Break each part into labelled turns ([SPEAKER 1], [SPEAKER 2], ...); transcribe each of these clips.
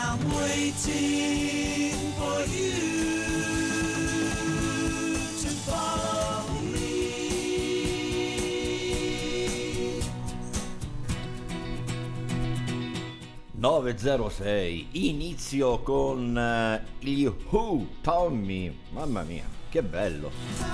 [SPEAKER 1] waiting for you to follow me.
[SPEAKER 2] 906, inizio con gli Who, Tommy, mamma mia, che bello.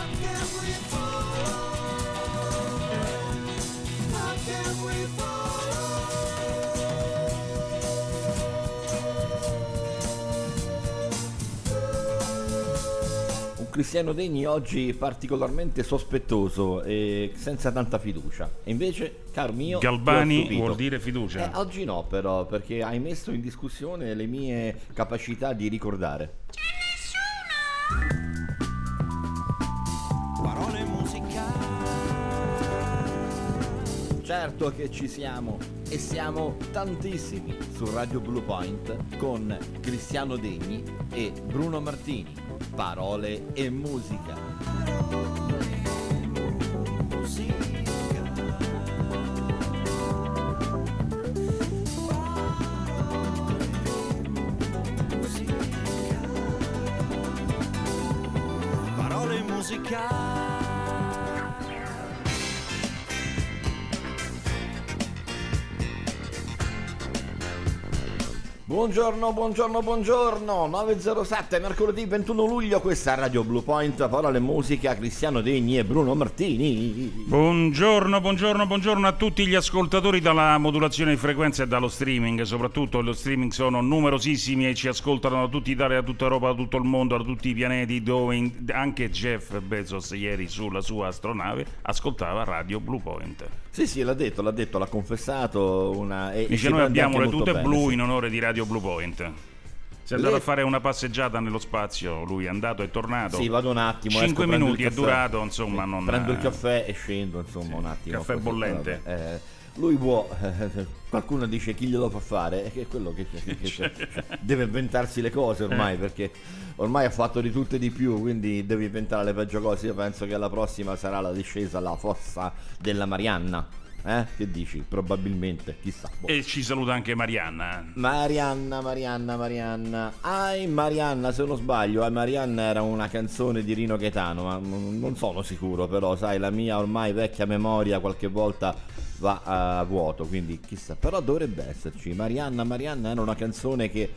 [SPEAKER 2] Cristiano Degni oggi particolarmente sospettoso e senza tanta fiducia. E invece, caro mio,
[SPEAKER 3] Galbani vuol dire fiducia.
[SPEAKER 2] Oggi no, però, perché hai messo in discussione le mie capacità di ricordare.
[SPEAKER 1] C'è nessuno! Parole musicali.
[SPEAKER 2] Certo che ci siamo, e siamo tantissimi su Radio Blue Point con Cristiano Degni e Bruno Martini. Parole e musica.
[SPEAKER 1] Parole e musica.
[SPEAKER 2] Buongiorno, 907, mercoledì 21 luglio, questa è Radio Blue Point, Parole e musica, Cristiano Degni e Bruno Martini.
[SPEAKER 3] Buongiorno a tutti gli ascoltatori dalla modulazione di frequenza e dallo streaming, soprattutto lo streaming sono numerosissimi e ci ascoltano da tutta Italia, da tutta Europa, da tutto il mondo, da tutti i pianeti, dove anche Jeff Bezos ieri sulla sua astronave ascoltava Radio Blue Point.
[SPEAKER 2] Sì, l'ha detto, l'ha confessato.
[SPEAKER 3] Dice noi abbiamo le tute blu,
[SPEAKER 2] sì,
[SPEAKER 3] in onore di Radio Blue Point. Si è andato a fare una passeggiata nello spazio, lui è andato e tornato.
[SPEAKER 2] Sì, vado un attimo.
[SPEAKER 3] 5 minuti è durato, insomma.
[SPEAKER 2] Sì,
[SPEAKER 3] non
[SPEAKER 2] prendo il caffè e scendo, insomma,
[SPEAKER 3] sì,
[SPEAKER 2] un attimo.
[SPEAKER 3] Caffè
[SPEAKER 2] così,
[SPEAKER 3] bollente.
[SPEAKER 2] Lui può, qualcuno dice chi glielo fa fare, è quello che deve inventarsi le cose ormai, perché ormai ha fatto di tutto e di più, quindi devi inventare le peggio cose. Io penso che la prossima sarà la discesa alla fossa della Marianna. Che dici? Probabilmente, chissà.
[SPEAKER 3] E ci saluta anche Marianna.
[SPEAKER 2] Marianna. Ai Marianna, se non sbaglio, ai Marianna era una canzone di Rino Gaetano, ma non sono sicuro, però sai, la mia ormai vecchia memoria qualche volta va a vuoto, quindi chissà. Però dovrebbe esserci. Marianna era una canzone che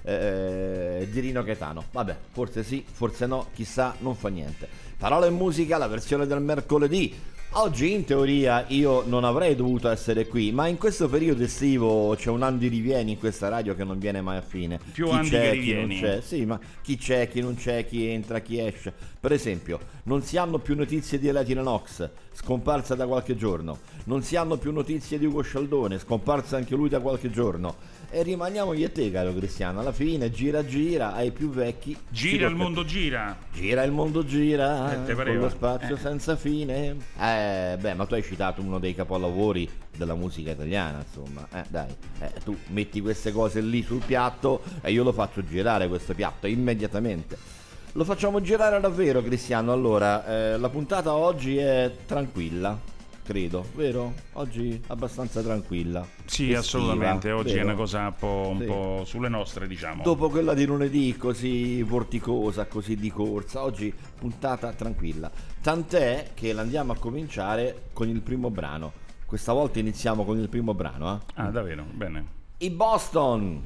[SPEAKER 2] di Rino Gaetano. Vabbè, forse sì, forse no, chissà, non fa niente. Parole e musica, la versione del mercoledì. Oggi in teoria io non avrei dovuto essere qui, ma in questo periodo estivo c'è un Andy Rivieni in questa radio che non viene mai a fine.
[SPEAKER 3] Più
[SPEAKER 2] chi
[SPEAKER 3] Andy
[SPEAKER 2] c'è,
[SPEAKER 3] che
[SPEAKER 2] chi non
[SPEAKER 3] Rivieni.
[SPEAKER 2] c'è. Sì, ma chi c'è, chi non c'è, chi entra, chi esce. Per esempio, non si hanno più notizie di Latina Nox, scomparsa da qualche giorno. Non si hanno più notizie di Ugo Scialdone, scomparsa anche lui da qualche giorno. E rimaniamo io e te, caro Cristiano. Alla fine gira, ai più vecchi.
[SPEAKER 3] Gira il mondo, gira.
[SPEAKER 2] Gira il mondo, gira.
[SPEAKER 3] Te pareva?
[SPEAKER 2] Con lo spazio senza fine. Beh, ma tu hai citato uno dei capolavori della musica italiana, insomma. Dai, tu metti queste cose lì sul piatto e io lo faccio girare questo piatto immediatamente. Lo facciamo girare davvero, Cristiano. Allora, la puntata oggi è tranquilla. Credo, vero? Oggi abbastanza tranquilla.
[SPEAKER 3] Sì,
[SPEAKER 2] estiva,
[SPEAKER 3] assolutamente. Oggi
[SPEAKER 2] vero?
[SPEAKER 3] è una cosa un
[SPEAKER 2] Sì.
[SPEAKER 3] po' sulle nostre, diciamo.
[SPEAKER 2] Dopo quella di lunedì così vorticosa, così di corsa, oggi puntata tranquilla. Tant'è che l'andiamo a cominciare con il primo brano. Questa volta iniziamo con il primo brano,
[SPEAKER 3] Ah, davvero? Bene.
[SPEAKER 2] I Boston.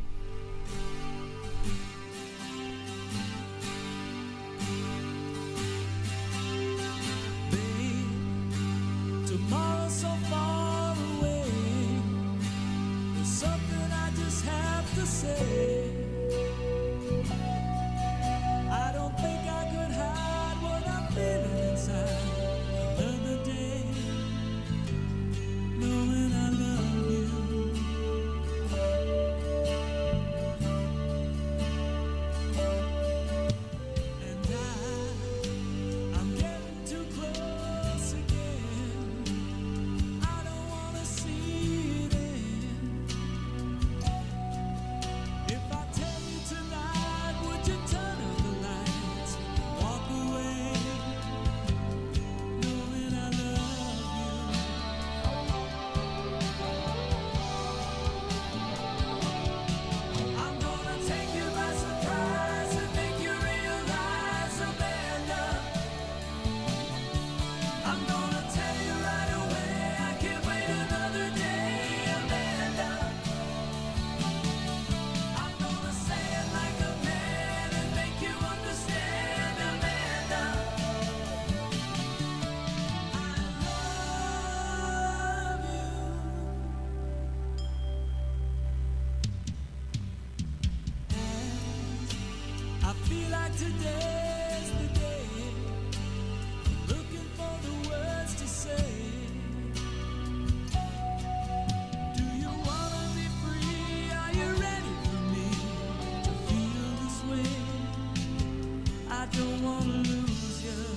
[SPEAKER 1] Tomorrow's so far away. There's something I just have to say. I don't think I could hide what I'm feeling inside another day. Knowing I love you. And I'm getting too close again. I don't wanna see it end. If I I feel like today's the day, looking for the words to say. Do you wanna be free? Are you ready for me to feel this way? I don't wanna lose you.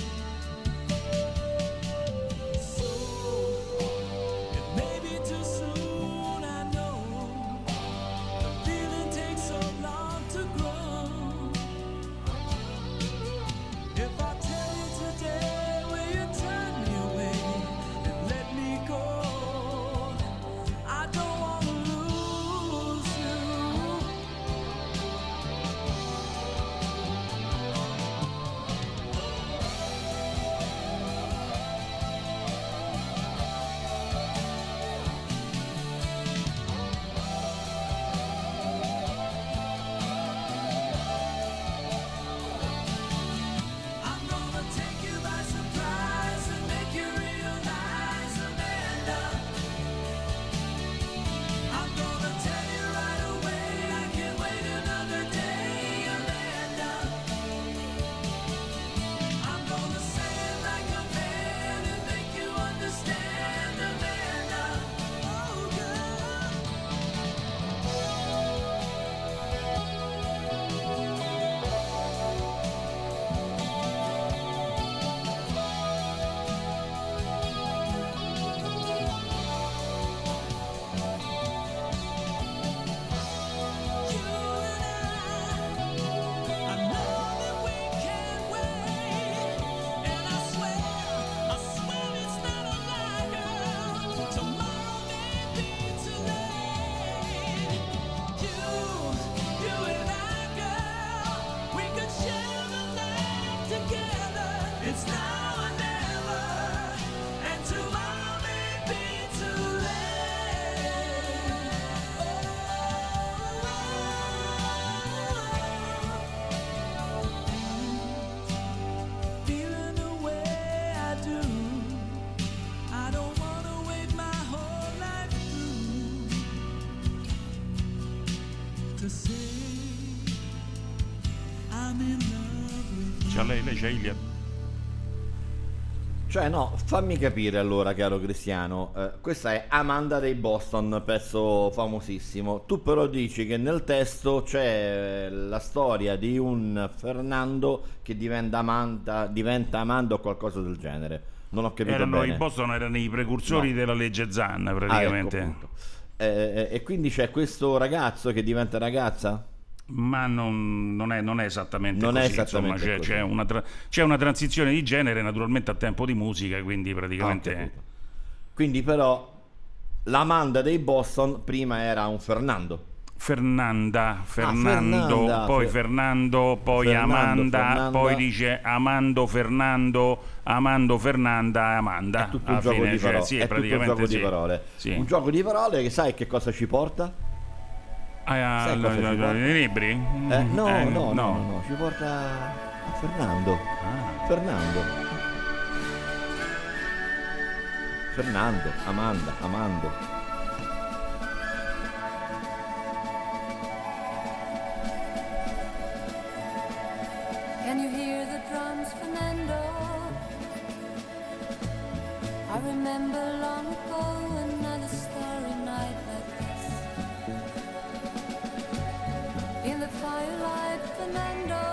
[SPEAKER 1] So it may be too soon, I know. The feeling takes so long to grow. If I tell you today, will you turn me away and let me go? I don't wanna lose you. I'm gonna take you by surprise and make you realize, Amanda. I'm gonna tell you right away, I can't wait another day, Amanda. I'm gonna say it like a man and make you understand, Amanda. Oh, girl. I know that we can't wait, and I swear it's not a lie, girl. Tomorrow may be too late. You and I, girl, we could share the night together. It's now or never, and tomorrow may be too late. Feeling the way I do, I don't wanna wait my whole life through to say I'm in love with you.
[SPEAKER 3] C'ha lei c'ha Ilia.
[SPEAKER 2] Cioè no, fammi capire allora, caro Cristiano, questa è Amanda dei Boston, pezzo famosissimo. Tu però dici che nel testo c'è la storia di un Fernando che diventa Amanda o qualcosa del genere. Non ho capito
[SPEAKER 3] Erano
[SPEAKER 2] bene.
[SPEAKER 3] i Boston, erano i precursori
[SPEAKER 2] No.
[SPEAKER 3] della legge Zanna,
[SPEAKER 2] Ah,
[SPEAKER 3] praticamente.
[SPEAKER 2] ecco, appunto. E quindi c'è questo ragazzo che diventa ragazza?
[SPEAKER 3] Ma non è esattamente
[SPEAKER 2] Non è
[SPEAKER 3] così,
[SPEAKER 2] esattamente
[SPEAKER 3] insomma,
[SPEAKER 2] così.
[SPEAKER 3] c'è una transizione di genere, naturalmente a tempo di musica, quindi
[SPEAKER 2] Ah, ho
[SPEAKER 3] praticamente
[SPEAKER 2] capito. Quindi però l'Amanda dei Boston prima era un Fernando.
[SPEAKER 3] Fernando,
[SPEAKER 2] Fernanda,
[SPEAKER 3] poi Fernando, poi
[SPEAKER 2] Fernando,
[SPEAKER 3] Amanda,
[SPEAKER 2] Fernanda.
[SPEAKER 3] poi dice Amando Fernanda, Amanda.
[SPEAKER 2] È tutto un
[SPEAKER 3] alla
[SPEAKER 2] gioco
[SPEAKER 3] fine,
[SPEAKER 2] di
[SPEAKER 3] cioè,
[SPEAKER 2] parole.
[SPEAKER 3] sì,
[SPEAKER 2] È tutto un
[SPEAKER 3] praticamente
[SPEAKER 2] gioco
[SPEAKER 3] sì.
[SPEAKER 2] di parole.
[SPEAKER 3] Sì.
[SPEAKER 2] Un gioco di parole che sai che cosa ci porta? Sai cosa ci porta?
[SPEAKER 3] I libri?
[SPEAKER 2] No, ci porta a Fernando.
[SPEAKER 3] Ah.
[SPEAKER 2] Fernando, Amando.
[SPEAKER 4] Can you hear the drums, Fernando? I remember long ago another starry night like this. In the firelight, Fernando,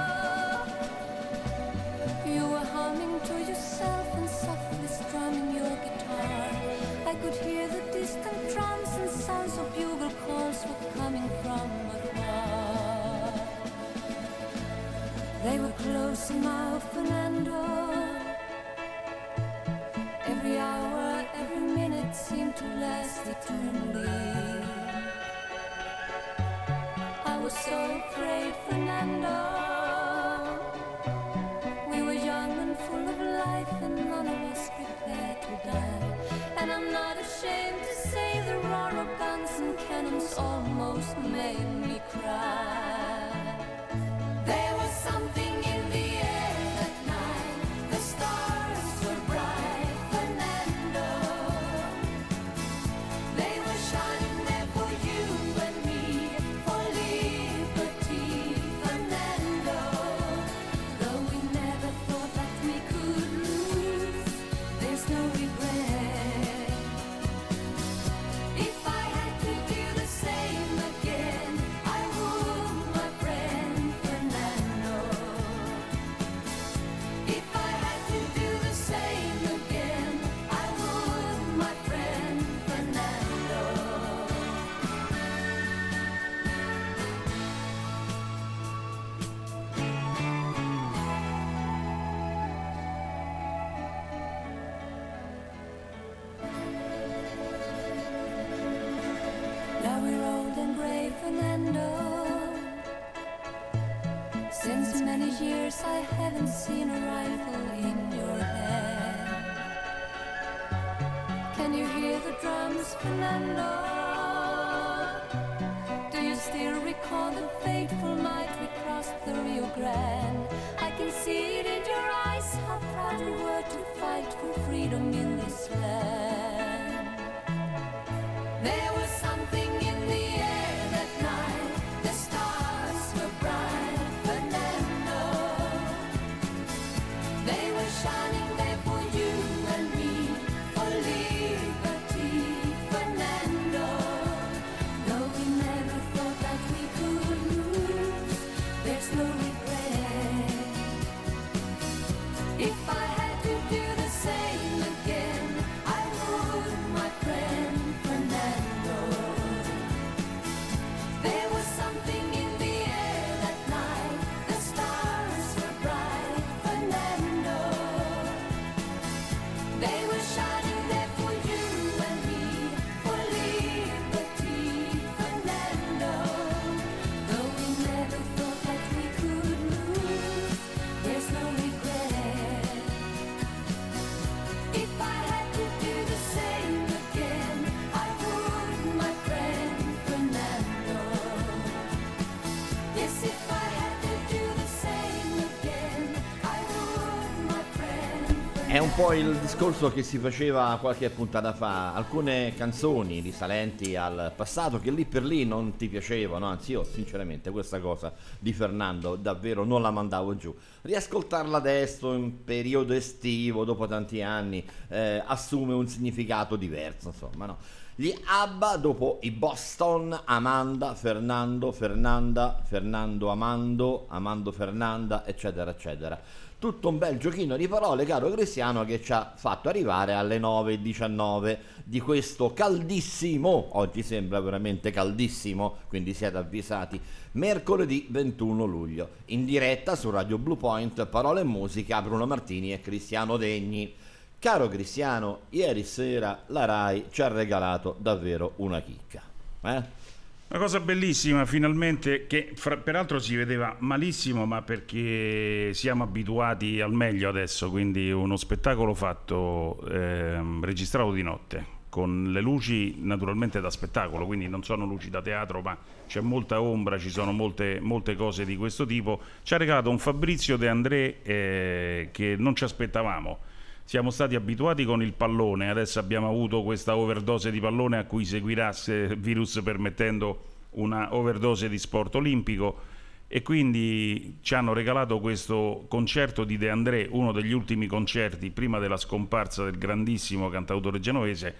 [SPEAKER 4] you were humming to yourself and softly strumming your guitar. I could hear the distant drums and sounds of bugle calls were coming from afar. They were close now, Fernando. Every hour, every minute seemed to last eternally. I was so afraid, Fernando. We were young and full of life, and none of us prepared to die. And I'm not ashamed to say the roar of guns and cannons almost made me cry. There was something in the air that night. The stars were bright, Fernando. They were shining there for you and me, for liberty, Fernando. years I haven't seen a rifle in your hand. Can you hear the drums, Fernando? Do you still recall the fateful night we crossed the Rio Grande? I can see it in your eyes, how proud we were to fight for freedom in this land. There was something in the air that night, the stars were bright, Fernando. They were shining there for you and me, for liberty, Fernando. Though we never thought that we could lose, there's no regret. If I had to do the same again, I would, my friend Fernando. There was something in the air that night, the stars were bright, Fernando. They were shining there for you and me, for liberty, Fernando. Though we never thought that we could lose, there's no regret. If I had to do the same again, I would, my friend Fernando. Yes, if I had to do the same again, I would, my friend Fernando.
[SPEAKER 2] È un po' il discorso che si faceva qualche puntata fa, alcune canzoni risalenti al passato che lì per lì non ti piacevano, anzi io sinceramente questa cosa di Fernando davvero non la mandavo giù. Riascoltarla adesso in periodo estivo dopo tanti anni assume un significato diverso, insomma, no? Gli ABBA dopo i Boston, Amanda, Fernando, Fernanda, Fernando, Amando, Amando, Fernanda, eccetera, eccetera. Tutto un bel giochino di parole, caro Cristiano, che ci ha fatto arrivare alle 9:19 di questo caldissimo, oggi sembra veramente caldissimo, quindi siete avvisati, mercoledì 21 luglio, in diretta su Radio Blue Point, Parole e Musica, Bruno Martini e Cristiano Degni. Caro Cristiano, ieri sera la Rai ci ha regalato davvero una chicca,
[SPEAKER 3] Una cosa bellissima, finalmente, che peraltro si vedeva malissimo, ma perché siamo abituati al meglio adesso, quindi uno spettacolo fatto, registrato di notte, con le luci naturalmente da spettacolo, quindi non sono luci da teatro, ma c'è molta ombra, ci sono molte cose di questo tipo. Ci ha regalato un Fabrizio De André che non ci aspettavamo. Siamo stati abituati con il pallone, adesso abbiamo avuto questa overdose di pallone a cui seguirà, se virus permettendo, una overdose di sport olimpico, e quindi ci hanno regalato questo concerto di De André, uno degli ultimi concerti prima della scomparsa del grandissimo cantautore genovese,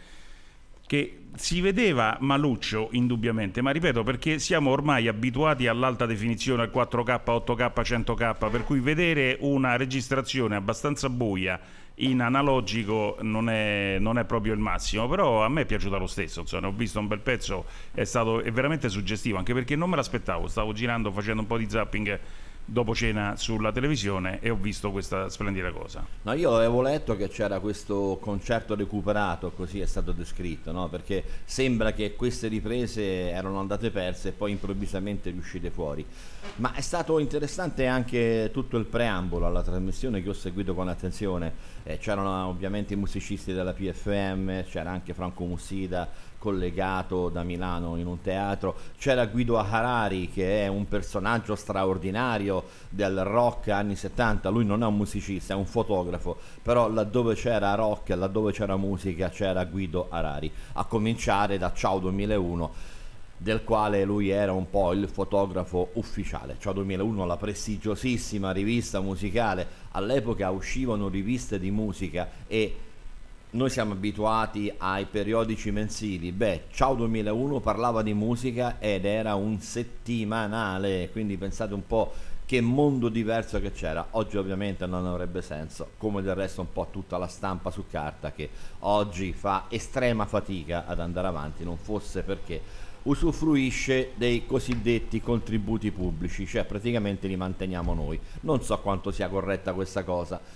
[SPEAKER 3] che si vedeva maluccio indubbiamente, ma ripeto, perché siamo ormai abituati all'alta definizione, al 4K, 8K, 100K, per cui vedere una registrazione abbastanza buia in analogico non è proprio il massimo, però a me è piaciuta lo stesso, insomma, ho visto un bel pezzo, è veramente suggestivo, anche perché non me l'aspettavo, stavo girando, facendo un po' di zapping dopo cena sulla televisione e ho visto questa splendida cosa.
[SPEAKER 2] No, io avevo letto che c'era questo concerto recuperato, così è stato descritto, no? Perché sembra che queste riprese erano andate perse e poi improvvisamente riuscite fuori. Ma è stato interessante anche tutto il preambolo alla trasmissione che ho seguito con attenzione. C'erano ovviamente i musicisti della PFM, c'era anche Franco Mussida collegato da Milano in un teatro, c'era Guido Harari che è un personaggio straordinario del rock anni 70, lui non è un musicista, è un fotografo, però laddove c'era rock, laddove c'era musica c'era Guido Harari, a cominciare da Ciao 2001, del quale lui era un po' il fotografo ufficiale. Ciao 2001, la prestigiosissima rivista musicale, all'epoca uscivano riviste di musica e noi siamo abituati ai periodici mensili. Ciao 2001 parlava di musica ed era un settimanale, quindi pensate un po' che mondo diverso che c'era. Oggi ovviamente non avrebbe senso, come del resto un po' tutta la stampa su carta che oggi fa estrema fatica ad andare avanti, non fosse perché usufruisce dei cosiddetti contributi pubblici, cioè praticamente li manteniamo noi. Non so quanto sia corretta questa cosa.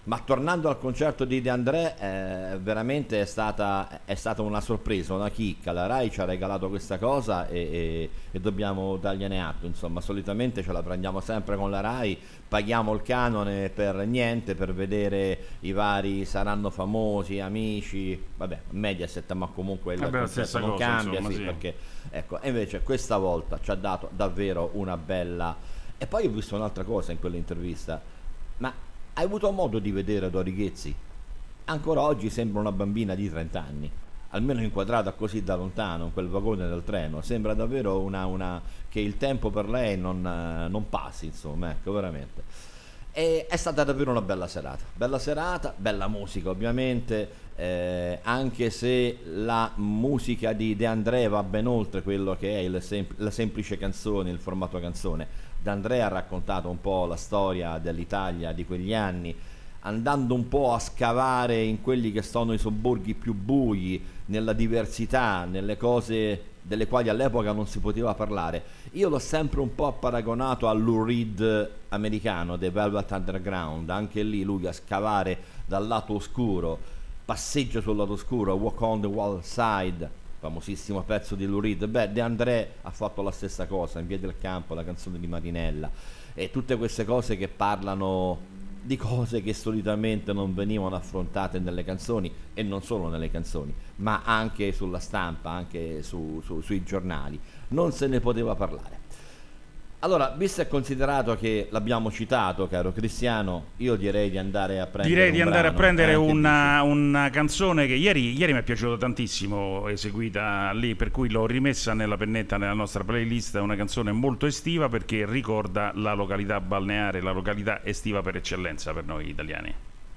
[SPEAKER 2] Ma tornando al concerto di De André, veramente è stata una sorpresa, una chicca. La Rai ci ha regalato questa cosa e dobbiamo dargliene atto. Insomma, solitamente ce la prendiamo sempre con la Rai, paghiamo il canone per niente, per vedere i vari Saranno Famosi, Amici, vabbè, Mediaset, ma comunque il
[SPEAKER 3] Vabbè, la
[SPEAKER 2] concetto
[SPEAKER 3] stessa
[SPEAKER 2] non
[SPEAKER 3] cosa,
[SPEAKER 2] cambia,
[SPEAKER 3] insomma,
[SPEAKER 2] sì,
[SPEAKER 3] sì.
[SPEAKER 2] perché ecco, e invece questa volta ci ha dato davvero una bella. E poi ho visto un'altra cosa in quell'intervista, ma hai avuto modo di vedere Dori Ghezzi? Ancora oggi sembra una bambina di 30 anni, almeno inquadrata così da lontano in quel vagone del treno. Sembra davvero che il tempo per lei non passi, insomma, ecco, veramente. E è stata davvero una bella serata, bella musica ovviamente, anche se la musica di De André va ben oltre quello che è la semplice canzone, il formato canzone. De André ha raccontato un po' la storia dell'Italia di quegli anni, andando un po' a scavare in quelli che sono i sobborghi più bui, nella diversità, nelle cose delle quali all'epoca non si poteva parlare. Io l'ho sempre un po' paragonato al Lou Reed americano, The Velvet Underground, anche lì lui a scavare dal lato oscuro, passeggio sul lato oscuro, Walk on the Wild Side, famosissimo pezzo di Lou Reed. Beh, De André ha fatto la stessa cosa, In via del campo, la canzone di Marinella, e tutte queste cose che parlano di cose che solitamente non venivano affrontate nelle canzoni, e non solo nelle canzoni, ma anche sulla stampa, anche sui giornali. Non se ne poteva parlare. Allora, visto e considerato che l'abbiamo citato, caro Cristiano, io direi di andare a prendere
[SPEAKER 3] Direi di andare a
[SPEAKER 2] brano,
[SPEAKER 3] prendere
[SPEAKER 2] che dici?
[SPEAKER 3] una canzone che ieri mi è piaciuta tantissimo, eseguita lì, per cui l'ho rimessa nella pennetta nella nostra playlist. È una canzone molto estiva perché ricorda la località balneare, la località estiva per eccellenza per noi italiani.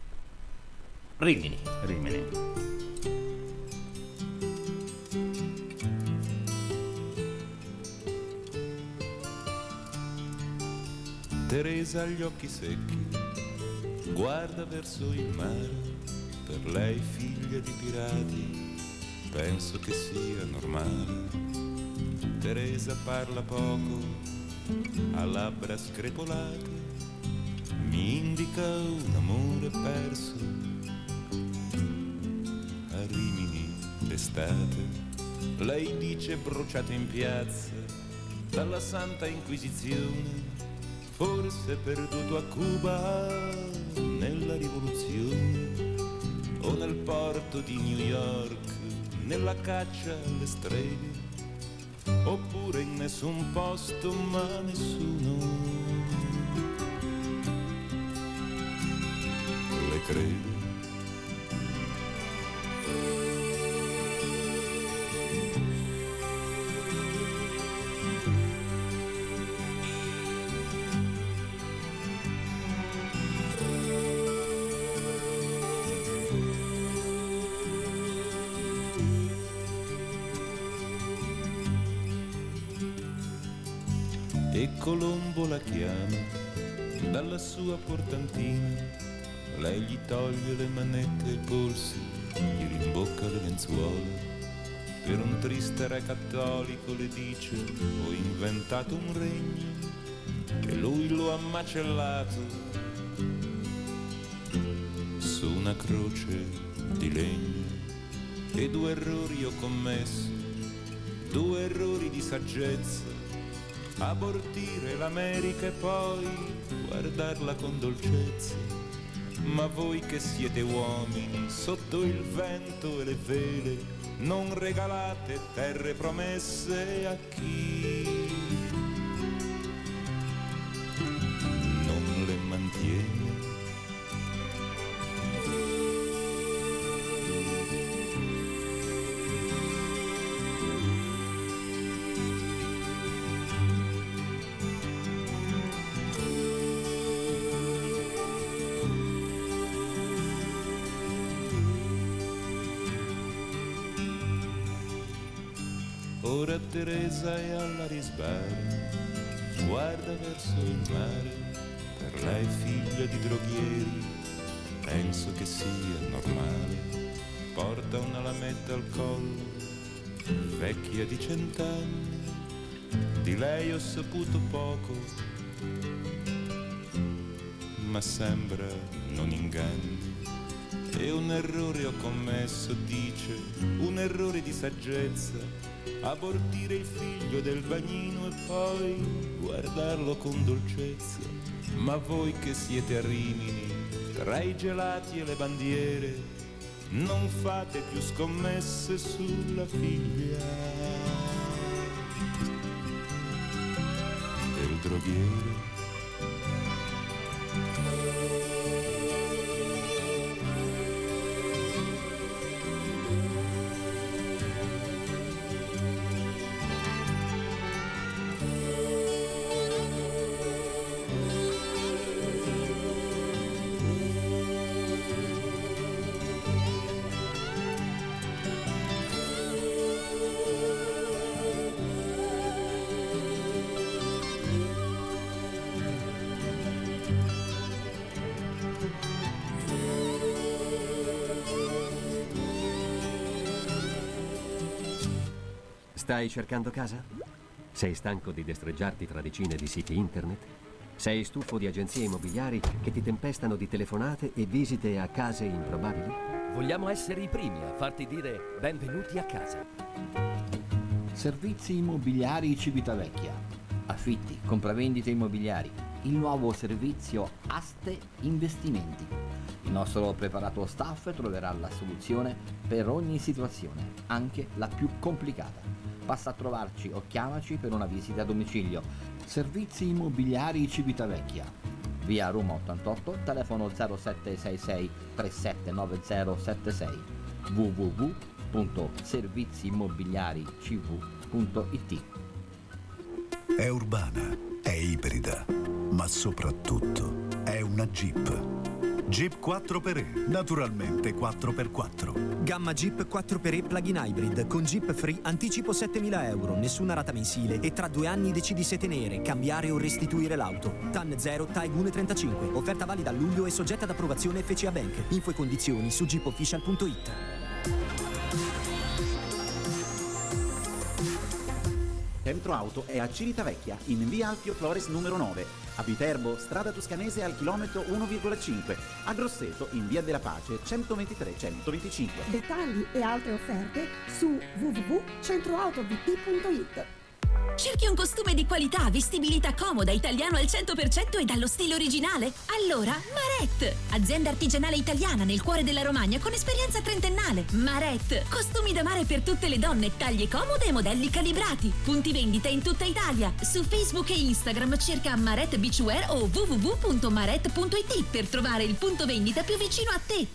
[SPEAKER 2] Rimini.
[SPEAKER 3] Rimini.
[SPEAKER 5] Teresa ha gli occhi secchi, guarda verso il mare, per lei figlia di pirati, penso che sia normale. Teresa parla poco, ha labbra screpolate, mi indica un amore perso. A Rimini d'estate, lei dice bruciate in piazza dalla Santa Inquisizione, forse perduto a Cuba nella rivoluzione o nel porto di New York nella caccia alle streghe, oppure in nessun posto ma nessuno le crede. E Colombo la chiama dalla sua portantina, lei gli toglie le manette ai polsi, gli rimbocca le lenzuola. Per un triste re cattolico le dice ho inventato un regno e lui lo ha macellato su una croce di legno. E 2 errori ho commesso, 2 errori di saggezza: abortire l'America e poi guardarla con dolcezza. Ma voi che siete uomini sotto il vento e le vele, non regalate terre promesse a chi non le mantiene. Ora Teresa è alla risbara, guarda verso il mare, per lei figlia di droghieri, penso che sia normale. Porta una lametta al collo, vecchia di 100 anni, di lei ho saputo poco, ma sembra non inganni. E un errore ho commesso, dice, un errore di saggezza, abortire il figlio del bagnino e poi guardarlo con dolcezza. Ma voi che siete a Rimini, tra i gelati e le bandiere, non fate più scommesse sulla figlia del droghiere.
[SPEAKER 6] Stai cercando casa? Sei stanco di destreggiarti tra decine di siti internet? Sei stufo di agenzie immobiliari che ti tempestano di telefonate e visite a case improbabili?
[SPEAKER 7] Vogliamo essere i primi a farti dire benvenuti a casa.
[SPEAKER 8] Servizi immobiliari Civitavecchia. Affitti, compravendite immobiliari. Il nuovo servizio Aste Investimenti. Il nostro preparato staff troverà la soluzione per ogni situazione, anche la più complicata. Basta trovarci o chiamaci per una visita a domicilio. Servizi immobiliari Civitavecchia. Via Roma 88, telefono 0766 379076. www.serviziimmobiliaricv.it.
[SPEAKER 9] È urbana, è ibrida, ma soprattutto è una Jeep. Jeep 4xe, naturalmente 4x4.
[SPEAKER 10] Gamma Jeep 4xe plug-in hybrid con Jeep Free, anticipo 7.000 euro, nessuna rata mensile e tra 2 anni decidi se tenere, cambiare o restituire l'auto. TAN 0, TAG 1.35, offerta valida a luglio e soggetta ad approvazione FCA Bank. Info e condizioni su jeepofficial.it.
[SPEAKER 11] Centro Auto è a Civitavecchia, in via Alfio Flores numero 9, a Viterbo, strada toscanese al chilometro 1,5, a Grosseto, in via della Pace 123-125.
[SPEAKER 12] Dettagli e altre offerte su www.centroautovt.it.
[SPEAKER 13] Cerchi un costume di qualità, vestibilità comoda, italiano al 100% e dallo stile originale? Allora, Maret! Azienda artigianale italiana nel cuore della Romagna con esperienza trentennale. Maret! Costumi da mare per tutte le donne, taglie comode e modelli calibrati. Punti vendita in tutta Italia. Su Facebook e Instagram cerca Maret Beachwear o www.maret.it per trovare il punto vendita più vicino a te.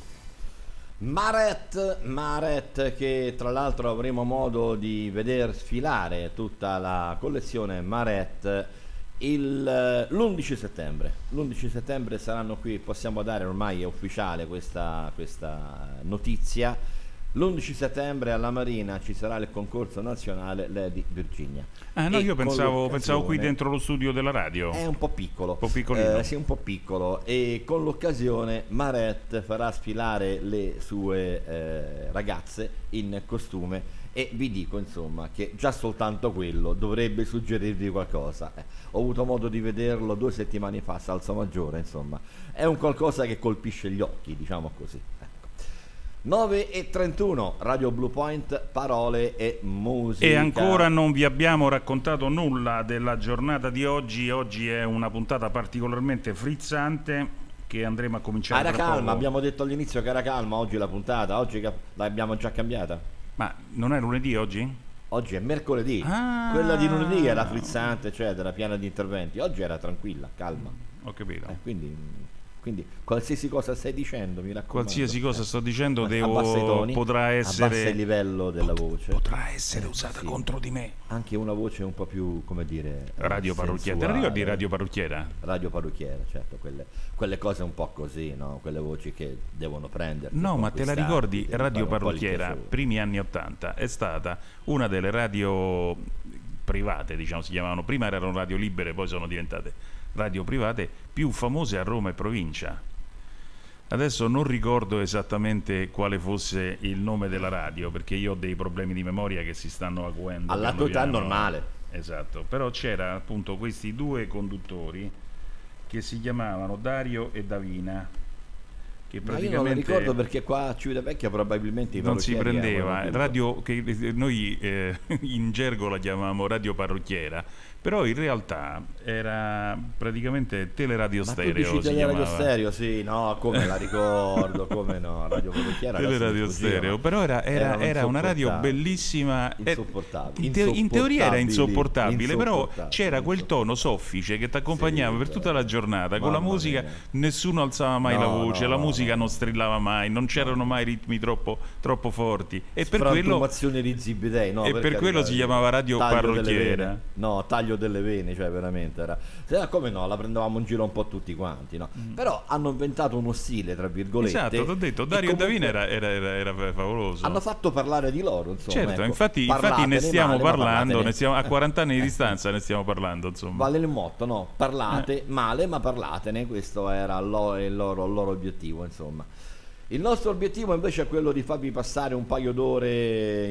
[SPEAKER 2] Maret, che tra l'altro avremo modo di veder sfilare tutta la collezione Maret l'11 settembre. L'11 settembre saranno qui, possiamo dare, ormai è ufficiale questa notizia. L'11 settembre alla Marina ci sarà il concorso nazionale Lady Virginia.
[SPEAKER 3] No, io pensavo qui dentro lo studio della radio.
[SPEAKER 2] È un po' piccolo.
[SPEAKER 3] Un po' piccolino.
[SPEAKER 2] Sì, un po' piccolo. E con l'occasione Maret farà sfilare le sue ragazze in costume. E vi dico, insomma, che già soltanto quello dovrebbe suggerirvi qualcosa. Ho avuto modo di vederlo 2 settimane fa a Salsomaggiore, insomma. È un qualcosa che colpisce gli occhi, diciamo così. 9:31, Radio Blue Point, parole e musica.
[SPEAKER 3] E ancora non vi abbiamo raccontato nulla della giornata di oggi. Oggi è una puntata particolarmente frizzante che andremo a cominciare.
[SPEAKER 2] Era calma, abbiamo detto all'inizio che era calma oggi la puntata, oggi l'abbiamo già cambiata.
[SPEAKER 3] Ma non è lunedì oggi?
[SPEAKER 2] Oggi è mercoledì. Quella di lunedì era frizzante, eccetera, piena di interventi. Oggi era tranquilla, calma.
[SPEAKER 3] Ho capito.
[SPEAKER 2] Quindi qualsiasi cosa stai dicendo, mi raccomando.
[SPEAKER 3] Qualsiasi cosa sto dicendo
[SPEAKER 2] abbassa i toni,
[SPEAKER 3] potrà essere,
[SPEAKER 2] abbassa il livello della voce.
[SPEAKER 3] Potrà essere usata contro di me.
[SPEAKER 2] Anche una voce un po' più, come dire,
[SPEAKER 3] radio parrucchiera. Te la ricordi radio parrucchiera?
[SPEAKER 2] Radio parrucchiera, certo, quelle cose un po' così, no? Quelle voci che devono prenderti.
[SPEAKER 3] No, ma te la ricordi? Radio parrucchiera, primi anni 80, è stata una delle radio private, diciamo, si chiamavano, prima erano radio libere, poi sono diventate radio private più famose a Roma e provincia. Adesso non ricordo esattamente quale fosse il nome della radio, perché io ho dei problemi di memoria che si stanno acuendo.
[SPEAKER 2] Alla tua età è normale.
[SPEAKER 3] Esatto, però c'era appunto questi 2 conduttori che si chiamavano Dario e Davina, che
[SPEAKER 2] Ma io non lo
[SPEAKER 3] praticamente
[SPEAKER 2] ricordo perché qua a Civitavecchia probabilmente i
[SPEAKER 3] non si
[SPEAKER 2] parrocchieri
[SPEAKER 3] prendeva,
[SPEAKER 2] avevano
[SPEAKER 3] radio che noi in gergo la chiamavamo radio parrocchiera, però in realtà era praticamente teleradio
[SPEAKER 2] Ma
[SPEAKER 3] stereo.
[SPEAKER 2] tu dici
[SPEAKER 3] si
[SPEAKER 2] teleradio
[SPEAKER 3] chiamava.
[SPEAKER 2] stereo? Sì, no, come la ricordo, come no, radio parrocchiera. adesso
[SPEAKER 3] Teleradio
[SPEAKER 2] mi sfuggiva,
[SPEAKER 3] stereo,
[SPEAKER 2] ma
[SPEAKER 3] però era
[SPEAKER 2] erano
[SPEAKER 3] una radio
[SPEAKER 2] insopportabili.
[SPEAKER 3] bellissima.
[SPEAKER 2] Insopportabili.
[SPEAKER 3] In teoria era insopportabile, però
[SPEAKER 2] Insopportabili.
[SPEAKER 3] c'era quel tono soffice che ti accompagnava
[SPEAKER 2] Sì,
[SPEAKER 3] per tutta la giornata. Con la
[SPEAKER 2] mamma
[SPEAKER 3] musica
[SPEAKER 2] mia.
[SPEAKER 3] nessuno alzava mai la
[SPEAKER 2] No,
[SPEAKER 3] voce,
[SPEAKER 2] no,
[SPEAKER 3] la
[SPEAKER 2] no,
[SPEAKER 3] musica
[SPEAKER 2] no.
[SPEAKER 3] non strillava mai, non c'erano mai ritmi troppo forti. E per quello,
[SPEAKER 2] Frantumazione di Zibidei, no,
[SPEAKER 3] e
[SPEAKER 2] per
[SPEAKER 3] per quello
[SPEAKER 2] carità,
[SPEAKER 3] si chiamava radio
[SPEAKER 2] taglio delle
[SPEAKER 3] parrocchiera.
[SPEAKER 2] vene. No, taglio delle vene, cioè veramente era. Come no, la prendevamo in giro un po' tutti quanti, no? Però hanno inventato uno stile, tra virgolette.
[SPEAKER 3] Esatto, ti ho detto, Dario e
[SPEAKER 2] comunque
[SPEAKER 3] Davina era favoloso.
[SPEAKER 2] hanno fatto parlare di loro, insomma.
[SPEAKER 3] Certo,
[SPEAKER 2] ecco.
[SPEAKER 3] infatti
[SPEAKER 2] Parlatene
[SPEAKER 3] ne stiamo
[SPEAKER 2] male, ma
[SPEAKER 3] parlando,
[SPEAKER 2] parlatene.
[SPEAKER 3] ne stiamo, a 40 anni di distanza ne stiamo parlando, insomma.
[SPEAKER 2] Vale il motto, no? Parlate male, ma parlatene. Questo era il loro obiettivo, insomma. Il nostro obiettivo invece è quello di farvi passare un paio d'ore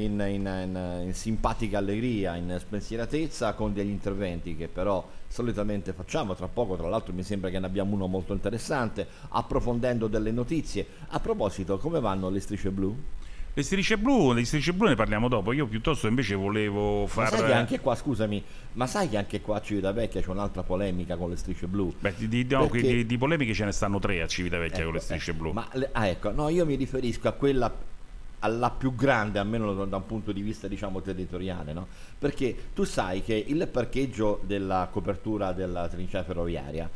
[SPEAKER 2] in simpatica allegria, in spensieratezza, con degli interventi che però solitamente facciamo. Tra poco, tra l'altro, mi sembra che ne abbiamo uno molto interessante, approfondendo delle notizie. A proposito, come vanno le strisce blu?
[SPEAKER 3] Le strisce blu ne parliamo dopo. Io piuttosto invece volevo
[SPEAKER 2] Ma
[SPEAKER 3] far...
[SPEAKER 2] sai che anche qua, scusami, ma sai che anche qua a Civitavecchia c'è un'altra polemica con le strisce blu?
[SPEAKER 3] Beh,
[SPEAKER 2] Perché-
[SPEAKER 3] di polemiche ce ne stanno 3 a Civitavecchia con le strisce blu.
[SPEAKER 2] Ma ecco, no, io mi riferisco a quella, alla più grande, almeno da un punto di vista diciamo territoriale, no? Perché tu sai che il parcheggio della copertura della trincea ferroviaria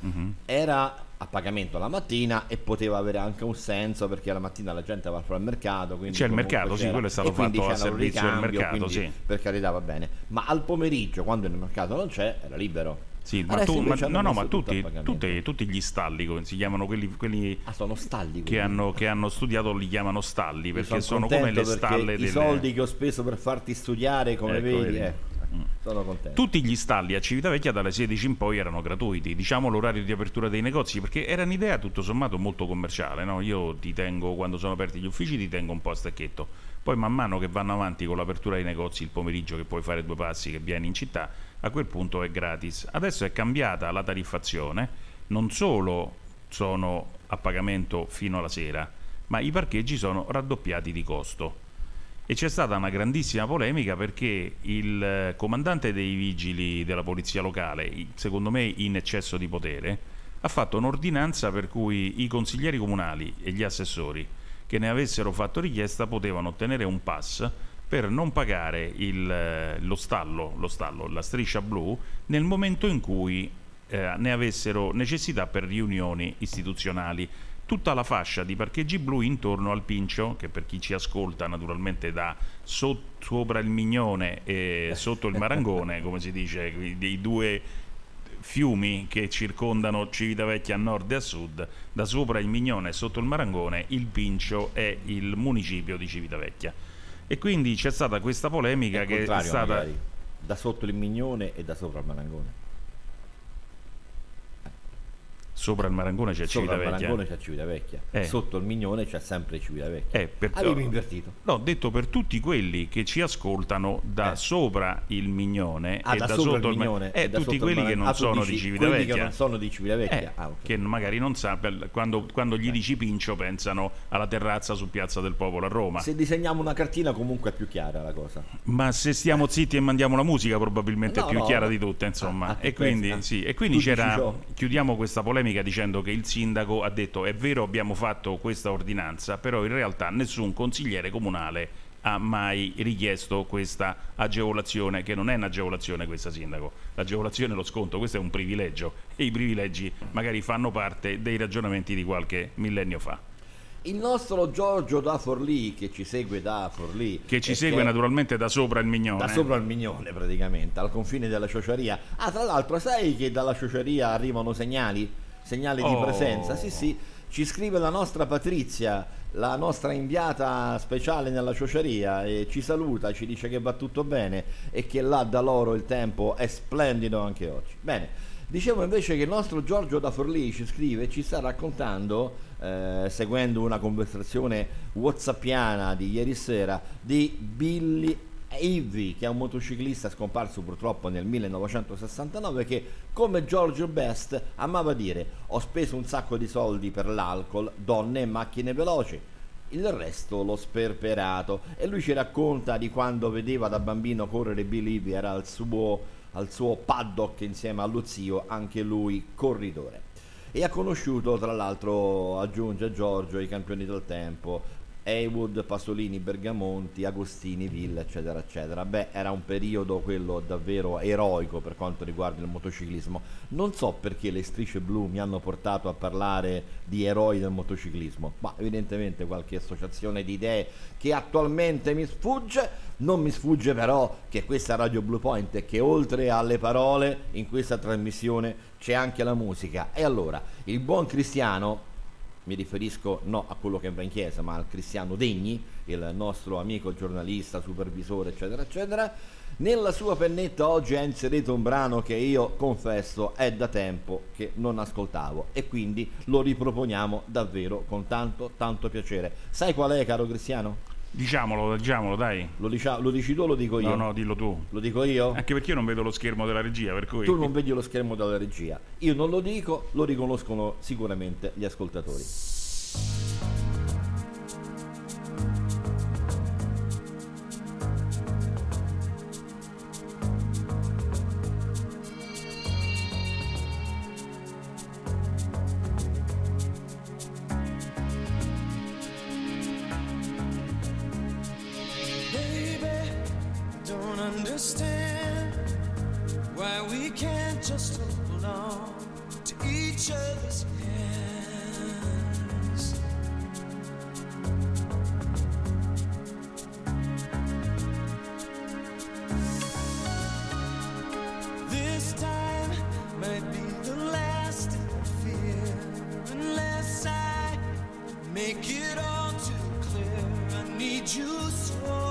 [SPEAKER 2] era a pagamento la mattina e poteva avere anche un senso perché la mattina la gente va a fare il mercato, quindi
[SPEAKER 3] C'è il
[SPEAKER 2] comunque
[SPEAKER 3] mercato, sì,
[SPEAKER 2] c'era-
[SPEAKER 3] quello è stato
[SPEAKER 2] e quindi
[SPEAKER 3] fatto a
[SPEAKER 2] c'era un
[SPEAKER 3] servizio del
[SPEAKER 2] ricambio,
[SPEAKER 3] mercato,
[SPEAKER 2] quindi
[SPEAKER 3] sì.
[SPEAKER 2] per carità va bene, ma al pomeriggio quando il mercato non c'è era libero.
[SPEAKER 3] Sì, ma,
[SPEAKER 2] Adesso
[SPEAKER 3] tu, ma,
[SPEAKER 2] invece hanno
[SPEAKER 3] no,
[SPEAKER 2] messo
[SPEAKER 3] ma
[SPEAKER 2] tutto a pagamento.
[SPEAKER 3] tutti gli stalli, come si chiamano quelli
[SPEAKER 2] sono stalli
[SPEAKER 3] che hanno studiato, li chiamano stalli,
[SPEAKER 2] Io
[SPEAKER 3] perché sono come
[SPEAKER 2] contento
[SPEAKER 3] le
[SPEAKER 2] perché
[SPEAKER 3] stalle
[SPEAKER 2] i
[SPEAKER 3] delle...
[SPEAKER 2] soldi che ho speso per farti studiare, come
[SPEAKER 3] Ecco,
[SPEAKER 2] vedi,
[SPEAKER 3] vedi.
[SPEAKER 2] sono contento.
[SPEAKER 3] Tutti gli stalli a Civitavecchia dalle 16 in poi erano gratuiti, diciamo l'orario di apertura dei negozi, perché era un'idea tutto sommato molto commerciale, no? Io ti tengo, quando sono aperti gli uffici, ti tengo un po' a stacchetto. Poi man mano che vanno avanti con l'apertura dei negozi il pomeriggio, che puoi fare 2 passi, che vieni in città, a quel punto è gratis. Adesso è cambiata la tariffazione, non solo sono a pagamento fino alla sera, ma i parcheggi sono raddoppiati di costo. E c'è stata una grandissima polemica perché il comandante dei vigili della polizia locale, secondo me in eccesso di potere, ha fatto un'ordinanza per cui i consiglieri comunali e gli assessori che ne avessero fatto richiesta potevano ottenere un pass per non pagare lo stallo, la striscia blu, nel momento in cui ne avessero necessità per riunioni istituzionali. Tutta la fascia di parcheggi blu intorno al Pincio, che per chi ci ascolta naturalmente da sopra il Mignone e sotto il Marangone, come si dice, dei due fiumi che circondano Civitavecchia a nord e a sud, da sopra il Mignone e sotto il Marangone, il Pincio è il municipio di Civitavecchia. E quindi c'è stata questa polemica che è stata...
[SPEAKER 2] magari, da sotto il Mignone e da sopra il Marangone.
[SPEAKER 3] Sopra il Marangone c'è
[SPEAKER 2] Sopra il
[SPEAKER 3] Civitavecchia.
[SPEAKER 2] Marangone c'è Civitavecchia, sotto il Mignone c'è sempre Civitavecchia. Avevi invertito.
[SPEAKER 3] No, detto per tutti quelli che ci ascoltano da sopra il Mignone e
[SPEAKER 2] da
[SPEAKER 3] da
[SPEAKER 2] sopra
[SPEAKER 3] sotto
[SPEAKER 2] il Mignone e da
[SPEAKER 3] tutti
[SPEAKER 2] sotto il
[SPEAKER 3] quelli che non
[SPEAKER 2] Marangone.
[SPEAKER 3] sono
[SPEAKER 2] Tu
[SPEAKER 3] di
[SPEAKER 2] dici
[SPEAKER 3] Civitavecchia.
[SPEAKER 2] quelli che non sono di Civitavecchia. Ok.
[SPEAKER 3] Che magari non sa, quando gli dici Pincio pensano alla terrazza su Piazza del Popolo a Roma.
[SPEAKER 2] Se disegniamo una cartina comunque è più chiara la cosa.
[SPEAKER 3] Ma se stiamo zitti e mandiamo la musica probabilmente
[SPEAKER 2] No,
[SPEAKER 3] è più
[SPEAKER 2] no.
[SPEAKER 3] chiara di tutte, insomma.
[SPEAKER 2] che
[SPEAKER 3] E quindi,
[SPEAKER 2] pensi?
[SPEAKER 3] e quindi
[SPEAKER 2] Tu dici
[SPEAKER 3] c'era,
[SPEAKER 2] ciò?
[SPEAKER 3] chiudiamo questa polemica dicendo che il sindaco ha detto è vero abbiamo fatto questa ordinanza, però in realtà nessun consigliere comunale ha mai richiesto questa agevolazione, che non è un'agevolazione questa, sindaco. L'agevolazione è lo sconto, questo è un privilegio e i privilegi magari fanno parte dei ragionamenti di qualche millennio fa.
[SPEAKER 2] Il nostro Giorgio da Forlì, che ci segue da Forlì,
[SPEAKER 3] Che ci
[SPEAKER 2] e
[SPEAKER 3] segue naturalmente da sopra il Mignone.
[SPEAKER 2] da sopra il Mignone praticamente, al confine della ciociaria. Tra l'altro sai che dalla ciociaria arrivano segnali di
[SPEAKER 3] Oh.
[SPEAKER 2] presenza? Sì, ci scrive la nostra Patrizia, la nostra inviata speciale nella ciociaria, e ci saluta, ci dice che va tutto bene e che là da loro il tempo è splendido anche oggi. Bene, dicevo invece che il nostro Giorgio da Forlì ci scrive e ci sta raccontando, seguendo una conversazione whatsappiana di ieri sera, di Billy Ivy, che è un motociclista scomparso purtroppo nel 1969, che come George Best amava dire: ho speso un sacco di soldi per l'alcol, donne e macchine veloci, il resto l'ho sperperato. E lui ci racconta di quando vedeva da bambino correre Bill Ivy, era al suo paddock insieme allo zio, anche lui corridore, e ha conosciuto, tra l'altro, aggiunge Giorgio, i campioni del tempo, Heywood, Pasolini, Bergamonti, Agostini, Villa, eccetera eccetera. Beh, era un periodo quello davvero eroico per quanto riguarda il motociclismo. Non so perché le strisce blu mi hanno portato a parlare di eroi del motociclismo, ma evidentemente qualche associazione di idee che attualmente mi sfugge. Non mi sfugge però che questa Radio Blue Point e che oltre alle parole in questa trasmissione c'è anche la musica. E allora il buon Cristiano, mi riferisco no a quello che va in chiesa, ma al Cristiano Degni, il nostro amico giornalista, supervisore, eccetera eccetera, nella sua pennetta oggi ha inserito un brano che io confesso è da tempo che non ascoltavo, e quindi lo riproponiamo davvero con tanto piacere. Sai qual è, caro Cristiano?
[SPEAKER 3] Diciamolo, dai.
[SPEAKER 2] Lo dici tu o lo dico io?
[SPEAKER 3] No, dillo tu.
[SPEAKER 2] Lo dico io?
[SPEAKER 3] Anche perché io non vedo lo schermo della regia, per cui...
[SPEAKER 2] Tu non vedi lo schermo della regia. Io non lo dico, lo riconoscono sicuramente gli ascoltatori.
[SPEAKER 1] Understand why we can't just hold on to each other's hands. This time might be the last fear, unless I make it all too clear. I need you so.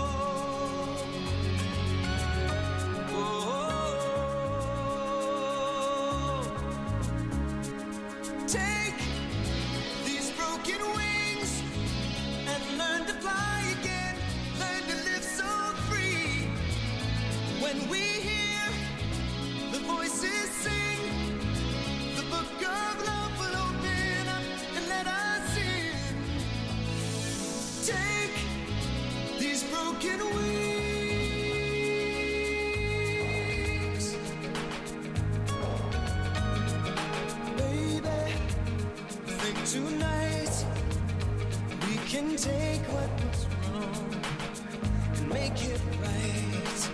[SPEAKER 1] Tonight we can take what was wrong and make it right.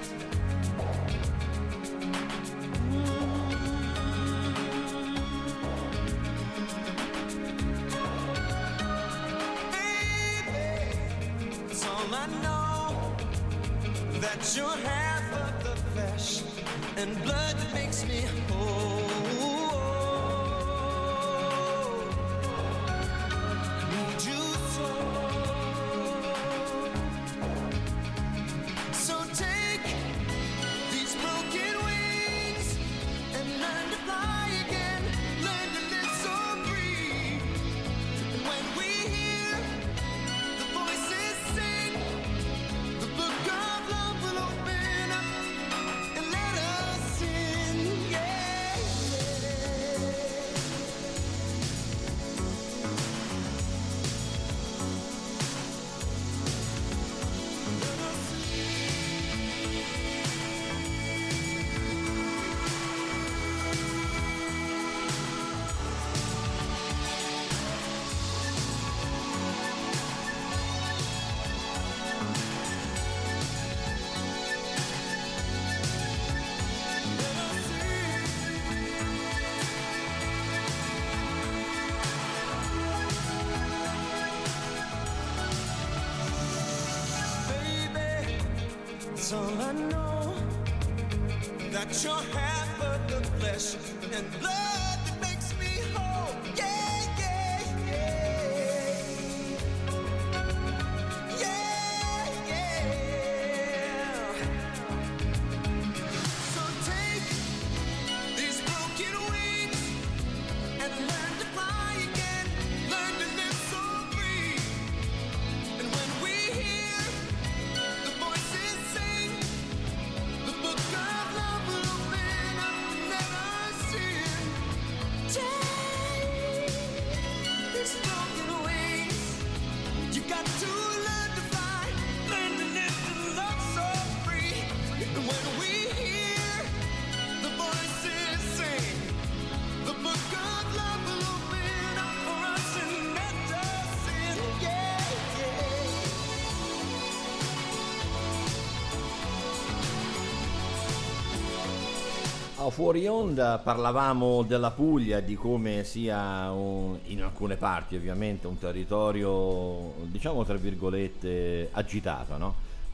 [SPEAKER 1] Baby, it's all I know, that you're half of the flesh and blood that makes me whole. That's all I know, that you're half of the flesh and blood that makes me whole. Yeah, yeah, yeah. Yeah, yeah. So take these broken wings and learn to fly again. Learn to live so free. And when we hear the voices
[SPEAKER 2] Fuori onda parlavamo della Puglia, di come sia in alcune parti ovviamente un territorio, diciamo tra virgolette, agitato, no?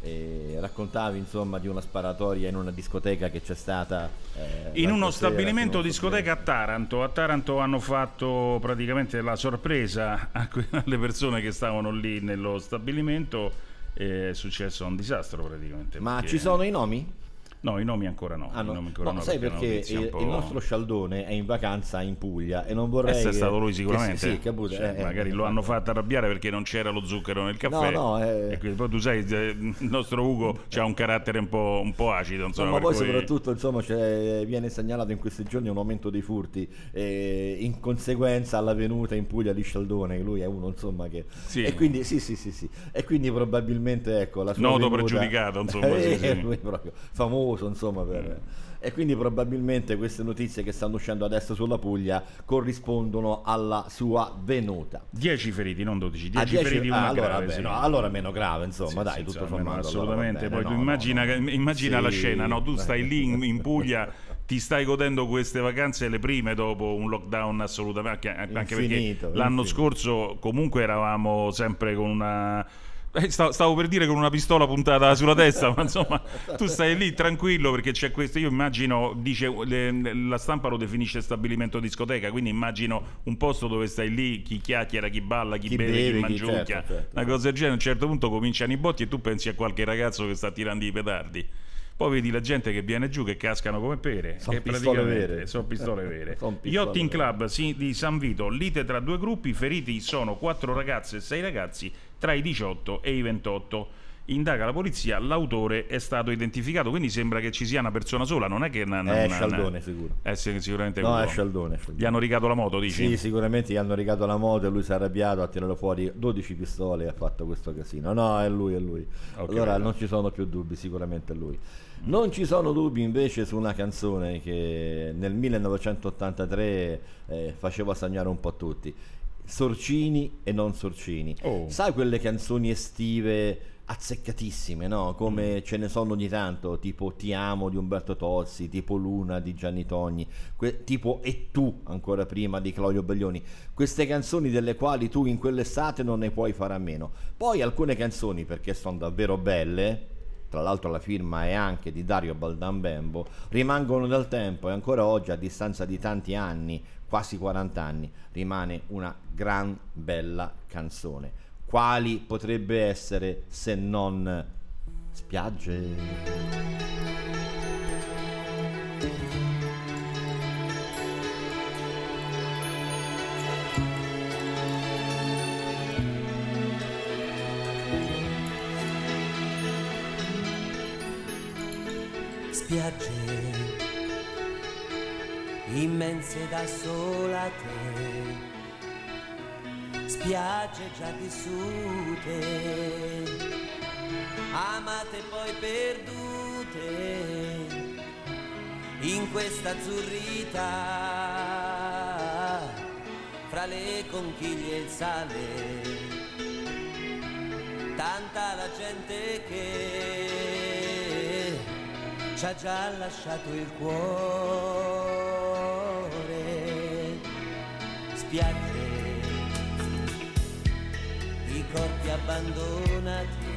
[SPEAKER 2] E raccontavi insomma di una sparatoria in una discoteca che c'è stata
[SPEAKER 3] in uno
[SPEAKER 2] l'altra sera,
[SPEAKER 3] stabilimento
[SPEAKER 2] se non
[SPEAKER 3] discoteca a Taranto. A Taranto hanno fatto praticamente la sorpresa alle persone che stavano lì nello stabilimento. È successo un disastro praticamente.
[SPEAKER 2] Ma
[SPEAKER 3] perché...
[SPEAKER 2] ci sono i nomi?
[SPEAKER 3] No, i nomi ancora no.
[SPEAKER 2] Ah, no.
[SPEAKER 3] I nomi ancora
[SPEAKER 2] No,
[SPEAKER 3] no,
[SPEAKER 2] sai
[SPEAKER 3] perché
[SPEAKER 2] perché
[SPEAKER 3] è una notizia
[SPEAKER 2] il nostro Scialdone è in vacanza in Puglia e non vorrei
[SPEAKER 3] è
[SPEAKER 2] che...
[SPEAKER 3] stato lui sicuramente.
[SPEAKER 2] Sì, capito?
[SPEAKER 3] Magari lo hanno fatto arrabbiare perché non c'era lo zucchero nel caffè. E quindi, poi tu sai, il nostro Ugo ha un carattere un po' acido. Insomma,
[SPEAKER 2] ma poi
[SPEAKER 3] cui...
[SPEAKER 2] soprattutto insomma, viene segnalato in questi giorni un aumento dei furti in conseguenza alla venuta in Puglia di Scialdone, che lui è uno insomma che...
[SPEAKER 3] Sì.
[SPEAKER 2] E quindi sì. E quindi probabilmente ecco la sua
[SPEAKER 3] noto
[SPEAKER 2] venuta...
[SPEAKER 3] pregiudicato insomma. Sì.
[SPEAKER 2] Lui proprio famoso insomma per... E quindi probabilmente queste notizie che stanno uscendo adesso sulla Puglia corrispondono alla sua venuta.
[SPEAKER 3] 10 feriti, non 12, 10 feriti, una
[SPEAKER 2] allora,
[SPEAKER 3] grave.
[SPEAKER 2] vabbè,
[SPEAKER 3] sì.
[SPEAKER 2] no, allora meno grave, insomma, dai, tutto
[SPEAKER 3] insomma,
[SPEAKER 2] sommato.
[SPEAKER 3] assolutamente.
[SPEAKER 2] Allora,
[SPEAKER 3] Poi tu immagina la scena, no? Tu stai lì in Puglia, ti stai godendo queste vacanze le prime dopo un lockdown assolutamente, anche perché l'anno scorso comunque eravamo sempre con una... Stavo per dire con una pistola puntata sulla testa, ma insomma tu stai lì tranquillo perché c'è questo, io immagino, dice la stampa lo definisce stabilimento discoteca, quindi immagino un posto dove stai lì, chi chiacchiera, chi balla, chi beve, chi mangiucchia,
[SPEAKER 2] certo.
[SPEAKER 3] una cosa del genere. A un certo punto cominciano i botti e tu pensi a qualche ragazzo che sta tirando i petardi. Poi vedi la gente che viene giù, che cascano come pere.
[SPEAKER 2] Sono
[SPEAKER 3] che
[SPEAKER 2] pistole
[SPEAKER 3] praticamente
[SPEAKER 2] vere.
[SPEAKER 3] sono pistole vere.
[SPEAKER 2] Sono pistole
[SPEAKER 3] Yachting
[SPEAKER 2] vere.
[SPEAKER 3] Club di San Vito, lite tra due gruppi, feriti sono 4 ragazze e 6 ragazzi tra i 18 e i 28. Indaga la polizia, l'autore è stato identificato, quindi sembra che ci sia una persona sola, non è che
[SPEAKER 2] è Scialdone sicuro.
[SPEAKER 3] Sicuramente
[SPEAKER 2] No,
[SPEAKER 3] quello.
[SPEAKER 2] è Scialdone.
[SPEAKER 3] Gli hanno ricato la moto, dici?
[SPEAKER 2] Sì, sicuramente gli hanno ricato la moto e lui si è arrabbiato, ha tirato fuori 12 pistole e ha fatto questo casino. No, è lui.
[SPEAKER 3] Okay,
[SPEAKER 2] allora non ci sono più dubbi, sicuramente è lui. Non ci sono dubbi invece su una canzone che nel 1983 faceva sognare un po' tutti. Sorcini e non sorcini. Sai quelle canzoni estive azzeccatissime, no? Come ce ne sono ogni tanto, tipo Ti amo di Umberto Tozzi, tipo Luna di Gianni Togni, tipo E tu ancora prima di Claudio Baglioni. Queste canzoni delle quali tu in quell'estate non ne puoi fare a meno. Poi alcune canzoni, perché sono davvero belle, tra l'altro la firma è anche di Dario Baldan Bembo, rimangono nel tempo e ancora oggi, a distanza di tanti anni, quasi 40 anni, rimane una gran bella canzone. Quali potrebbe essere se non Spiagge?
[SPEAKER 14] Spiagge immense da sola te, spiagge già vissute, amate poi perdute in questa azzurrità, fra le conchiglie e il sale, tanta la gente che ci ha già lasciato il cuore. Spiagge, i corpi abbandonati,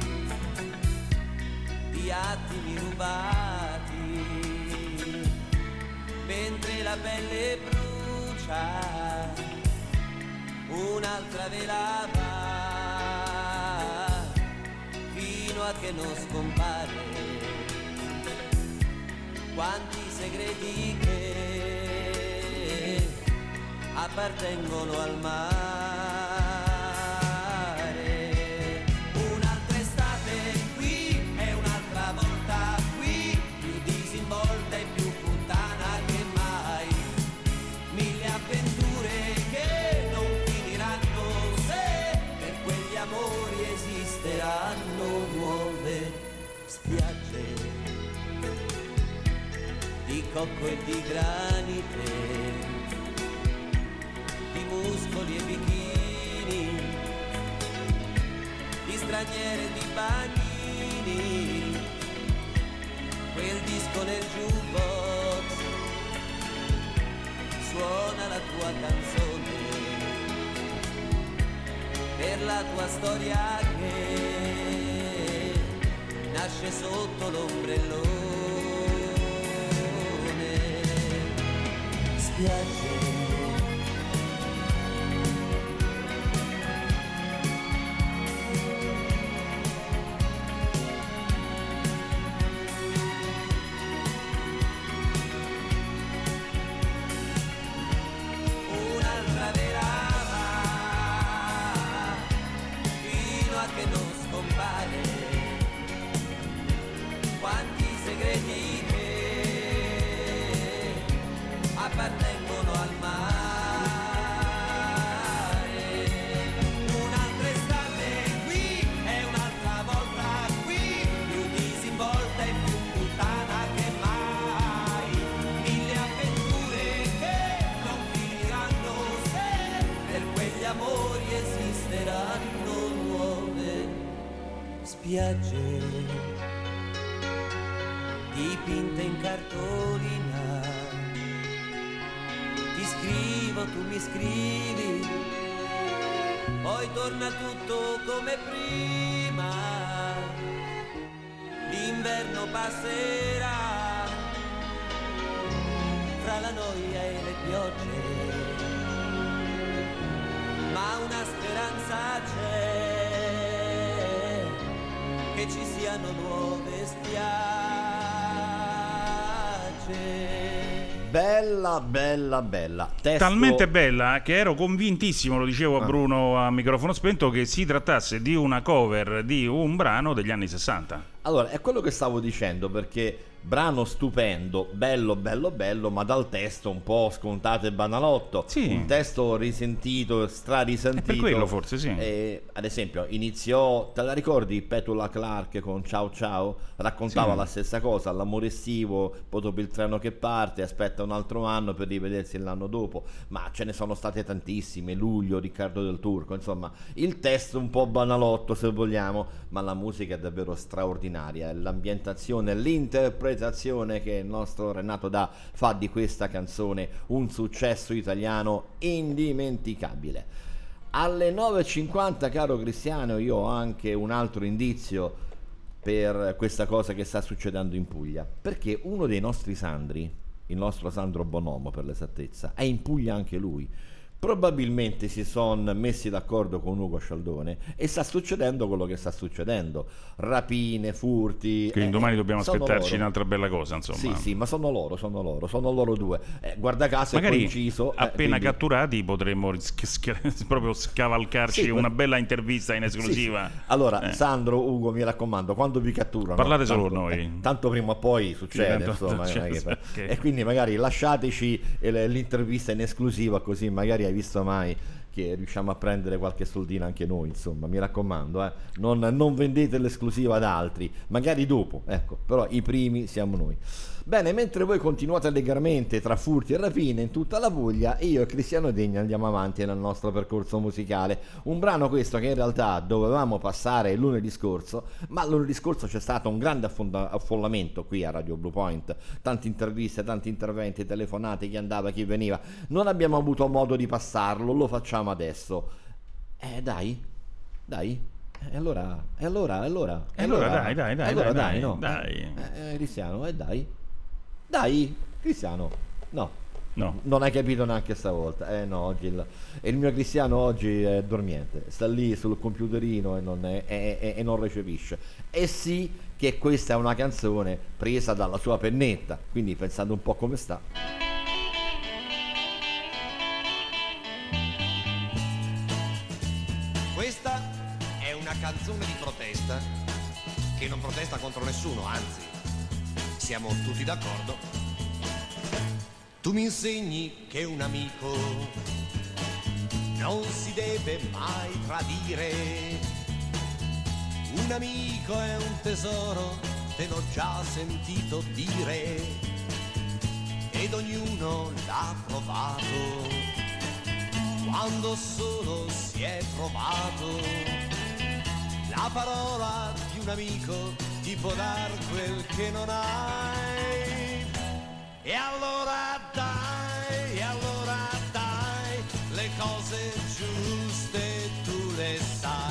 [SPEAKER 14] gli attimi rubati, mentre la pelle brucia, un'altra velava, fino a che non scompare. Quanti segreti che appartengono al mare. Un'altra estate qui e un'altra volta qui, più disinvolta e più puttana che mai. Mille avventure che non finiranno se per quegli amori esisteranno nuove spiagge di cocco e di granite, di muscoli e bikini, di straniere e di bagnini, quel disco nel jukebox la tua storia che nasce sotto l'ombrellone. Spiagge, un'altra verava fino a che non scompare. Quanti segreti che appartengono al mare. Un'altra estate qui e un'altra volta qui, più disinvolta e più puttana che mai. Mille avventure che non finiranno se per quegli amori esisteranno nuove spiagge dipinte in cartolina. Ti scrivo, tu mi scrivi, poi torna tutto come prima. L'inverno passerà fra la noia e le piogge, ma una speranza c'è, che ci siano nuove spiagge.
[SPEAKER 2] Bella, bella, bella. Testo...
[SPEAKER 3] Talmente bella che ero convintissimo, lo dicevo a Bruno a microfono spento, che si trattasse di una cover di un brano degli anni 60.
[SPEAKER 2] Allora, è quello che stavo dicendo, perché brano stupendo, bello, bello, bello, ma dal testo un po' scontato e banalotto.
[SPEAKER 3] Sì.
[SPEAKER 2] Un testo risentito, strarisentito.
[SPEAKER 3] È per quello forse, sì.
[SPEAKER 2] Ad esempio, iniziò, te la ricordi, Petula Clark con Ciao Ciao? Raccontava
[SPEAKER 3] Sì.
[SPEAKER 2] la stessa cosa, l'amore estivo, poi dopo il treno che parte, aspetta un altro anno per rivedersi l'anno dopo. Ma ce ne sono state tantissime, Luglio, Riccardo del Turco, insomma, il testo un po' banalotto se vogliamo, ma la musica è davvero straordinaria, l'ambientazione, l'interpretazione che il nostro Renato Da fa di questa canzone un successo italiano indimenticabile. Alle 9.50, caro Cristiano, io ho anche un altro indizio per questa cosa che sta succedendo in Puglia, perché uno dei nostri Sandri, il nostro Sandro Bonomo per l'esattezza, è in Puglia anche lui. Probabilmente si sono messi d'accordo con Ugo Scialdone e sta succedendo quello che sta succedendo: rapine, furti.
[SPEAKER 3] Quindi domani dobbiamo
[SPEAKER 2] sono
[SPEAKER 3] aspettarci
[SPEAKER 2] loro.
[SPEAKER 3] un'altra bella cosa, insomma.
[SPEAKER 2] Sì, sì, ma sono loro due. Guarda caso è
[SPEAKER 3] Magari
[SPEAKER 2] coinciso.
[SPEAKER 3] appena
[SPEAKER 2] quindi-
[SPEAKER 3] catturati potremmo proprio scavalcarci
[SPEAKER 2] Sì,
[SPEAKER 3] una bella intervista in esclusiva.
[SPEAKER 2] Sì, sì. Allora,
[SPEAKER 3] Eh.
[SPEAKER 2] Sandro, Ugo, mi raccomando, quando vi catturano,
[SPEAKER 3] Parlate solo
[SPEAKER 2] tanto-
[SPEAKER 3] noi.
[SPEAKER 2] tanto prima o poi succede,
[SPEAKER 3] tanto-
[SPEAKER 2] insomma,
[SPEAKER 3] cioè,
[SPEAKER 2] non è che-
[SPEAKER 3] ok.
[SPEAKER 2] e quindi magari lasciateci l'intervista in esclusiva, così magari hai visto mai che riusciamo a prendere qualche soldino anche noi, insomma, mi raccomando, non vendete l'esclusiva ad altri, magari dopo, ecco, però i primi siamo noi. Bene, mentre voi continuate allegramente tra furti e rapine in tutta la Puglia, io e Cristiano Degna andiamo avanti nel nostro percorso musicale. Un brano questo che in realtà dovevamo passare lunedì scorso, ma lunedì scorso c'è stato un grande affollamento qui a Radio Blue Point, tante interviste, tanti interventi, telefonate, chi andava, chi veniva, non abbiamo avuto modo di passarlo, lo facciamo adesso. Dai. E allora, dai, no?
[SPEAKER 3] dai.
[SPEAKER 2] Cristiano, dai, Cristiano, no, non hai capito neanche stavolta. No, oggi il mio Cristiano oggi è dormiente, sta lì sul computerino e non recepisce. E sì che questa è una canzone presa dalla sua pennetta, quindi pensando un po' come sta.
[SPEAKER 15] Questa è una canzone di protesta che non protesta contro nessuno, anzi, siamo tutti d'accordo. Tu mi insegni che un amico non si deve mai tradire. Un amico è un tesoro, te l'ho già sentito dire, ed ognuno l'ha provato quando solo si è provato. La parola di un amico ti può dar quel che non hai. E allora dai, le cose giuste tu le sai.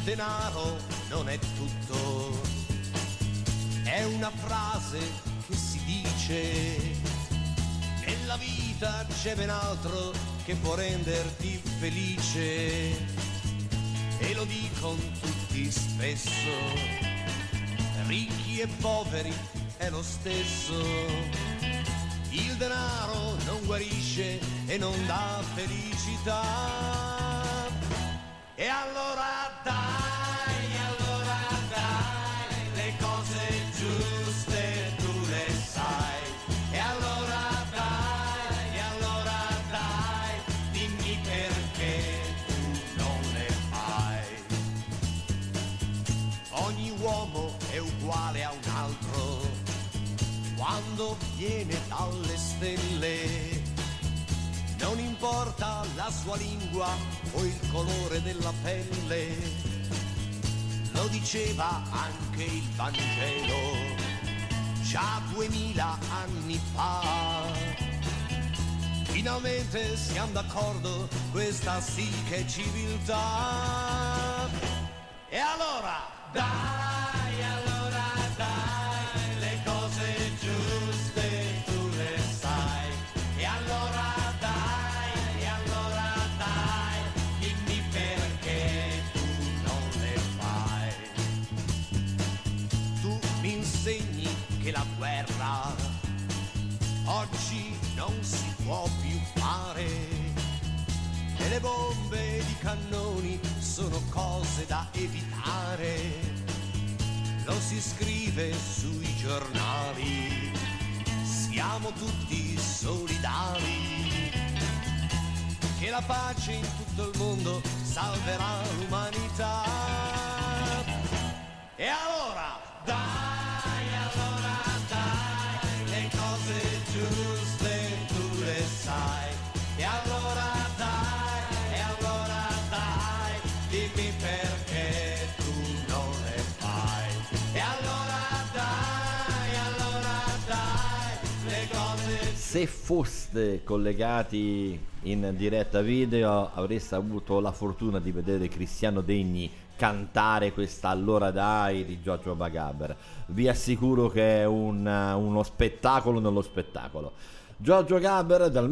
[SPEAKER 15] denaro non è tutto, è una frase che si dice, nella vita c'è ben altro che può renderti felice, e lo dicono tutti spesso, ricchi e poveri è lo stesso, il denaro non guarisce e non dà felicità, e allora dai, le cose giuste tu le sai, e allora dai, dimmi perché tu non le fai. Ogni uomo è uguale a un altro quando viene dalle stelle, non importa la sua lingua o il colore della pelle, lo diceva anche il Vangelo già 2000 anni fa. Finalmente siamo d'accordo, questa sì che è civiltà. E allora dai, le cose giuste tu le sai, e allora dai, dimmi perché tu non le fai. Tu mi insegni che la guerra oggi non si può più fare, e le bombe di cannoni sono cose da evitare, lo si scrive sui giornali, siamo tutti solidari, che la pace in tutto il mondo salverà l'umanità. E allora dai, le cose giuste tu le sai, e allora dai, dimmi perché tu non le fai, e allora dai, le cose.
[SPEAKER 2] Se foste collegati in diretta video avreste avuto la fortuna di vedere Cristiano Degni cantare questa Allora dai di Giorgio Magaber. Vi assicuro che è uno spettacolo nello spettacolo. Giorgio Gaber dal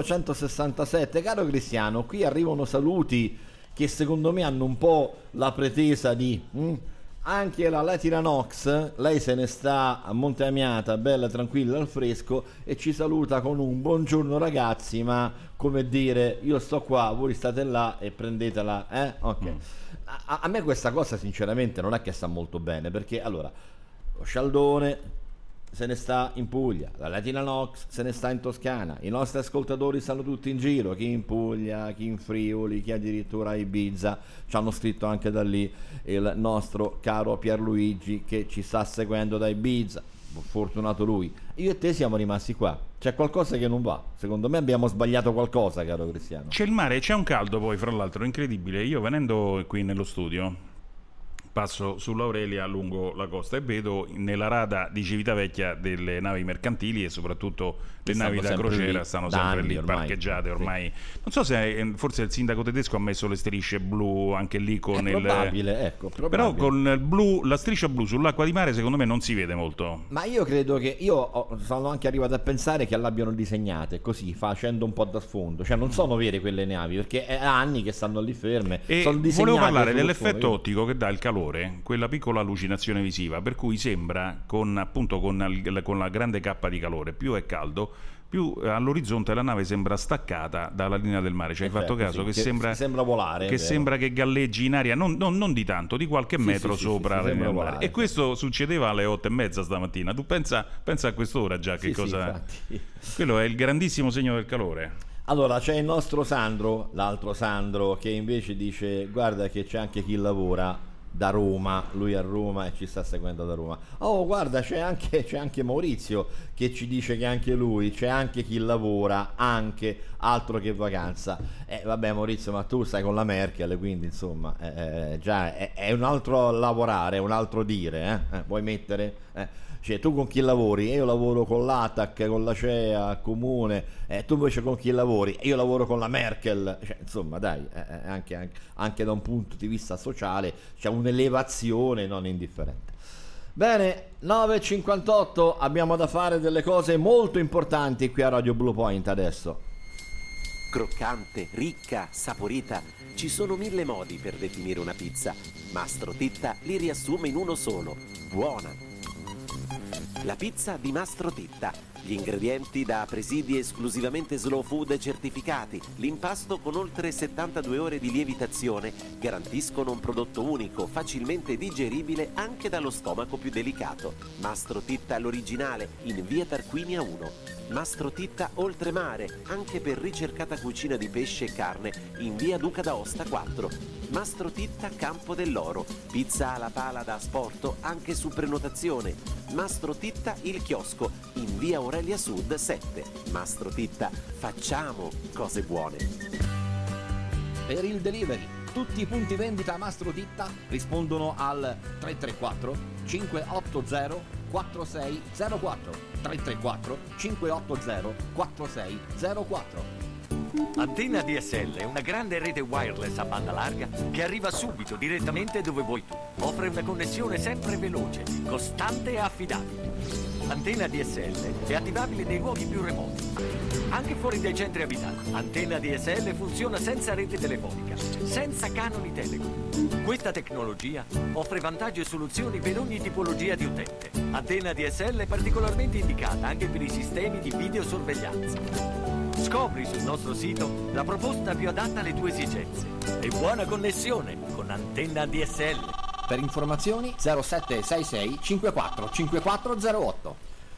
[SPEAKER 2] 1967. Caro Cristiano, qui arrivano saluti che secondo me hanno un po' la pretesa di anche la Latina Nox, lei se ne sta a Monte Amiata, bella tranquilla al fresco, e ci saluta con un buongiorno ragazzi, ma come dire, io sto qua, voi state là e prendetela, ok. A me questa cosa sinceramente non è che sta molto bene, perché allora lo Scialdone se ne sta in Puglia, la Latina Nox se ne sta in Toscana, i nostri ascoltatori stanno tutti in giro, chi in Puglia, chi in Friuli, chi addirittura a Ibiza. Ci hanno scritto anche da lì il nostro caro Pierluigi che ci sta seguendo da Ibiza, fortunato lui. Io e te siamo rimasti qua, c'è qualcosa che non va, secondo me abbiamo sbagliato qualcosa, caro Cristiano.
[SPEAKER 3] C'è il mare, c'è un caldo poi, fra l'altro, incredibile. Io venendo qui nello studio passo sull'Aurelia lungo la costa e vedo nella rada di Civitavecchia delle navi mercantili e soprattutto le navi da crociera stanno sempre lì parcheggiate ormai. Non so se forse il sindaco tedesco ha messo le strisce blu anche lì con il
[SPEAKER 2] probabile.
[SPEAKER 3] Però con il blu, la striscia blu sull'acqua di mare secondo me non si vede molto.
[SPEAKER 2] Ma io credo che sono anche arrivato a pensare che l'abbiano disegnate così, facendo un po' da sfondo, cioè non sono vere quelle navi, perché è anni che stanno lì ferme.
[SPEAKER 3] E
[SPEAKER 2] sono
[SPEAKER 3] volevo parlare dell'effetto ottico che dà il calore, quella piccola allucinazione visiva, per cui sembra con la grande cappa di calore, più è caldo, più all'orizzonte la nave sembra staccata dalla linea del mare. Ci hai fatto caso?
[SPEAKER 2] Sì, che sembra volare,
[SPEAKER 3] che sembra che galleggi in aria, non di tanto, di qualche metro sopra la linea del mare. E questo succedeva alle 8:30 stamattina. Tu pensa a quest'ora già che cosa. Quello è il grandissimo segno del calore.
[SPEAKER 2] Allora c'è il nostro Sandro, l'altro Sandro, che invece dice: guarda che c'è anche chi lavora da Roma, lui a Roma e ci sta seguendo da Roma. Oh, guarda, c'è anche Maurizio che ci dice che anche lui, c'è anche chi lavora, anche altro che vacanza. Vabbè Maurizio, ma tu stai con la Merkel, quindi insomma già è un altro lavorare, è un altro dire, vuoi mettere? Cioè, tu con chi lavori? Io lavoro con l'ATAC, con la CEA, Comune, tu invece con chi lavori? Io lavoro con la Merkel. Cioè, insomma, dai, anche da un punto di vista sociale c'è un'elevazione non indifferente. Bene, 9.58, abbiamo da fare delle cose molto importanti qui a Radio Blue Point adesso.
[SPEAKER 16] Croccante, ricca, saporita, ci sono 1000 modi per definire una pizza. Mastro Titta li riassume in uno solo: buona. La pizza di Mastro Titta. Gli ingredienti da presidi esclusivamente slow food certificati, l'impasto con oltre 72 ore di lievitazione garantiscono un prodotto unico, facilmente digeribile anche dallo stomaco più delicato. Mastro Titta l'originale, in via Tarquinia 1. Mastro Titta Oltremare, anche per ricercata cucina di pesce e carne, in via Duca d'Aosta 4. Mastro Titta Campo dell'Oro, pizza alla pala da asporto anche su prenotazione. Mastro Titta Il Chiosco, in via Aurelia Sud 7. Mastro Titta, facciamo cose buone.
[SPEAKER 8] Per il delivery, tutti i punti vendita Mastro Titta rispondono al 334 580 4604 334 580 4604.
[SPEAKER 17] Antenna DSL è una grande rete wireless a banda larga che arriva subito direttamente dove vuoi tu. Offre una connessione sempre veloce, costante e affidabile. Antenna DSL è attivabile nei luoghi più remoti, anche fuori dai centri abitati. Antenna DSL funziona senza rete telefonica, senza canoni Telecom. Questa tecnologia offre vantaggi e soluzioni per ogni tipologia di utente. Antenna DSL è particolarmente indicata anche per i sistemi di videosorveglianza. Scopri sul nostro sito la proposta più adatta alle tue esigenze. E buona connessione con Antenna DSL.
[SPEAKER 8] Per informazioni 0766 54 5408.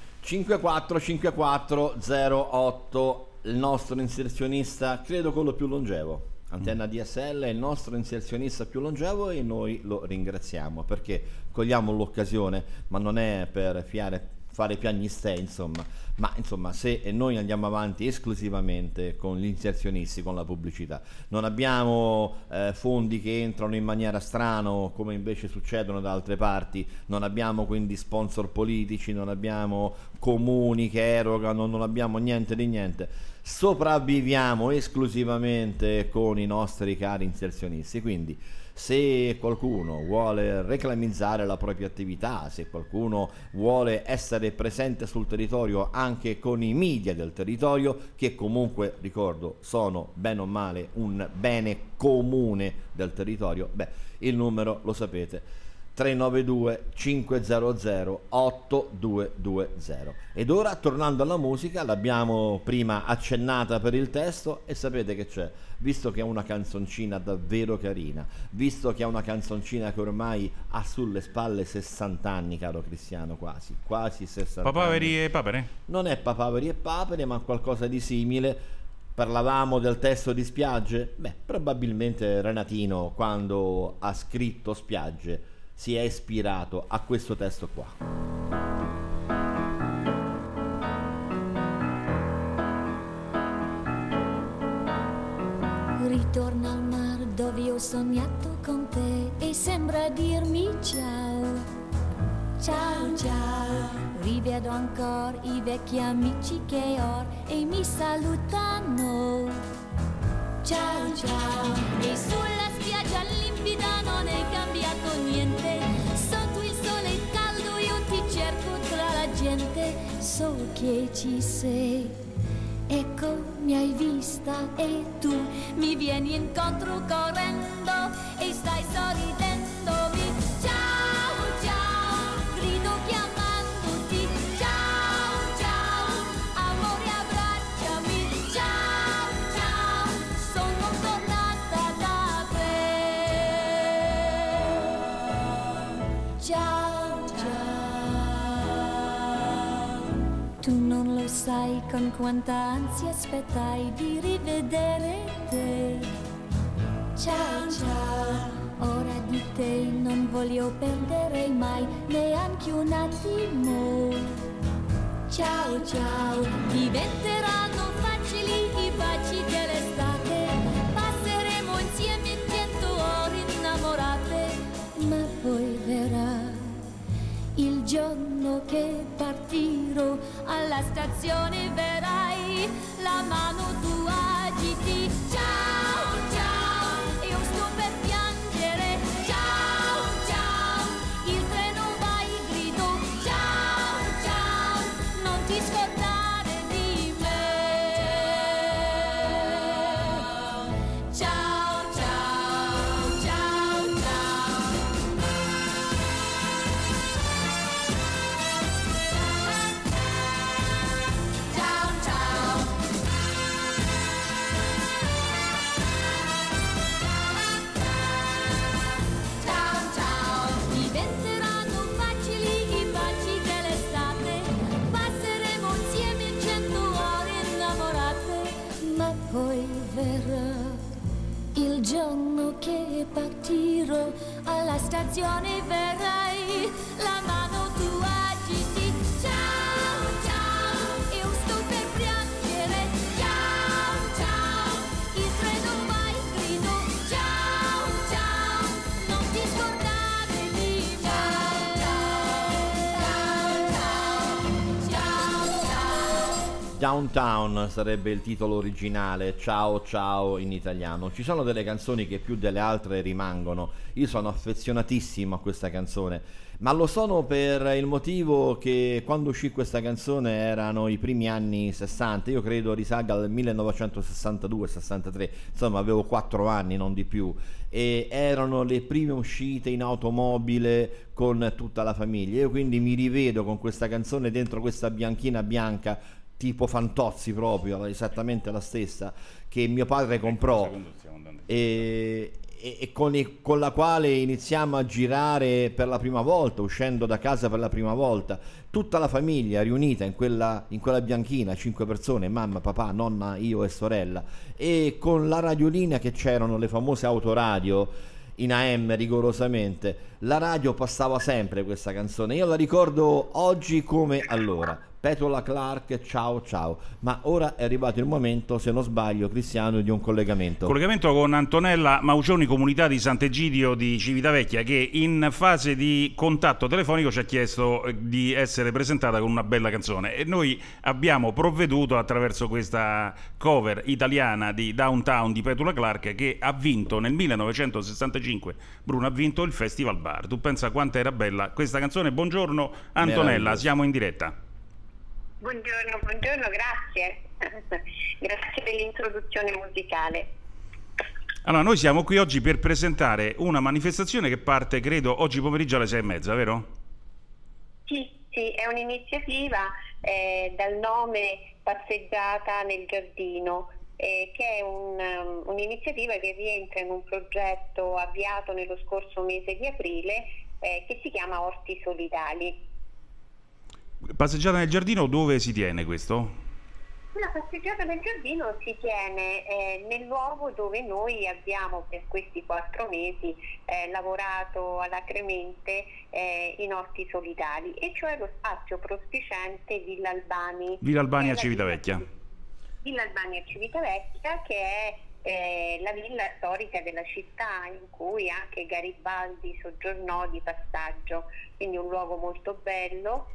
[SPEAKER 2] 545408, il nostro inserzionista, credo quello più longevo. Antenna DSL è il nostro inserzionista più longevo e noi lo ringraziamo perché cogliamo l'occasione, ma non è per fare piagnistei, insomma, ma insomma se noi andiamo avanti esclusivamente con gli inserzionisti, con la pubblicità, non abbiamo fondi che entrano in maniera strana come invece succedono da altre parti, non abbiamo quindi sponsor politici, non abbiamo comuni che erogano, non abbiamo niente di niente, sopravviviamo esclusivamente con i nostri cari inserzionisti. Quindi se qualcuno vuole reclamizzare la propria attività, se qualcuno vuole essere presente sul territorio anche con i media del territorio, che comunque, ricordo, sono bene o male un bene comune del territorio, il numero lo sapete, 392 500 8220. Ed ora, tornando alla musica, l'abbiamo prima accennata per il testo e sapete che c'è, visto che è una canzoncina davvero carina, visto che è una canzoncina che ormai ha sulle spalle 60 anni, caro Cristiano, quasi 60
[SPEAKER 3] Papaveri
[SPEAKER 2] anni.
[SPEAKER 3] e papere?
[SPEAKER 2] Non è Papaveri e papere, ma qualcosa di simile. Parlavamo del testo di Spiagge? Probabilmente Renatino, quando ha scritto Spiagge, si è ispirato a questo testo qua.
[SPEAKER 4] Ritorno al mare dove ho sognato con te e sembra dirmi ciao. Ciao ciao, rivedo ancora i vecchi amici che ho e mi salutano. Ciao ciao, e sulla spiaggia limpida non è cambiato niente. Sotto il sole caldo io ti cerco tra la gente. So che ci sei, ecco mi hai vista e tu mi vieni incontro correndo e stai sorridendomi. Ciao ciao, grido chiamandoti. Ciao ciao, amore abbracciami. Ciao ciao, sono tornata da te. Ciao ciao, tu non lo sai con quanta ansia aspettai di rivedere te. Ciao ciao, ora di te non voglio perdere mai neanche un attimo. Ciao ciao, diventeranno facili i baci dell'estate, passeremo insieme 100 ore innamorate, ma poi verrà il giorno che partirò, alla stazione verrai, la mano tu agiti. Ciao ciao, io sto per piangere. Ciao ciao, il treno va in grido. Ciao ciao, non ti scordare di me. Ciao ciao, ciao ciao. Ciao ciao. Ciao ciao, diventeranno facili i baci dell'estate, passeremo insieme 100 ore innamorate, ma poi verrà il giorno che partirò, alla stazione verrai, la mano tu agiti. Ciao ciao, io sto per piangere. Ciao ciao, il treno va in grido. Ciao ciao, non ti scordare di me. Ciao ciao,
[SPEAKER 2] Downtown sarebbe il titolo originale, Ciao Ciao in italiano. Ci sono delle canzoni che più delle altre rimangono. Io sono affezionatissimo a questa canzone, ma lo sono per il motivo che quando uscì questa canzone erano i primi anni 60, io credo risalga al 1962-63, insomma avevo 4 anni, non di più, e erano le prime uscite in automobile con tutta la famiglia. Io quindi mi rivedo con questa canzone dentro questa bianchina bianca, tipo Fantozzi proprio, esattamente la stessa, che mio padre comprò e con la quale iniziamo a girare per la prima volta, uscendo da casa per la prima volta, tutta la famiglia riunita in quella bianchina, 5 persone, mamma, papà, nonna, io e sorella, e con la radiolina che c'erano, le famose autoradio in AM rigorosamente, la radio passava sempre questa canzone. Io la ricordo oggi come allora. Petula Clark, ciao ciao. Ma ora è arrivato il momento, se non sbaglio, Cristiano, di un collegamento.
[SPEAKER 3] Collegamento con Antonella Maucioni, comunità di Sant'Egidio di Civitavecchia, che in fase di contatto telefonico ci ha chiesto di essere presentata con una bella canzone, e noi abbiamo provveduto attraverso questa cover italiana di Downtown di Petula Clark, che ha vinto nel 1965. Bruno, ha vinto il Festival Bar. Tu pensa quanto era bella questa canzone. Buongiorno Antonella, siamo in diretta.
[SPEAKER 18] Buongiorno, grazie. Grazie per l'introduzione musicale.
[SPEAKER 3] Allora, noi siamo qui oggi per presentare una manifestazione che parte, credo, oggi pomeriggio alle 6:30, vero?
[SPEAKER 18] Sì, è un'iniziativa dal nome Passeggiata nel Giardino, che è un'iniziativa che rientra in un progetto avviato nello scorso mese di aprile che si chiama Orti Solidali.
[SPEAKER 3] Passeggiata nel giardino, dove si tiene questo?
[SPEAKER 18] La passeggiata nel giardino si tiene nel luogo dove noi abbiamo per questi 4 mesi lavorato alacremente in Orti Solidali, e cioè lo spazio prospiciente Villa Albani.
[SPEAKER 3] Villa Albani a Civitavecchia.
[SPEAKER 18] Villa Albani a Civitavecchia, che è la villa storica della città in cui anche Garibaldi soggiornò di passaggio, quindi un luogo molto bello.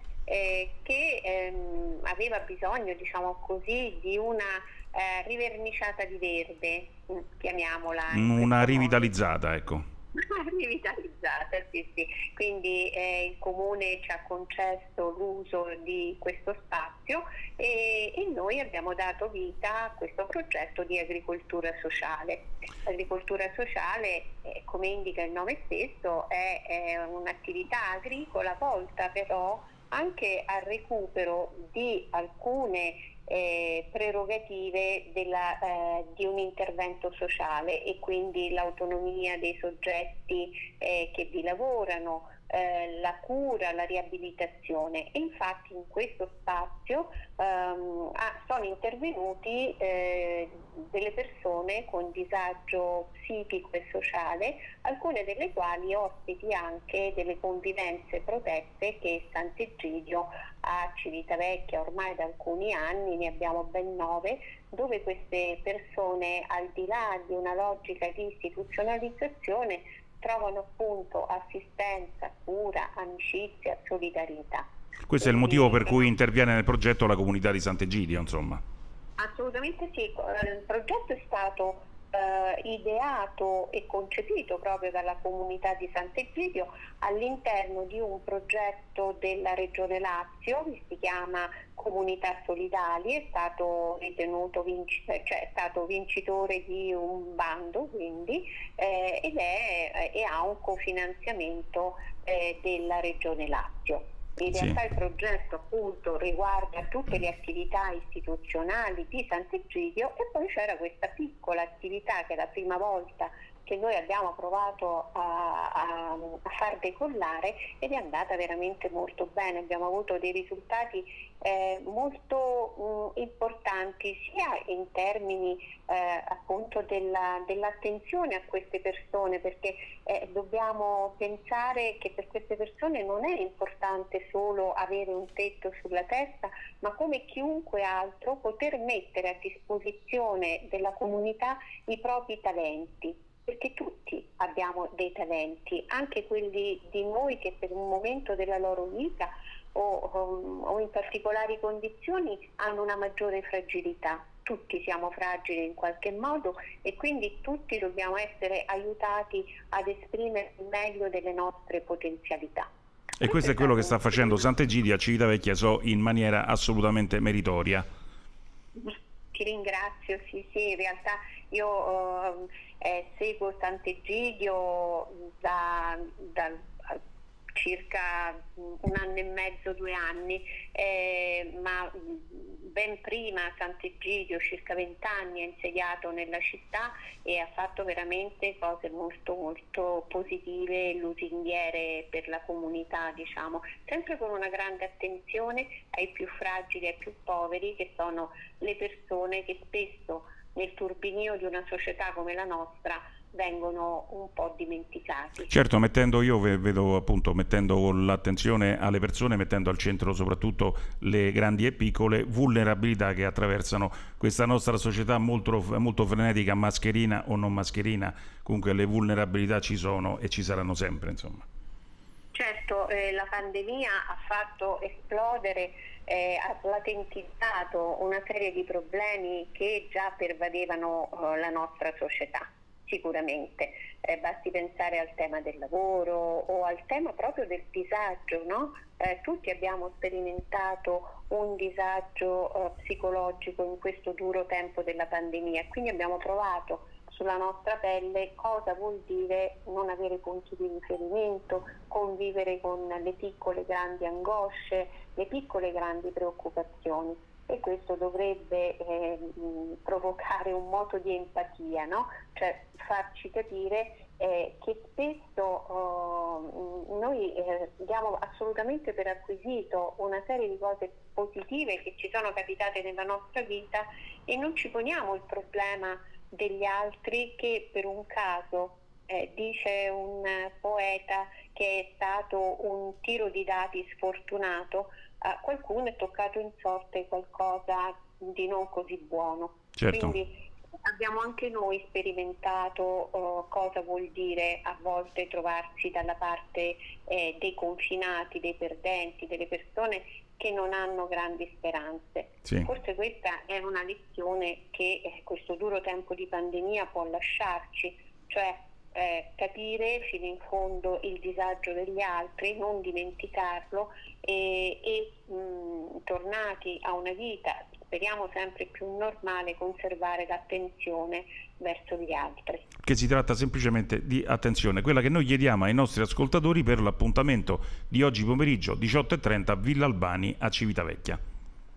[SPEAKER 18] Che aveva bisogno, diciamo così, di una riverniciata di verde, chiamiamola.
[SPEAKER 3] Una rivitalizzata, ecco.
[SPEAKER 18] Rivitalizzata, sì. Quindi il comune ci ha concesso l'uso di questo spazio e noi abbiamo dato vita a questo progetto di agricoltura sociale. L'agricoltura sociale, come indica il nome stesso, è un'attività agricola volta però anche al recupero di alcune prerogative di un intervento sociale, e quindi l'autonomia dei soggetti che vi lavorano, la cura, la riabilitazione, e infatti in questo spazio sono intervenuti delle persone con disagio psichico e sociale, alcune delle quali ospiti anche delle convivenze protette che Sant'Egidio a Civitavecchia ormai da alcuni anni, ne abbiamo ben 9, dove queste persone, al di là di una logica di istituzionalizzazione, trovano appunto assistenza, cura, amicizia, solidarietà.
[SPEAKER 3] Questo è il motivo per cui interviene nel progetto la comunità di Sant'Egidio, insomma.
[SPEAKER 18] Assolutamente sì, il progetto è stato ideato e concepito proprio dalla comunità di Sant'Egidio all'interno di un progetto della Regione Lazio che si chiama Comunità Solidali, è stato ritenuto è stato vincitore di un bando, quindi e ha un cofinanziamento della Regione Lazio. In realtà il progetto appunto riguarda tutte le attività istituzionali di Sant'Egidio, e poi c'era questa piccola attività che è la prima volta che noi abbiamo provato a far decollare, ed è andata veramente molto bene. Abbiamo avuto dei risultati molto importanti, sia in termini appunto dell'attenzione a queste persone, perché dobbiamo pensare che per queste persone non è importante solo avere un tetto sulla testa, ma come chiunque altro poter mettere a disposizione della comunità i propri talenti. Perché tutti abbiamo dei talenti, anche quelli di noi che per un momento della loro vita o in particolari condizioni hanno una maggiore fragilità. Tutti siamo fragili in qualche modo, e quindi tutti dobbiamo essere aiutati ad esprimere il meglio delle nostre potenzialità.
[SPEAKER 3] E questo è quello che sta facendo Sant'Egidio a Civitavecchia, in maniera assolutamente meritoria.
[SPEAKER 18] Ti ringrazio, sì, in realtà io seguo Sant'Egidio da circa 1 anno e mezzo, 2 anni, ma ben prima Sant'Egidio, circa 20 anni, è insediato nella città e ha fatto veramente cose molto molto positive e lusinghiere per la comunità, diciamo, sempre con una grande attenzione ai più fragili e ai più poveri, che sono le persone che spesso nel turbinio di una società come la nostra vengono un po' dimenticati.
[SPEAKER 3] Certo, vedo appunto, mettendo l'attenzione alle persone, mettendo al centro soprattutto le grandi e piccole vulnerabilità che attraversano questa nostra società molto, molto frenetica, mascherina o non mascherina. Comunque le vulnerabilità ci sono e ci saranno sempre, insomma.
[SPEAKER 18] Certo, la pandemia ha fatto esplodere, ha latentizzato una serie di problemi che già pervadevano la nostra società. Sicuramente, basti pensare al tema del lavoro o al tema proprio del disagio, no? Tutti abbiamo sperimentato un disagio psicologico in questo duro tempo della pandemia, quindi abbiamo provato sulla nostra pelle cosa vuol dire non avere punti di riferimento, convivere con le piccole grandi angosce, le piccole grandi preoccupazioni. E questo dovrebbe provocare un moto di empatia, no? Cioè farci capire che spesso noi diamo assolutamente per acquisito una serie di cose positive che ci sono capitate nella nostra vita e non ci poniamo il problema degli altri che per un caso, dice un poeta, che è stato un tiro di dadi sfortunato, a qualcuno è toccato in sorte qualcosa di non così buono.
[SPEAKER 3] Certo.
[SPEAKER 18] Quindi abbiamo anche noi sperimentato cosa vuol dire a volte trovarsi dalla parte dei confinati, dei perdenti, delle persone che non hanno grandi speranze.
[SPEAKER 3] Sì.
[SPEAKER 18] Forse questa è una lezione che questo duro tempo di pandemia può lasciarci, cioè capire fino in fondo il disagio degli altri, non dimenticarlo e tornati a una vita, speriamo sempre più normale, conservare l'attenzione verso gli altri.
[SPEAKER 3] Che si tratta semplicemente di attenzione, quella che noi chiediamo ai nostri ascoltatori per l'appuntamento di oggi pomeriggio 18:30 a Villa Albani a Civitavecchia.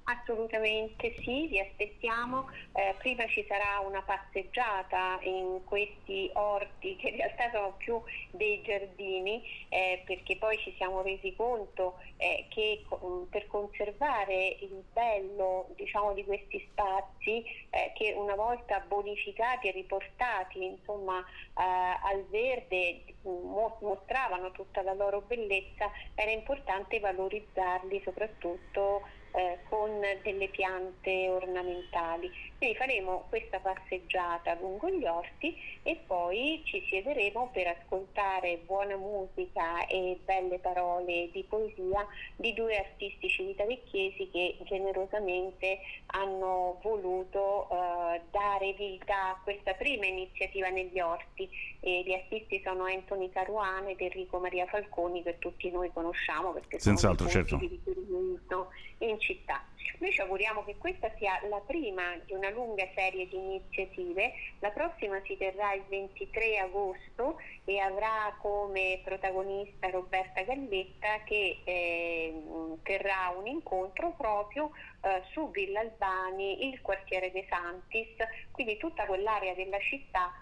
[SPEAKER 18] Assolutamente sì, vi aspettiamo. Prima ci sarà una passeggiata in questi orti che in realtà sono più dei giardini, perché poi ci siamo resi conto che per conservare il bello, diciamo, di questi spazi che una volta bonificati e riportati, insomma, al verde, mostravano tutta la loro bellezza, era importante valorizzarli soprattutto con delle piante ornamentali. Quindi faremo questa passeggiata lungo gli orti e poi ci siederemo per ascoltare buona musica e belle parole di poesia di due artisti civitavecchiesi che generosamente hanno voluto dare vita a questa prima iniziativa negli orti. E gli artisti sono Anthony Caruana ed Enrico Maria Falconi, che tutti noi conosciamo perché
[SPEAKER 3] Senz'altro,
[SPEAKER 18] sono
[SPEAKER 3] certo.
[SPEAKER 18] di riferimento in città. Noi ci auguriamo che questa sia la prima di una lunga serie di iniziative. La prossima si terrà il 23 agosto e avrà come protagonista Roberta Galletta, che terrà un incontro proprio su Villa Albani, il quartiere De Santis, quindi tutta quell'area della città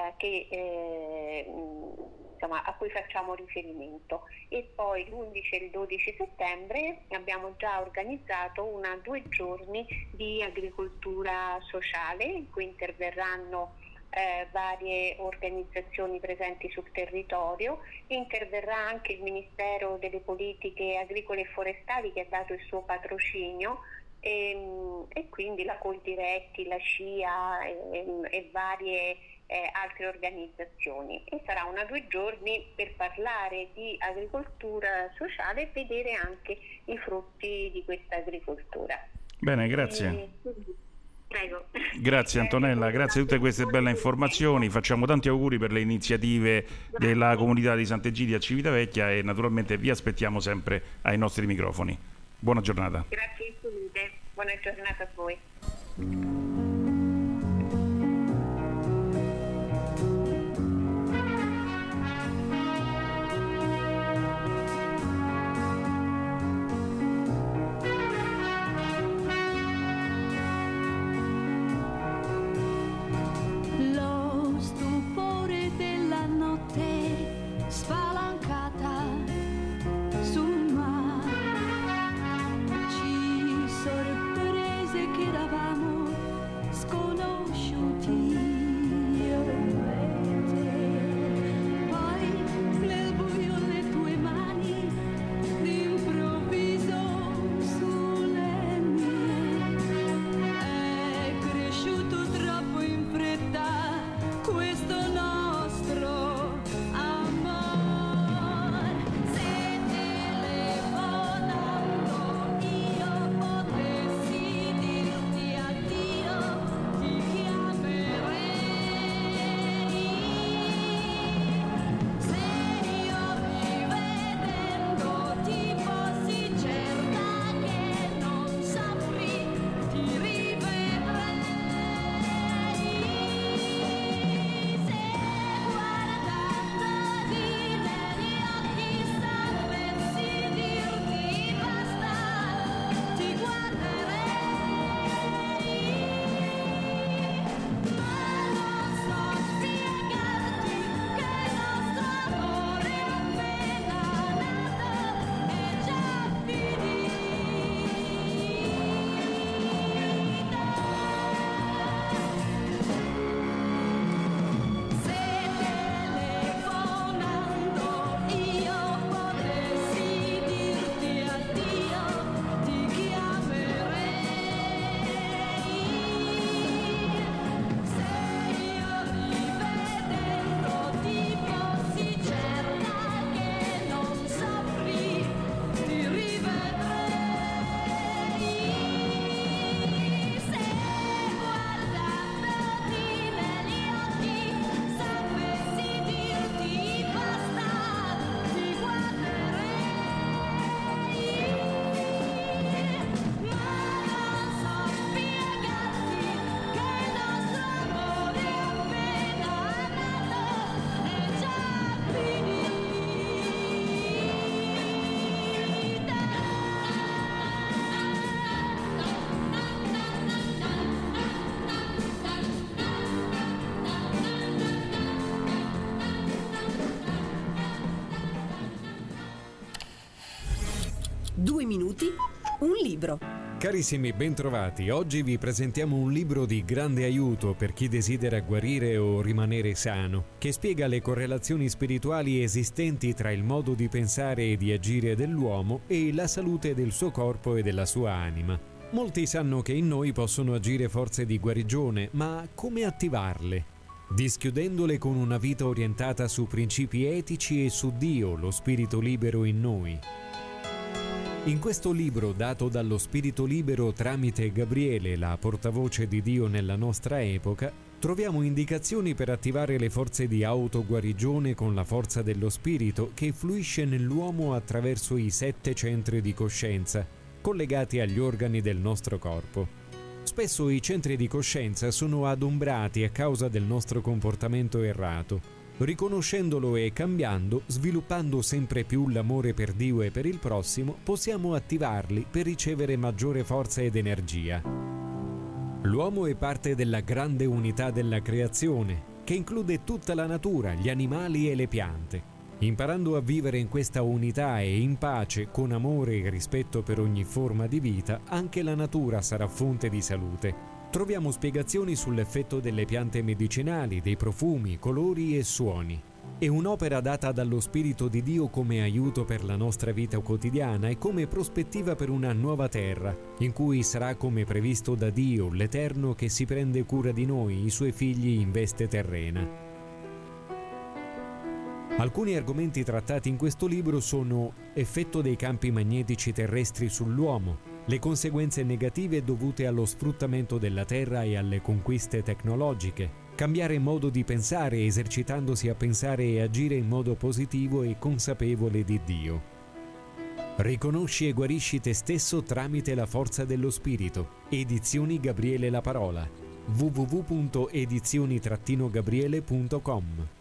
[SPEAKER 18] insomma, a cui facciamo riferimento. E poi l'11 e il 12 settembre abbiamo già organizzato 2 giorni di agricoltura sociale in cui interverranno varie organizzazioni presenti sul territorio. Interverrà anche il Ministero delle Politiche Agricole e Forestali, che ha dato il suo patrocinio, e quindi la Coldiretti, la SCIA e varie altre organizzazioni. E sarà 2 giorni per parlare di agricoltura sociale e vedere anche i frutti di questa agricoltura.
[SPEAKER 3] Bene, grazie.
[SPEAKER 18] Prego.
[SPEAKER 3] Grazie Antonella, grazie di tutte queste belle informazioni. Facciamo tanti auguri per le iniziative della comunità di Sant'Egidio a Civitavecchia e naturalmente vi aspettiamo sempre ai nostri microfoni. Buona giornata.
[SPEAKER 18] Grazie infinite, buona giornata a voi.
[SPEAKER 4] Lo stupore della notte spalancata sul mare ci sorprese che eravamo
[SPEAKER 19] 2 minuti, un libro.
[SPEAKER 20] Carissimi, bentrovati. Oggi vi presentiamo un libro di grande aiuto per chi desidera guarire o rimanere sano, che spiega le correlazioni spirituali esistenti tra il modo di pensare e di agire dell'uomo e la salute del suo corpo e della sua anima. Molti sanno che in noi possono agire forze di guarigione, ma come attivarle? Dischiudendole con una vita orientata su principi etici e su Dio, lo spirito libero in noi. In questo libro, dato dallo Spirito Libero tramite Gabriele, la portavoce di Dio nella nostra epoca, troviamo indicazioni per attivare le forze di autoguarigione con la forza dello Spirito che fluisce nell'uomo attraverso i 7 centri di coscienza, collegati agli organi del nostro corpo. Spesso i centri di coscienza sono adombrati a causa del nostro comportamento errato. Riconoscendolo e cambiando, sviluppando sempre più l'amore per Dio e per il prossimo, possiamo attivarli per ricevere maggiore forza ed energia. L'uomo è parte della grande unità della creazione, che include tutta la natura, gli animali e le piante. Imparando a vivere in questa unità e in pace, con amore e rispetto per ogni forma di vita, anche la natura sarà fonte di salute. Troviamo spiegazioni sull'effetto delle piante medicinali, dei profumi, colori e suoni. È un'opera data dallo Spirito di Dio come aiuto per la nostra vita quotidiana e come prospettiva per una nuova terra, in cui sarà come previsto da Dio, l'Eterno, che si prende cura di noi, i suoi figli, in veste terrena. Alcuni argomenti trattati in questo libro sono effetto dei campi magnetici terrestri sull'uomo, le conseguenze negative dovute allo sfruttamento della terra e alle conquiste tecnologiche, cambiare modo di pensare esercitandosi a pensare e agire in modo positivo e consapevole di Dio. Riconosci e guarisci te stesso tramite la forza dello Spirito. Edizioni Gabriele La Parola. www.edizioni-gabriele.com.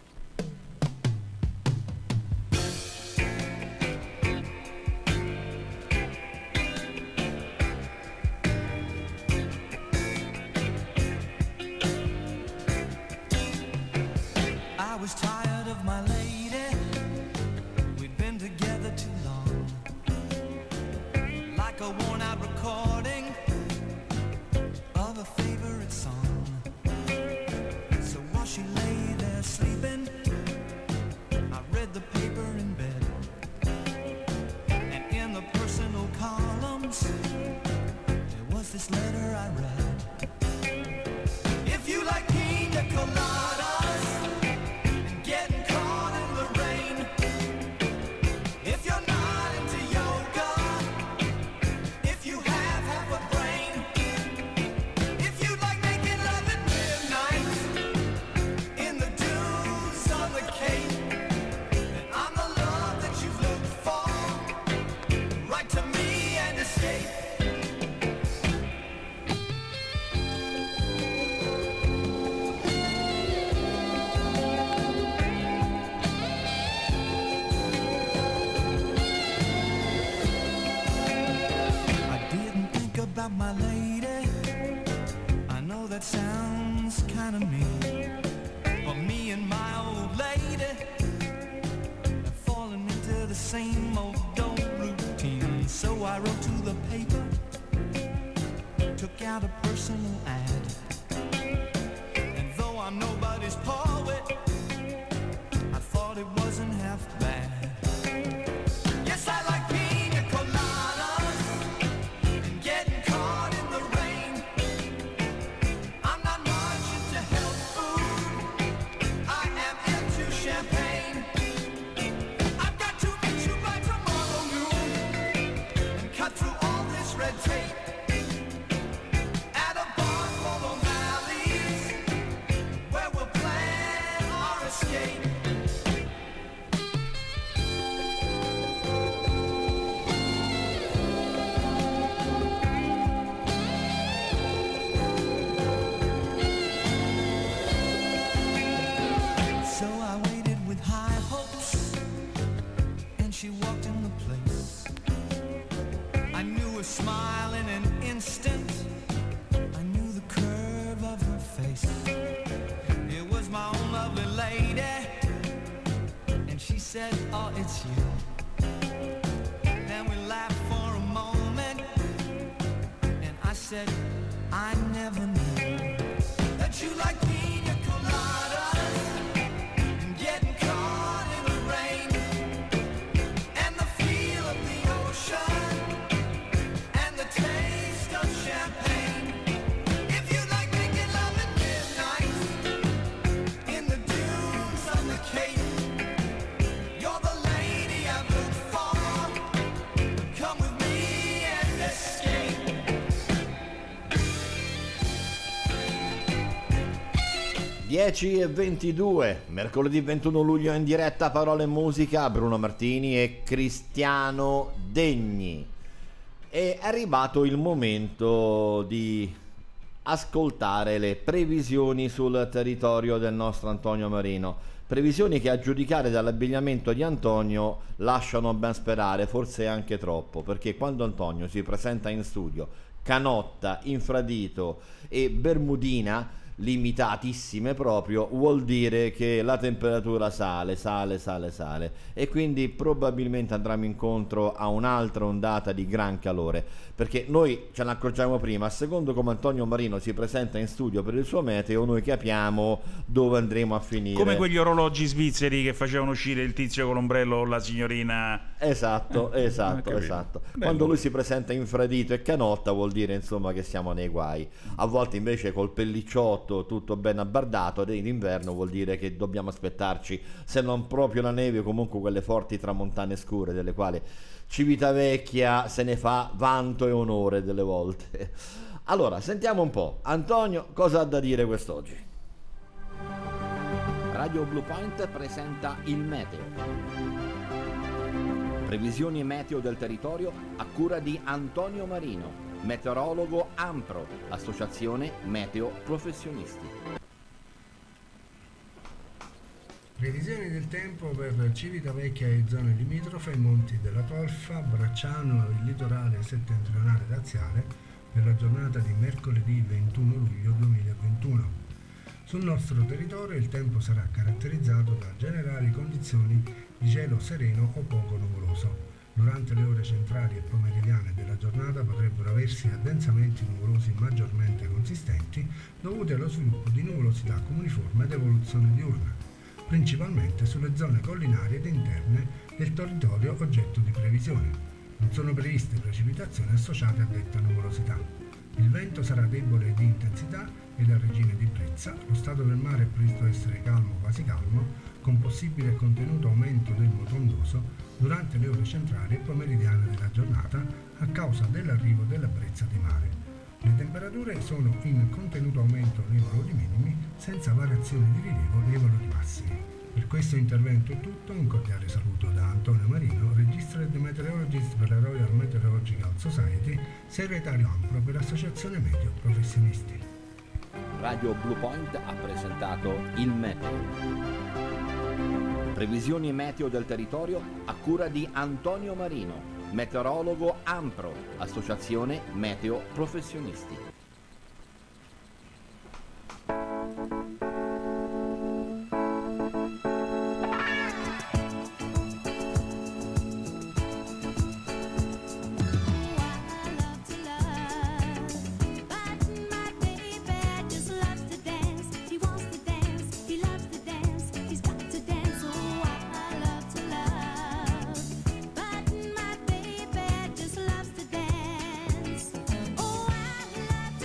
[SPEAKER 14] I was tired of my lady. We'd been together too long. Like a worn out recording of a favorite song. So while she lay there sleeping, I read the paper in bed. And in the personal columns, there was this letter I read. If you like pina coladas, my lady, I know that sounds kind of mean, but me and my old lady have fallen into the same old routine. So I wrote to the paper, took out a personal ad, and though I'm nobody's poet, I thought it wasn't half bad. Yes, I like pina coladas and getting she walked in the place. I knew her smile in an instant. I knew the curve of her face. It was my own lovely lady. And she said, oh, it's you. Then we laughed for a said, I never knew that you like pina coladas and getting caught in the rain and the feel of the ocean and the taste of champagne. If you like making love at midnight in the dunes of the Cape, you're the lady I've looked for. Come with me and escape.
[SPEAKER 2] 10:22, mercoledì 21 luglio in diretta Parole e Musica, Bruno Martini e Cristiano Degni. È arrivato il momento di ascoltare le previsioni sul territorio del nostro Antonio Marino. Previsioni che, a giudicare dall'abbigliamento di Antonio, lasciano ben sperare, forse anche troppo, perché quando Antonio si presenta in studio, canotta, infradito e bermudina, limitatissime proprio, vuol dire che la temperatura sale e quindi probabilmente andremo incontro a un'altra ondata di gran calore, perché noi ce ne accorgiamo prima, a secondo come Antonio Marino si presenta in studio per il suo meteo, noi capiamo dove andremo a finire.
[SPEAKER 3] Come quegli orologi svizzeri che facevano uscire il tizio con l'ombrello o la signorina.
[SPEAKER 2] Esatto. Quando lui si presenta infradito e canotta vuol dire insomma che siamo nei guai. A volte invece col pellicciotto tutto ben abbardato d'inverno vuol dire che dobbiamo aspettarci, se non proprio la neve, comunque quelle forti tramontane scure delle quali Civitavecchia se ne fa vanto e onore delle volte. Allora, sentiamo un po'. Antonio cosa ha da dire quest'oggi?
[SPEAKER 8] Radio Blue Point presenta il meteo. Previsioni meteo del territorio a cura di Antonio Marino, meteorologo AMPRO, Associazione Meteo Professionisti.
[SPEAKER 21] Previsioni del tempo per Civitavecchia e zone limitrofe, Monti della Tolfa, Bracciano e il litorale settentrionale laziale per la giornata di mercoledì 21 luglio 2021. Sul nostro territorio il tempo sarà caratterizzato da generali condizioni di cielo sereno o poco nuvoloso. Durante le ore centrali e pomeridiane della giornata potrebbero aversi addensamenti nuvolosi maggiormente consistenti dovuti allo sviluppo di nuvolosità comuniforme ed evoluzione diurna, principalmente sulle zone collinari ed interne del territorio oggetto di previsione. Non sono previste precipitazioni associate a detta nuvolosità. Il vento sarà debole di intensità ed a regime di brezza. Lo stato del mare è previsto essere calmo, quasi calmo, con possibile e contenuto aumento del moto ondoso durante le ore centrali e pomeridiane della giornata a causa dell'arrivo della brezza di mare. Le temperature sono in contenuto aumento nei valori minimi, senza variazioni di rilievo nei valori massimi. Per questo intervento è tutto, un cordiale saluto da Antonio Marino, Registered Meteorologist per la Royal Meteorological Society, segretario AMPRO per l'Associazione Meteo Professionisti.
[SPEAKER 8] Radio Blue Point ha presentato il meteo. Previsioni meteo del territorio a cura di Antonio Marino, meteorologo AMPRO, Associazione Meteo Professionisti.
[SPEAKER 4] Oh, I love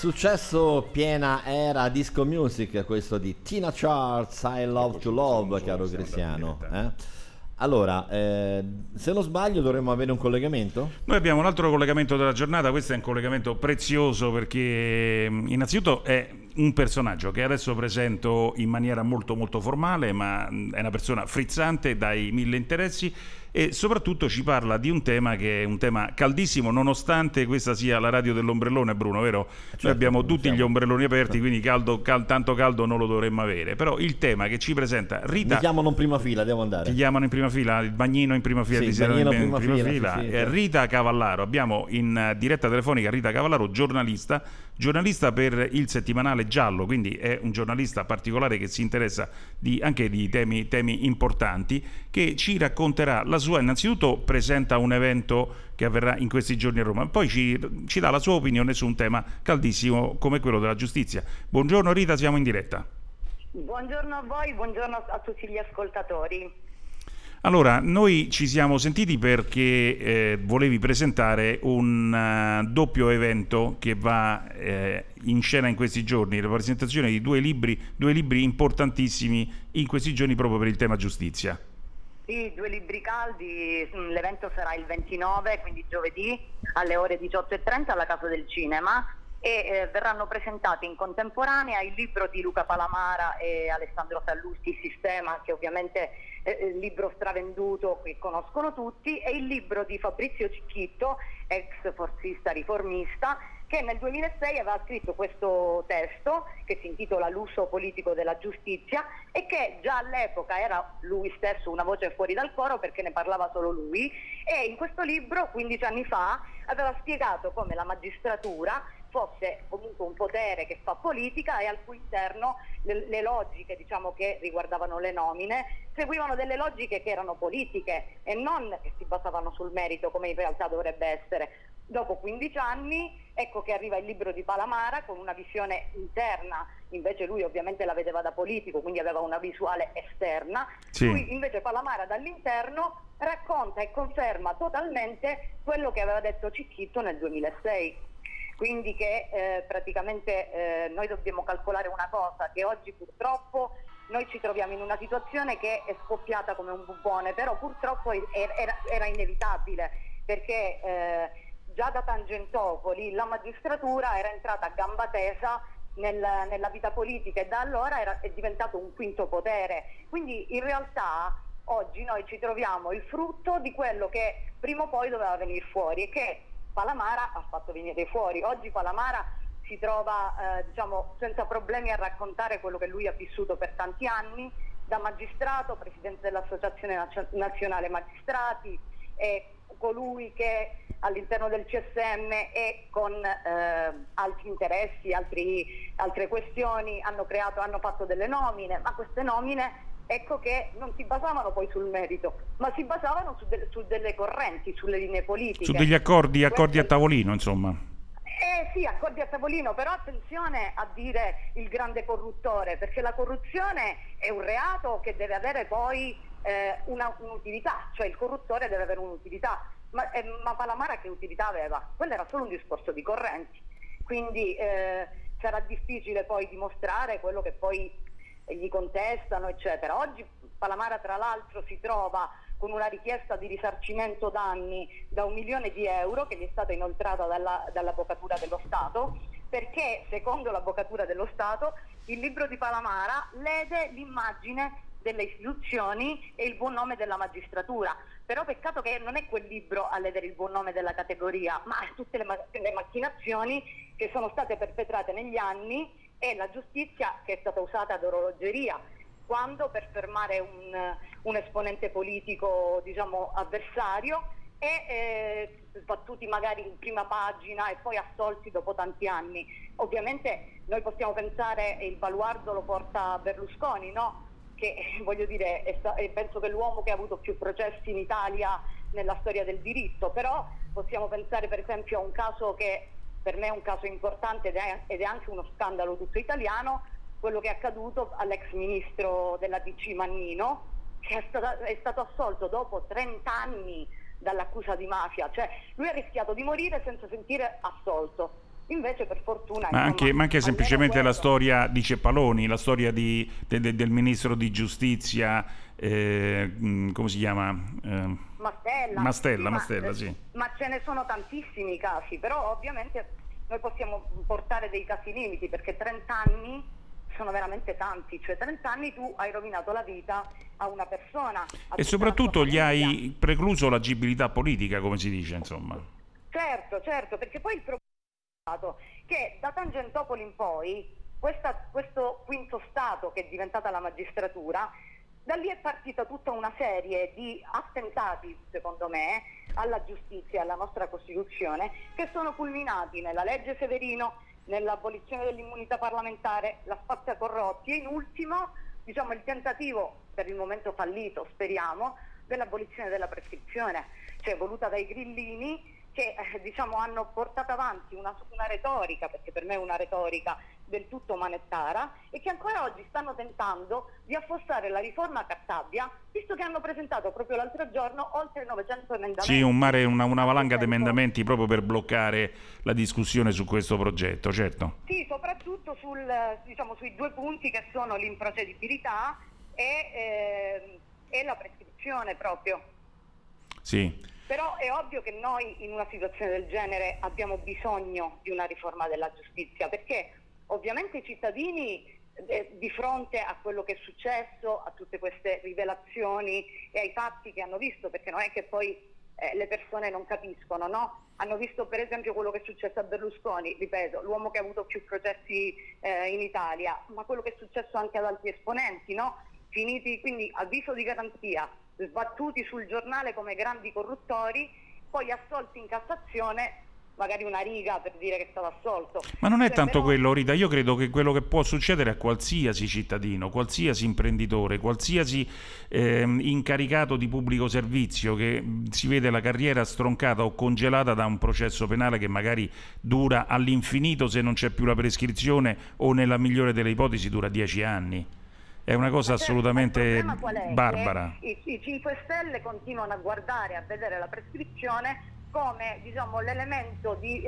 [SPEAKER 2] Successo piena era disco music, questo di Tina Charles, I Love to Love, caro Cristiano. Allora, se non sbaglio dovremmo avere un collegamento?
[SPEAKER 3] Noi abbiamo un altro collegamento della giornata, questo è un collegamento prezioso perché innanzitutto è un personaggio che adesso presento in maniera molto molto formale, ma è una persona frizzante dai 1000 interessi e soprattutto ci parla di un tema che è un tema caldissimo, nonostante questa sia la radio dell'ombrellone, Bruno, vero? Noi abbiamo tutti gli ombrelloni aperti, quindi tanto caldo non lo dovremmo avere, però il tema che ci presenta Rita...
[SPEAKER 2] Mi chiamano in prima fila, devo andare.
[SPEAKER 3] Ti chiamano in prima fila, il bagnino in prima fila,
[SPEAKER 2] sì,
[SPEAKER 3] ti servono in prima fila.
[SPEAKER 2] Sì, certo.
[SPEAKER 3] Rita Cavallaro, abbiamo in diretta telefonica Rita Cavallaro, giornalista per il settimanale Giallo, quindi è un giornalista particolare che si interessa anche di temi importanti, che ci racconterà la sua, innanzitutto presenta un evento che avverrà in questi giorni a Roma, poi ci dà la sua opinione su un tema caldissimo come quello della giustizia. Buongiorno Rita, siamo in diretta.
[SPEAKER 5] Buongiorno a voi, buongiorno a tutti gli ascoltatori.
[SPEAKER 3] Allora, noi ci siamo sentiti perché volevi presentare un doppio evento che va in scena in questi giorni, la presentazione di due libri importantissimi in questi giorni proprio per il tema giustizia.
[SPEAKER 5] Sì, 2 libri caldi, l'evento sarà il 29, quindi giovedì alle ore 18:30 alla Casa del Cinema e verranno presentati in contemporanea il libro di Luca Palamara e Alessandro Sallusti, Il Sistema, che ovviamente è il libro stravenduto che conoscono tutti, e il libro di Fabrizio Cicchitto, ex forzista riformista, che nel 2006 aveva scritto questo testo che si intitola L'uso politico della giustizia e che già all'epoca era lui stesso una voce fuori dal coro perché ne parlava solo lui, e in questo libro 15 anni fa aveva spiegato come la magistratura fosse comunque un potere che fa politica e al cui interno le logiche, diciamo, che riguardavano le nomine seguivano delle logiche che erano politiche e non che si basavano sul merito come in realtà dovrebbe essere. Dopo 15 anni ecco che arriva il libro di Palamara con una visione interna, invece lui ovviamente la vedeva da politico, quindi aveva una visuale esterna.
[SPEAKER 3] Sì.
[SPEAKER 5] Lui invece Palamara dall'interno racconta e conferma totalmente quello che aveva detto Cicchitto nel 2006. Quindi che praticamente noi dobbiamo calcolare una cosa, che oggi purtroppo noi ci troviamo in una situazione che è scoppiata come un bubbone, però purtroppo era inevitabile, perché già da Tangentopoli la magistratura era entrata a gamba tesa nella vita politica e da allora è diventato un quinto potere. Quindi in realtà oggi noi ci troviamo il frutto di quello che prima o poi doveva venire fuori e che Palamara ha fatto venire fuori. Oggi Palamara si trova diciamo senza problemi a raccontare quello che lui ha vissuto per tanti anni da magistrato, presidente dell'Associazione Nazionale Magistrati, e colui che all'interno del CSM e con altri interessi, altre questioni hanno fatto delle nomine, ma queste nomine ecco che non si basavano poi sul merito, ma si basavano su delle correnti, sulle linee politiche.
[SPEAKER 3] Su degli accordi a tavolino, insomma.
[SPEAKER 5] Sì, accordi a tavolino, però attenzione a dire il grande corruttore, perché la corruzione è un reato che deve avere poi un'utilità, cioè il corruttore deve avere un'utilità, ma Palamara che utilità aveva? Quello era solo un discorso di correnti, quindi sarà difficile poi dimostrare quello che poi gli contestano, eccetera. Oggi Palamara tra l'altro si trova con una richiesta di risarcimento danni da 1 milione di euro che gli è stata inoltrata dall'Avvocatura dello Stato, perché secondo l'Avvocatura dello Stato il libro di Palamara lede l'immagine delle istituzioni e il buon nome della magistratura. Però peccato che non è quel libro a ledere il buon nome della categoria, ma tutte le macchinazioni che sono state perpetrate negli anni e la giustizia che è stata usata ad orologeria, quando per fermare un esponente politico, diciamo, avversario, e sbattuti magari in prima pagina e poi assolti dopo tanti anni. Ovviamente noi possiamo pensare, e il baluardo lo porta Berlusconi, no? Che voglio dire, penso che l'uomo che ha avuto più processi in Italia nella storia del diritto, però possiamo pensare per esempio a un caso che per me è un caso importante ed è anche uno scandalo tutto italiano, quello che è accaduto all'ex ministro della DC Mannino, che è stato assolto dopo 30 anni dall'accusa di mafia, cioè lui ha rischiato di morire senza sentire assolto. Invece per fortuna...
[SPEAKER 3] Ma anche
[SPEAKER 5] almeno
[SPEAKER 3] semplicemente
[SPEAKER 5] quello.
[SPEAKER 3] la storia di Ceppaloni, la storia del ministro di giustizia, come si chiama? Mastella, sì.
[SPEAKER 5] Ma ce ne sono tantissimi casi, però ovviamente noi possiamo portare dei casi limiti, perché 30 anni sono veramente tanti, cioè 30 anni tu hai rovinato la vita a una persona.
[SPEAKER 3] E soprattutto gli hai precluso l'agibilità politica, come si dice, insomma.
[SPEAKER 5] Certo, perché poi il problema è stato che da Tangentopoli in poi, questo quinto Stato che è diventata la magistratura, da lì è partita tutta una serie di attentati, secondo me, alla giustizia e alla nostra Costituzione, che sono culminati nella legge Severino, nell'abolizione dell'immunità parlamentare, la spazza corrotti e in ultimo, diciamo, il tentativo, per il momento fallito, speriamo, dell'abolizione della prescrizione, cioè voluta dai grillini, che diciamo hanno portato avanti una retorica, perché per me è una retorica del tutto manettara, e che ancora oggi stanno tentando di affossare la riforma Cartabia, visto che hanno presentato proprio l'altro giorno oltre 900 emendamenti.
[SPEAKER 3] Sì, una valanga di emendamenti proprio per bloccare la discussione su questo progetto, certo.
[SPEAKER 5] Sì, soprattutto sui due punti che sono l'improcedibilità e la prescrizione proprio.
[SPEAKER 3] Sì.
[SPEAKER 5] Però è ovvio che noi in una situazione del genere abbiamo bisogno di una riforma della giustizia, perché ovviamente i cittadini di fronte a quello che è successo, a tutte queste rivelazioni e ai fatti che hanno visto, perché non è che poi le persone non capiscono, no? Hanno visto per esempio quello che è successo a Berlusconi, ripeto, l'uomo che ha avuto più processi in Italia, ma quello che è successo anche ad altri esponenti, no? Finiti quindi avviso di garanzia, sbattuti sul giornale come grandi corruttori, poi assolti in Cassazione, magari una riga per dire che è stato assolto.
[SPEAKER 3] Ma non è
[SPEAKER 5] Cioè,
[SPEAKER 3] tanto
[SPEAKER 5] però...
[SPEAKER 3] quello, Rita, io credo che quello che può succedere a qualsiasi cittadino, qualsiasi imprenditore, qualsiasi incaricato di pubblico servizio che si vede la carriera stroncata o congelata da un processo penale che magari dura all'infinito se non c'è più la prescrizione, o nella migliore delle ipotesi dura 10 anni. È una cosa assolutamente barbara.
[SPEAKER 5] I 5 Stelle continuano a guardare, a vedere la prescrizione come, diciamo, l'elemento di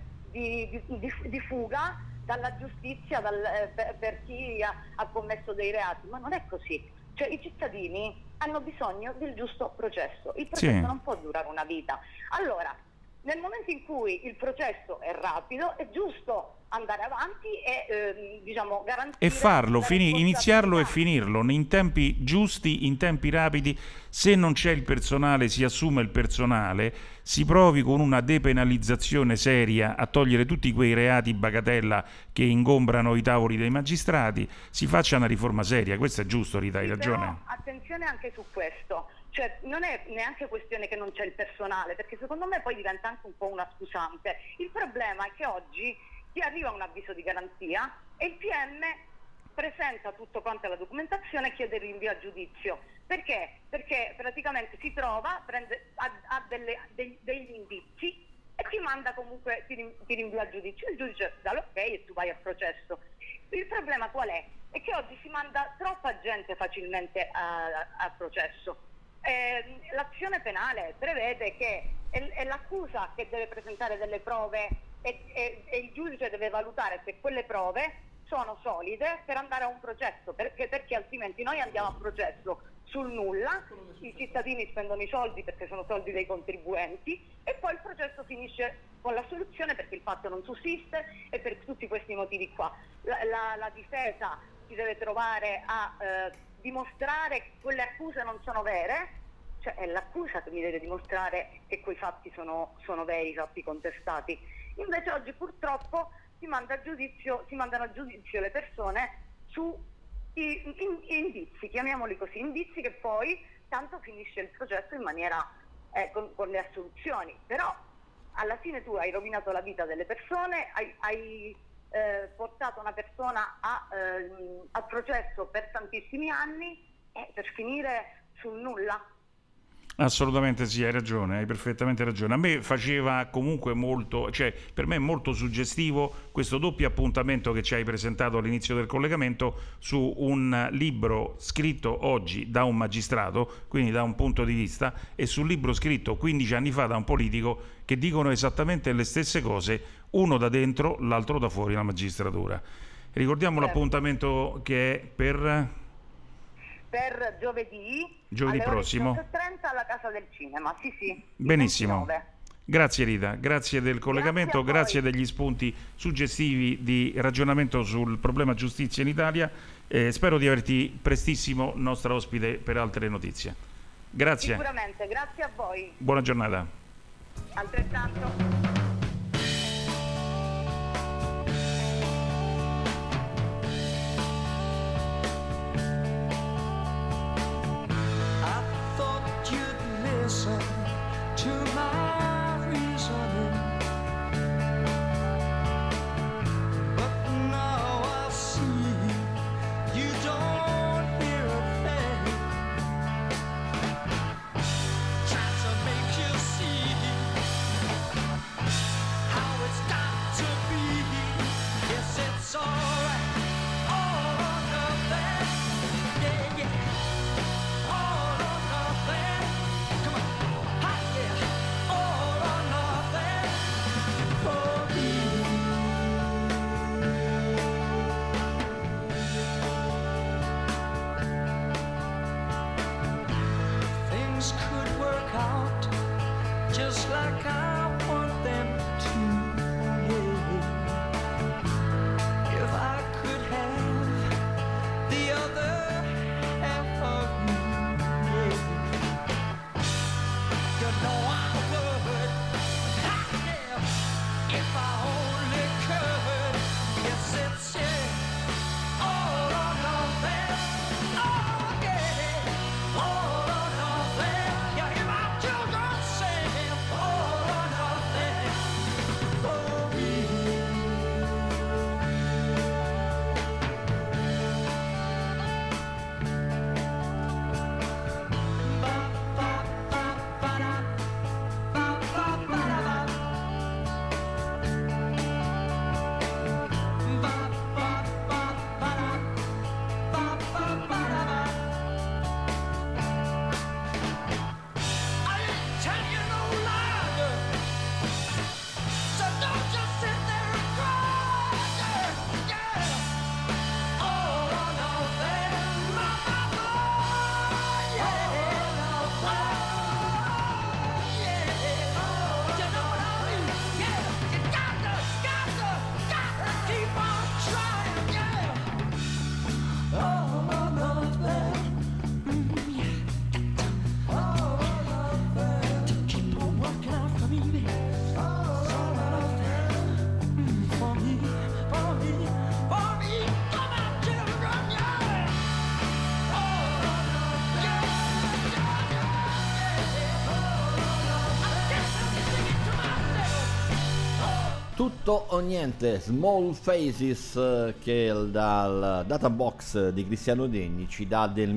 [SPEAKER 5] fuga dalla giustizia per chi ha commesso dei reati, ma non è così. Cioè i cittadini hanno bisogno del giusto processo, il processo non può durare una vita. Allora, nel momento in cui il processo è rapido, è giusto andare avanti e diciamo garantire
[SPEAKER 3] e farlo,
[SPEAKER 5] la
[SPEAKER 3] iniziarlo e
[SPEAKER 5] responsabilità.
[SPEAKER 3] finirlo in tempi giusti, in tempi rapidi. Se non c'è il personale, si assume il personale, si provi con una depenalizzazione seria a togliere tutti quei reati bagatella che ingombrano i tavoli dei magistrati, si faccia una riforma seria. Questo è giusto, Rita, hai ragione.
[SPEAKER 5] Però attenzione anche su questo, cioè non è neanche questione che non c'è il personale, perché secondo me poi diventa anche un po' una scusante. Il problema è che oggi ti arriva un avviso di garanzia e il PM presenta tutto quanto la documentazione e chiede il rinvio a giudizio. Perché? Perché praticamente si trova, ha degli indizi e ti manda comunque, ti rinvia a giudizio. Il giudice dà l'ok e tu vai a processo. Il problema qual è? È che oggi si manda troppa gente facilmente a processo. L'azione penale prevede che è l'accusa che deve presentare delle prove e il giudice deve valutare se quelle prove sono solide per andare a un processo, perché altrimenti noi andiamo a processo sul nulla, i cittadini spendono i soldi perché sono soldi dei contribuenti e poi il processo finisce con l'assoluzione perché il fatto non sussiste e per tutti questi motivi qua. La difesa si deve trovare a dimostrare che quelle accuse non sono vere, cioè è l'accusa che mi deve dimostrare che quei fatti sono veri, i fatti contestati. Invece oggi purtroppo si mandano a giudizio le persone su indizi, chiamiamoli così, indizi che poi tanto finisce il processo in maniera con le assoluzioni. Però alla fine tu hai rovinato la vita delle persone, hai portato una persona al processo per tantissimi anni per finire sul nulla.
[SPEAKER 3] Assolutamente sì, hai ragione, hai perfettamente ragione. A me faceva comunque molto, cioè per me è molto suggestivo questo doppio appuntamento che ci hai presentato all'inizio del collegamento su un libro scritto oggi da un magistrato, quindi da un punto di vista, e sul libro scritto 15 anni fa da un politico, che dicono esattamente le stesse cose, uno da dentro, l'altro da fuori la magistratura. Ricordiamo l'appuntamento che è per
[SPEAKER 5] giovedì
[SPEAKER 3] Giovedì
[SPEAKER 5] alle ore
[SPEAKER 3] prossimo.
[SPEAKER 5] 18:30 alla Casa del Cinema. Sì, sì.
[SPEAKER 3] Benissimo.
[SPEAKER 5] 29.
[SPEAKER 3] Grazie Rita, grazie del collegamento, grazie degli spunti suggestivi di ragionamento sul problema giustizia in Italia. Spero di averti prestissimo nostra ospite per altre notizie. Grazie.
[SPEAKER 5] Sicuramente, grazie a voi.
[SPEAKER 3] Buona giornata.
[SPEAKER 5] Altrettanto.
[SPEAKER 14] Listen to my reasoning, but now I see you don't hear a thing. Try to make you see how it's got to be. Yes, it's alright, all or nothing. Yeah, yeah, all or nothing. Things could work out just like I want them to. Yeah. If I could have the other half of you, yeah. You know I would. Ha, yeah. If I only could. Yes, it's all or nothing. Oh yeah, all or nothing. You hear my children sing, all or nothing. For me.
[SPEAKER 2] Tutto o niente, Small Faces, che dal Databox di Cristiano Degni ci dà del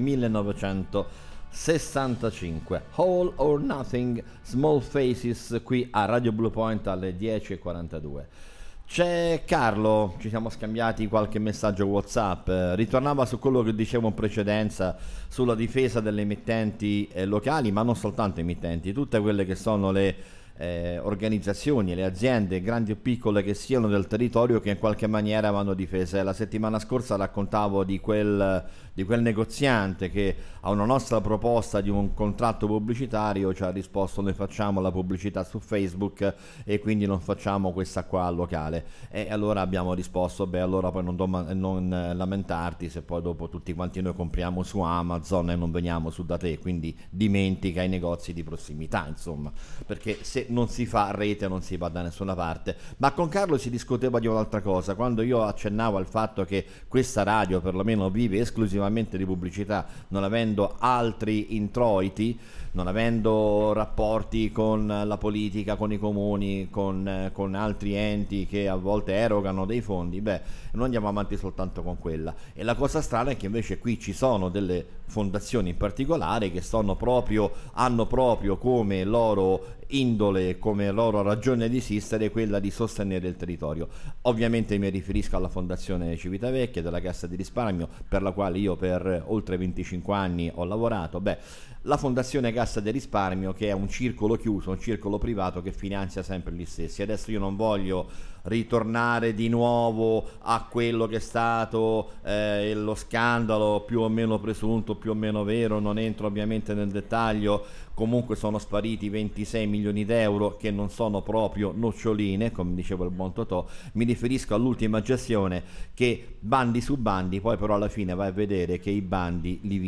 [SPEAKER 2] 1965. All or Nothing, Small Faces, qui a Radio Blue Point alle 10:42. C'è Carlo, ci siamo scambiati qualche messaggio WhatsApp, ritornava su quello che dicevo in precedenza sulla difesa delle emittenti locali, ma non soltanto emittenti, tutte quelle che sono le organizzazioni, le aziende, grandi o piccole che siano del territorio, che in qualche maniera vanno difese. La settimana scorsa raccontavo di quel negoziante che a una nostra proposta di un contratto pubblicitario ci ha risposto: noi facciamo la pubblicità su Facebook e quindi non facciamo questa qua al locale. E allora abbiamo risposto: beh, allora poi non lamentarti se poi dopo tutti quanti noi compriamo su Amazon e non veniamo su da te, quindi dimentica i negozi di prossimità, insomma, perché se non si fa rete non si va da nessuna parte. Ma con Carlo si discuteva di un'altra cosa. Quando io accennavo al fatto che questa radio perlomeno vive esclusivamente di pubblicità, non avendo altri introiti, non avendo rapporti con la politica, con i comuni, con altri enti che a volte erogano dei fondi, beh, noi andiamo avanti soltanto con quella. E la cosa strana è che invece qui ci sono delle fondazioni in particolare che hanno proprio come loro indole, come loro ragione di esistere, quella di sostenere il territorio. Ovviamente mi riferisco alla Fondazione Civitavecchia della Cassa di Risparmio, per la quale io per oltre 25 anni ho lavorato. La Fondazione Cassa di Risparmio, che è un circolo chiuso, un circolo privato che finanzia sempre gli stessi. Adesso io non voglio ritornare di nuovo a quello che è stato lo scandalo più o meno presunto, più o meno vero, non entro ovviamente nel dettaglio. Comunque sono spariti 26 milioni d'euro, che non sono proprio noccioline, come diceva il buon Totò. Mi riferisco all'ultima gestione, che bandi su bandi, poi però alla fine vai a vedere che i bandi li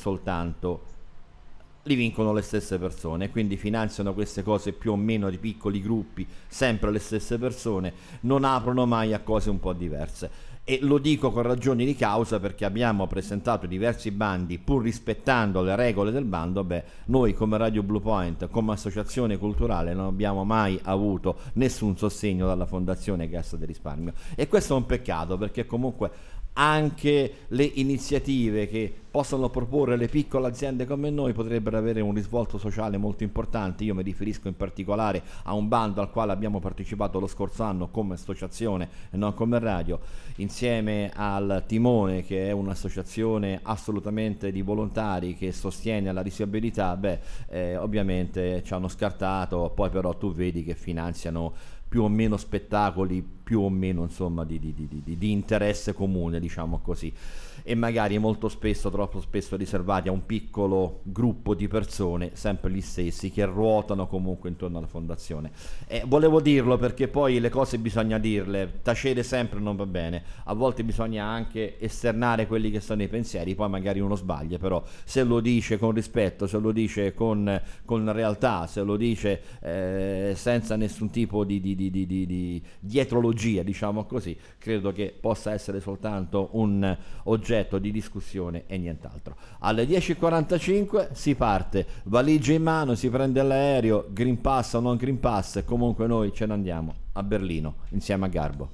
[SPEAKER 2] vincono le stesse persone, quindi finanziano queste cose più o meno di piccoli gruppi, sempre le stesse persone, non aprono mai a cose un po' diverse. E lo dico con ragioni di causa, perché abbiamo presentato diversi bandi pur rispettando le regole del bando. Noi come Radio Blue Point, come associazione culturale, non abbiamo mai avuto nessun sostegno dalla Fondazione Cassa di Risparmio, e questo è un peccato, perché comunque anche le iniziative che possono proporre le piccole aziende come noi potrebbero avere un risvolto sociale molto importante. Io mi riferisco in particolare a un bando al quale abbiamo partecipato lo scorso anno come associazione e non come radio, insieme al Timone, che è un'associazione assolutamente di volontari che sostiene la disabilità. Ovviamente ci hanno scartato, poi però tu vedi che finanziano più o meno spettacoli, più o meno insomma di interesse comune, diciamo così, e magari molto spesso, troppo spesso riservati a un piccolo gruppo di persone, sempre gli stessi, che ruotano comunque intorno alla fondazione. Volevo dirlo perché poi le cose bisogna dirle, tacere sempre non va bene, a volte bisogna anche esternare quelli che sono i pensieri, poi magari uno sbaglia, però se lo dice con rispetto, se lo dice con realtà, se lo dice senza nessun tipo di dietrologia, diciamo così, credo che possa essere soltanto un oggetto di discussione e nient'altro. Alle 10:45 si parte, valigia in mano, si prende l'aereo, Green Pass o non Green Pass, comunque noi ce ne andiamo a Berlino insieme a Garbo.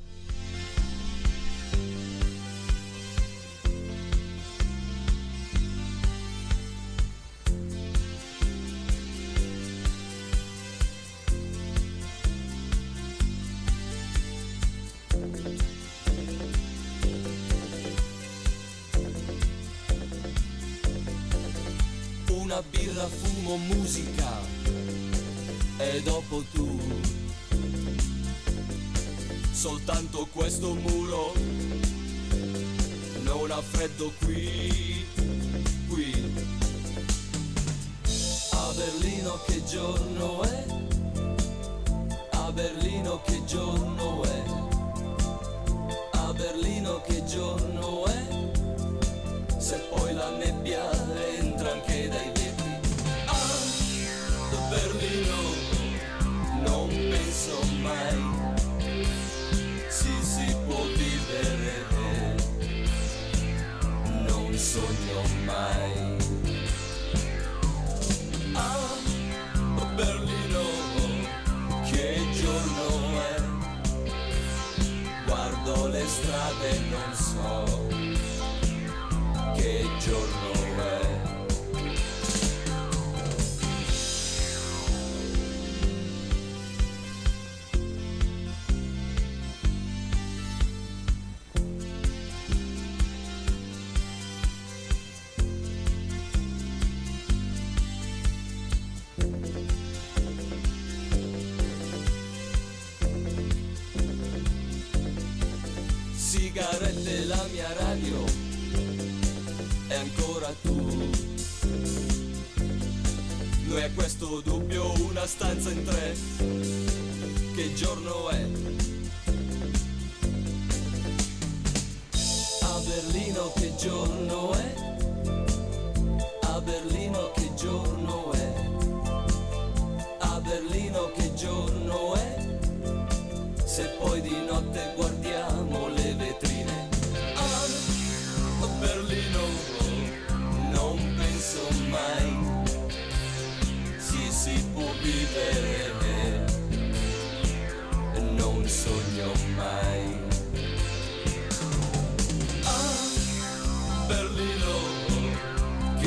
[SPEAKER 1] Una birra, fumo, musica e dopo tu. Soltanto questo muro non ha freddo qui. A Berlino che giorno è? A Berlino che giorno è? A Berlino che giorno è? Se poi la nebbia entra anche dai vetri. Berlino, non penso mai si può vivere, non sogno mai. Berlino, che giorno è? Guardo le strade e non so che giorno è. Sigarette, la mia radio è ancora tu. Noi a questo dubbio, una stanza in tre. Che giorno è? A Berlino che giorno è? A Berlino che giorno è? A Berlino che giorno è? Se poi di notte guardiamo le vetrine. A Berlino non penso mai si può vivere, non sogno mai. A Berlino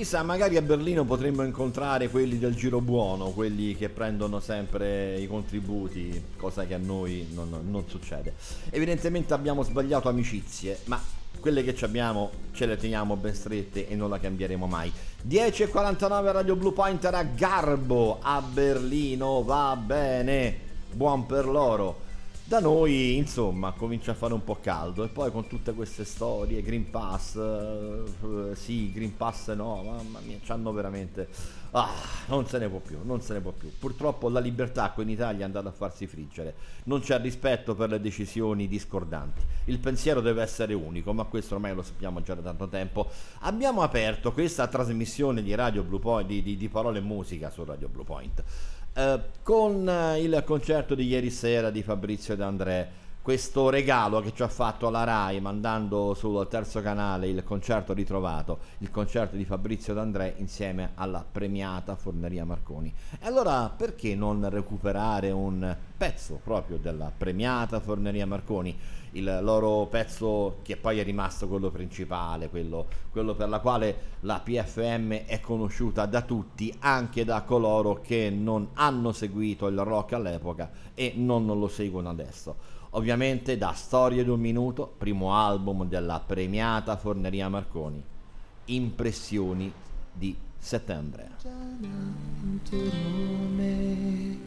[SPEAKER 2] chissà, magari a Berlino potremmo incontrare quelli del Giro Buono, quelli che prendono sempre i contributi, cosa che a noi non succede. Evidentemente abbiamo sbagliato amicizie, ma quelle che ci abbiamo ce le teniamo ben strette e non la cambieremo mai. 10:49 Radio Blue Point era Garbo a Berlino, va bene, buon per loro. Da noi, insomma, comincia a fare un po' caldo e poi con tutte queste storie, Green Pass, sì, Green Pass no, mamma mia, c'hanno veramente... non se ne può più. Purtroppo la libertà qui in Italia è andata a farsi friggere, non c'è rispetto per le decisioni discordanti, il pensiero deve essere unico, ma questo ormai lo sappiamo già da tanto tempo. Abbiamo aperto questa trasmissione di Radio Blue Point, di Parole e Musica su Radio Blue Point, con il concerto di ieri sera di Fabrizio De André, questo regalo che ci ha fatto alla Rai mandando sul terzo canale il concerto ritrovato, il concerto di Fabrizio De André insieme alla premiata Forneria Marconi. E allora perché non recuperare un pezzo proprio della premiata Forneria Marconi, il loro pezzo che poi è rimasto quello principale, quello per la quale la PFM è conosciuta da tutti, anche da coloro che non hanno seguito il rock all'epoca e non lo seguono adesso. Ovviamente da Storie d'un minuto, primo album della premiata Forneria Marconi, Impressioni di settembre.
[SPEAKER 14] Intorno a me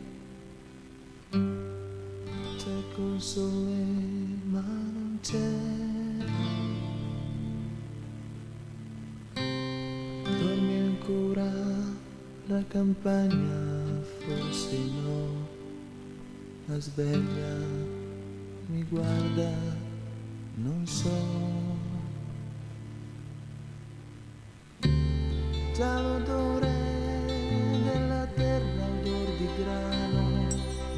[SPEAKER 14] c'è col sole ma non c'è, dormi ancora la campagna, forse no, la sveglia mi guarda, non so, già l'odore della terra, odor di grano,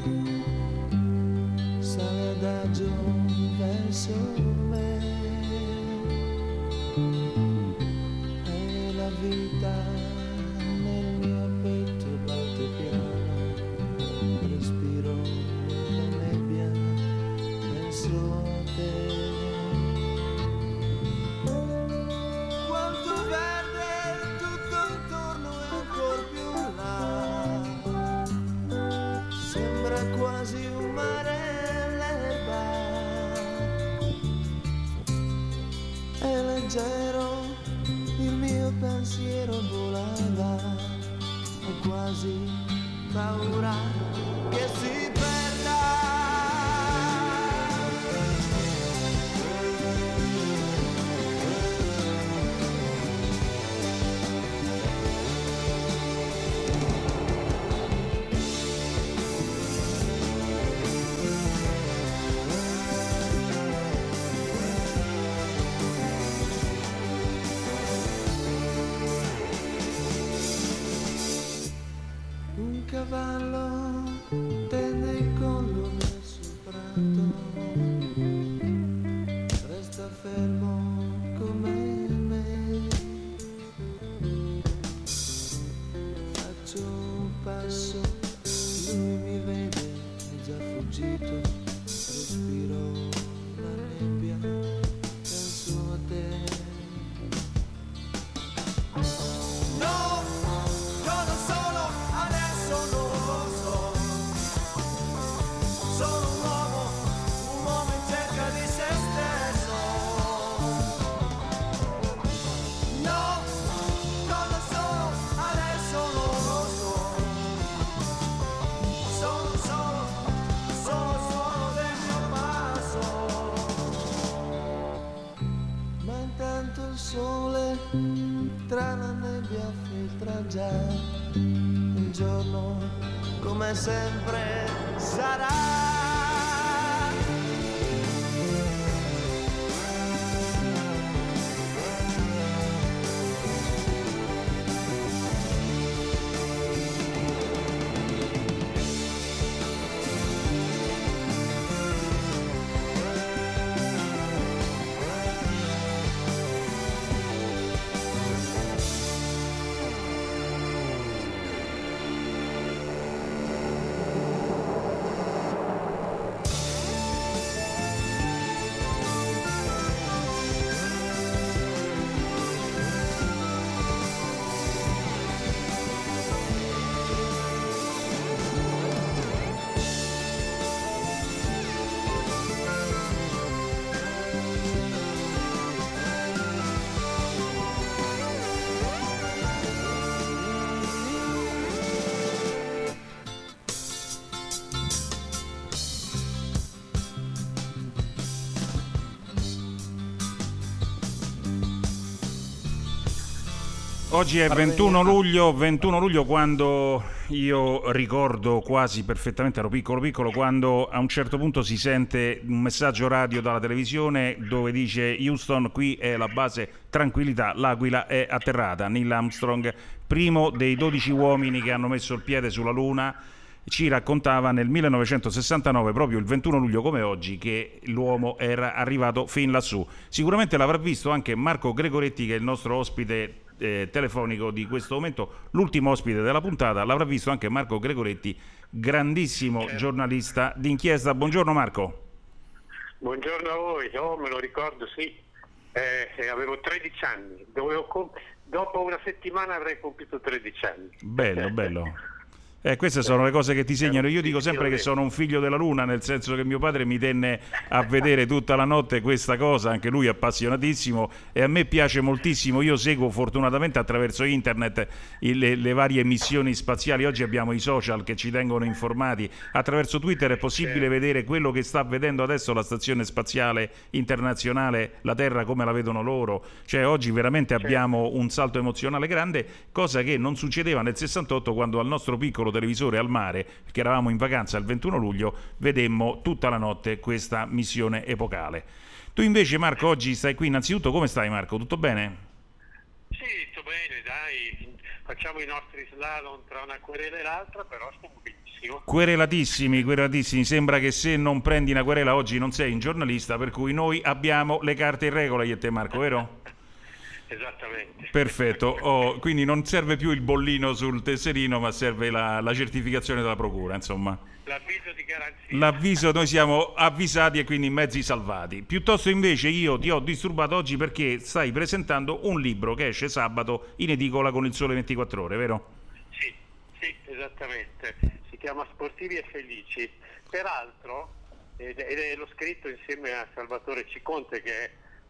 [SPEAKER 14] sale adagio verso me, e la vita nel mio petto batte piano, respiro la nebbia, penso a te. Quanto verde tutto intorno e ancor più là, sembra quasi un mare l'erba, è leggero il mio pensiero volava, ho quasi paura che si perda. Un cavallo tende il collo verso il prato, resta fermo come me, faccio un passo, lui mi vede, è già fuggito, respiro la nebbia, penso a te. No, io non sono, adesso non lo so, sono un uomo in cerca di se stesso. No, io non sono, adesso non lo so, sono solo del mio passo. Ma intanto il sole tra la nebbia filtra già, un giorno come sempre sarà.
[SPEAKER 3] Oggi è 21 luglio, quando io ricordo quasi perfettamente, ero piccolo, quando a un certo punto si sente un messaggio radio dalla televisione dove dice: Houston, qui è la base Tranquillità, l'Aquila è atterrata. Neil Armstrong, primo dei 12 uomini che hanno messo il piede sulla Luna, ci raccontava nel 1969, proprio il 21 luglio come oggi, che l'uomo era arrivato fin lassù. Sicuramente l'avrà visto anche Marco Gregoretti, che è il nostro ospite telefonico di questo momento, l'ultimo ospite della puntata. L'avrà visto anche Marco Gregoretti, grandissimo giornalista d'inchiesta. Buongiorno Marco.
[SPEAKER 6] Buongiorno a voi. Me lo ricordo, sì. Avevo 13 anni, dopo una settimana avrei compiuto 13 anni.
[SPEAKER 3] Bello. Queste sono le cose che ti segnano. Io dico sempre che sono un figlio della Luna, nel senso che mio padre mi tenne a vedere tutta la notte questa cosa, anche lui appassionatissimo, e a me piace moltissimo. Io seguo fortunatamente attraverso internet le varie missioni spaziali. Oggi abbiamo i social che ci tengono informati. Attraverso Twitter è possibile vedere quello che sta vedendo adesso la stazione spaziale internazionale, la Terra come la vedono loro. Cioè oggi veramente abbiamo un salto emozionale grande, cosa che non succedeva nel 68, quando al nostro piccolo televisore al mare, perché eravamo in vacanza il 21 luglio, vedemmo tutta la notte questa missione epocale. Tu invece, Marco, oggi stai qui. Innanzitutto, come stai, Marco? Tutto bene?
[SPEAKER 6] Sì, tutto bene, dai, facciamo i nostri slalom tra una querela e l'altra, però stiamo benissimo.
[SPEAKER 3] Querelatissimi, sembra che se non prendi una querela oggi non sei un giornalista, per cui noi abbiamo le carte in regola, io e te, Marco, vero?
[SPEAKER 6] Esattamente.
[SPEAKER 3] Perfetto, quindi non serve più il bollino sul tesserino, ma serve la certificazione della procura, insomma.
[SPEAKER 6] L'avviso di garanzia.
[SPEAKER 3] Noi siamo avvisati e quindi mezzi salvati. Piuttosto invece io ti ho disturbato oggi perché stai presentando un libro che esce sabato in edicola con il Sole 24 Ore, vero?
[SPEAKER 6] Sì, esattamente. Si chiama Sportivi e Felici. Peraltro, l'ho scritto insieme a Salvatore Ciconte, che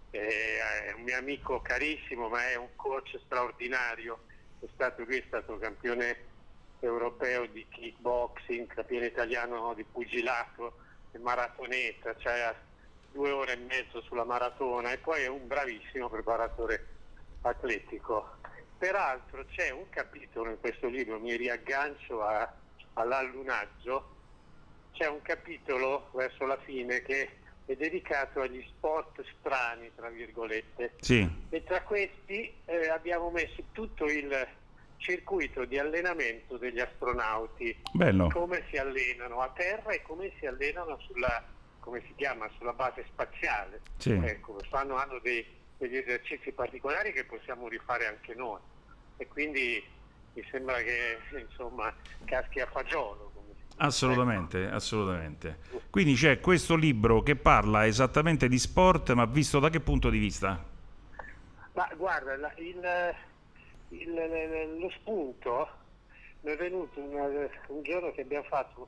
[SPEAKER 6] è un mio amico carissimo, ma è un coach straordinario. È stato campione europeo di kickboxing, campione italiano di pugilato e maratoneta, cioè 2 ore e mezzo sulla maratona, e poi è un bravissimo preparatore atletico. Peraltro c'è un capitolo in questo libro, mi riaggancio all'allunaggio, c'è un capitolo verso la fine che è dedicato agli sport strani, tra virgolette.
[SPEAKER 3] Sì.
[SPEAKER 6] E tra questi abbiamo messo tutto il circuito di allenamento degli astronauti.
[SPEAKER 3] Bello.
[SPEAKER 6] Come si allenano a terra e come si allenano sulla base spaziale.
[SPEAKER 3] Sì.
[SPEAKER 6] Ecco, hanno degli esercizi particolari che possiamo rifare anche noi. E quindi mi sembra che, insomma, caschi a fagiolo.
[SPEAKER 3] Assolutamente. Quindi c'è questo libro che parla esattamente di sport, ma visto da che punto di vista?
[SPEAKER 6] Ma guarda, lo spunto mi è venuto un giorno che abbiamo fatto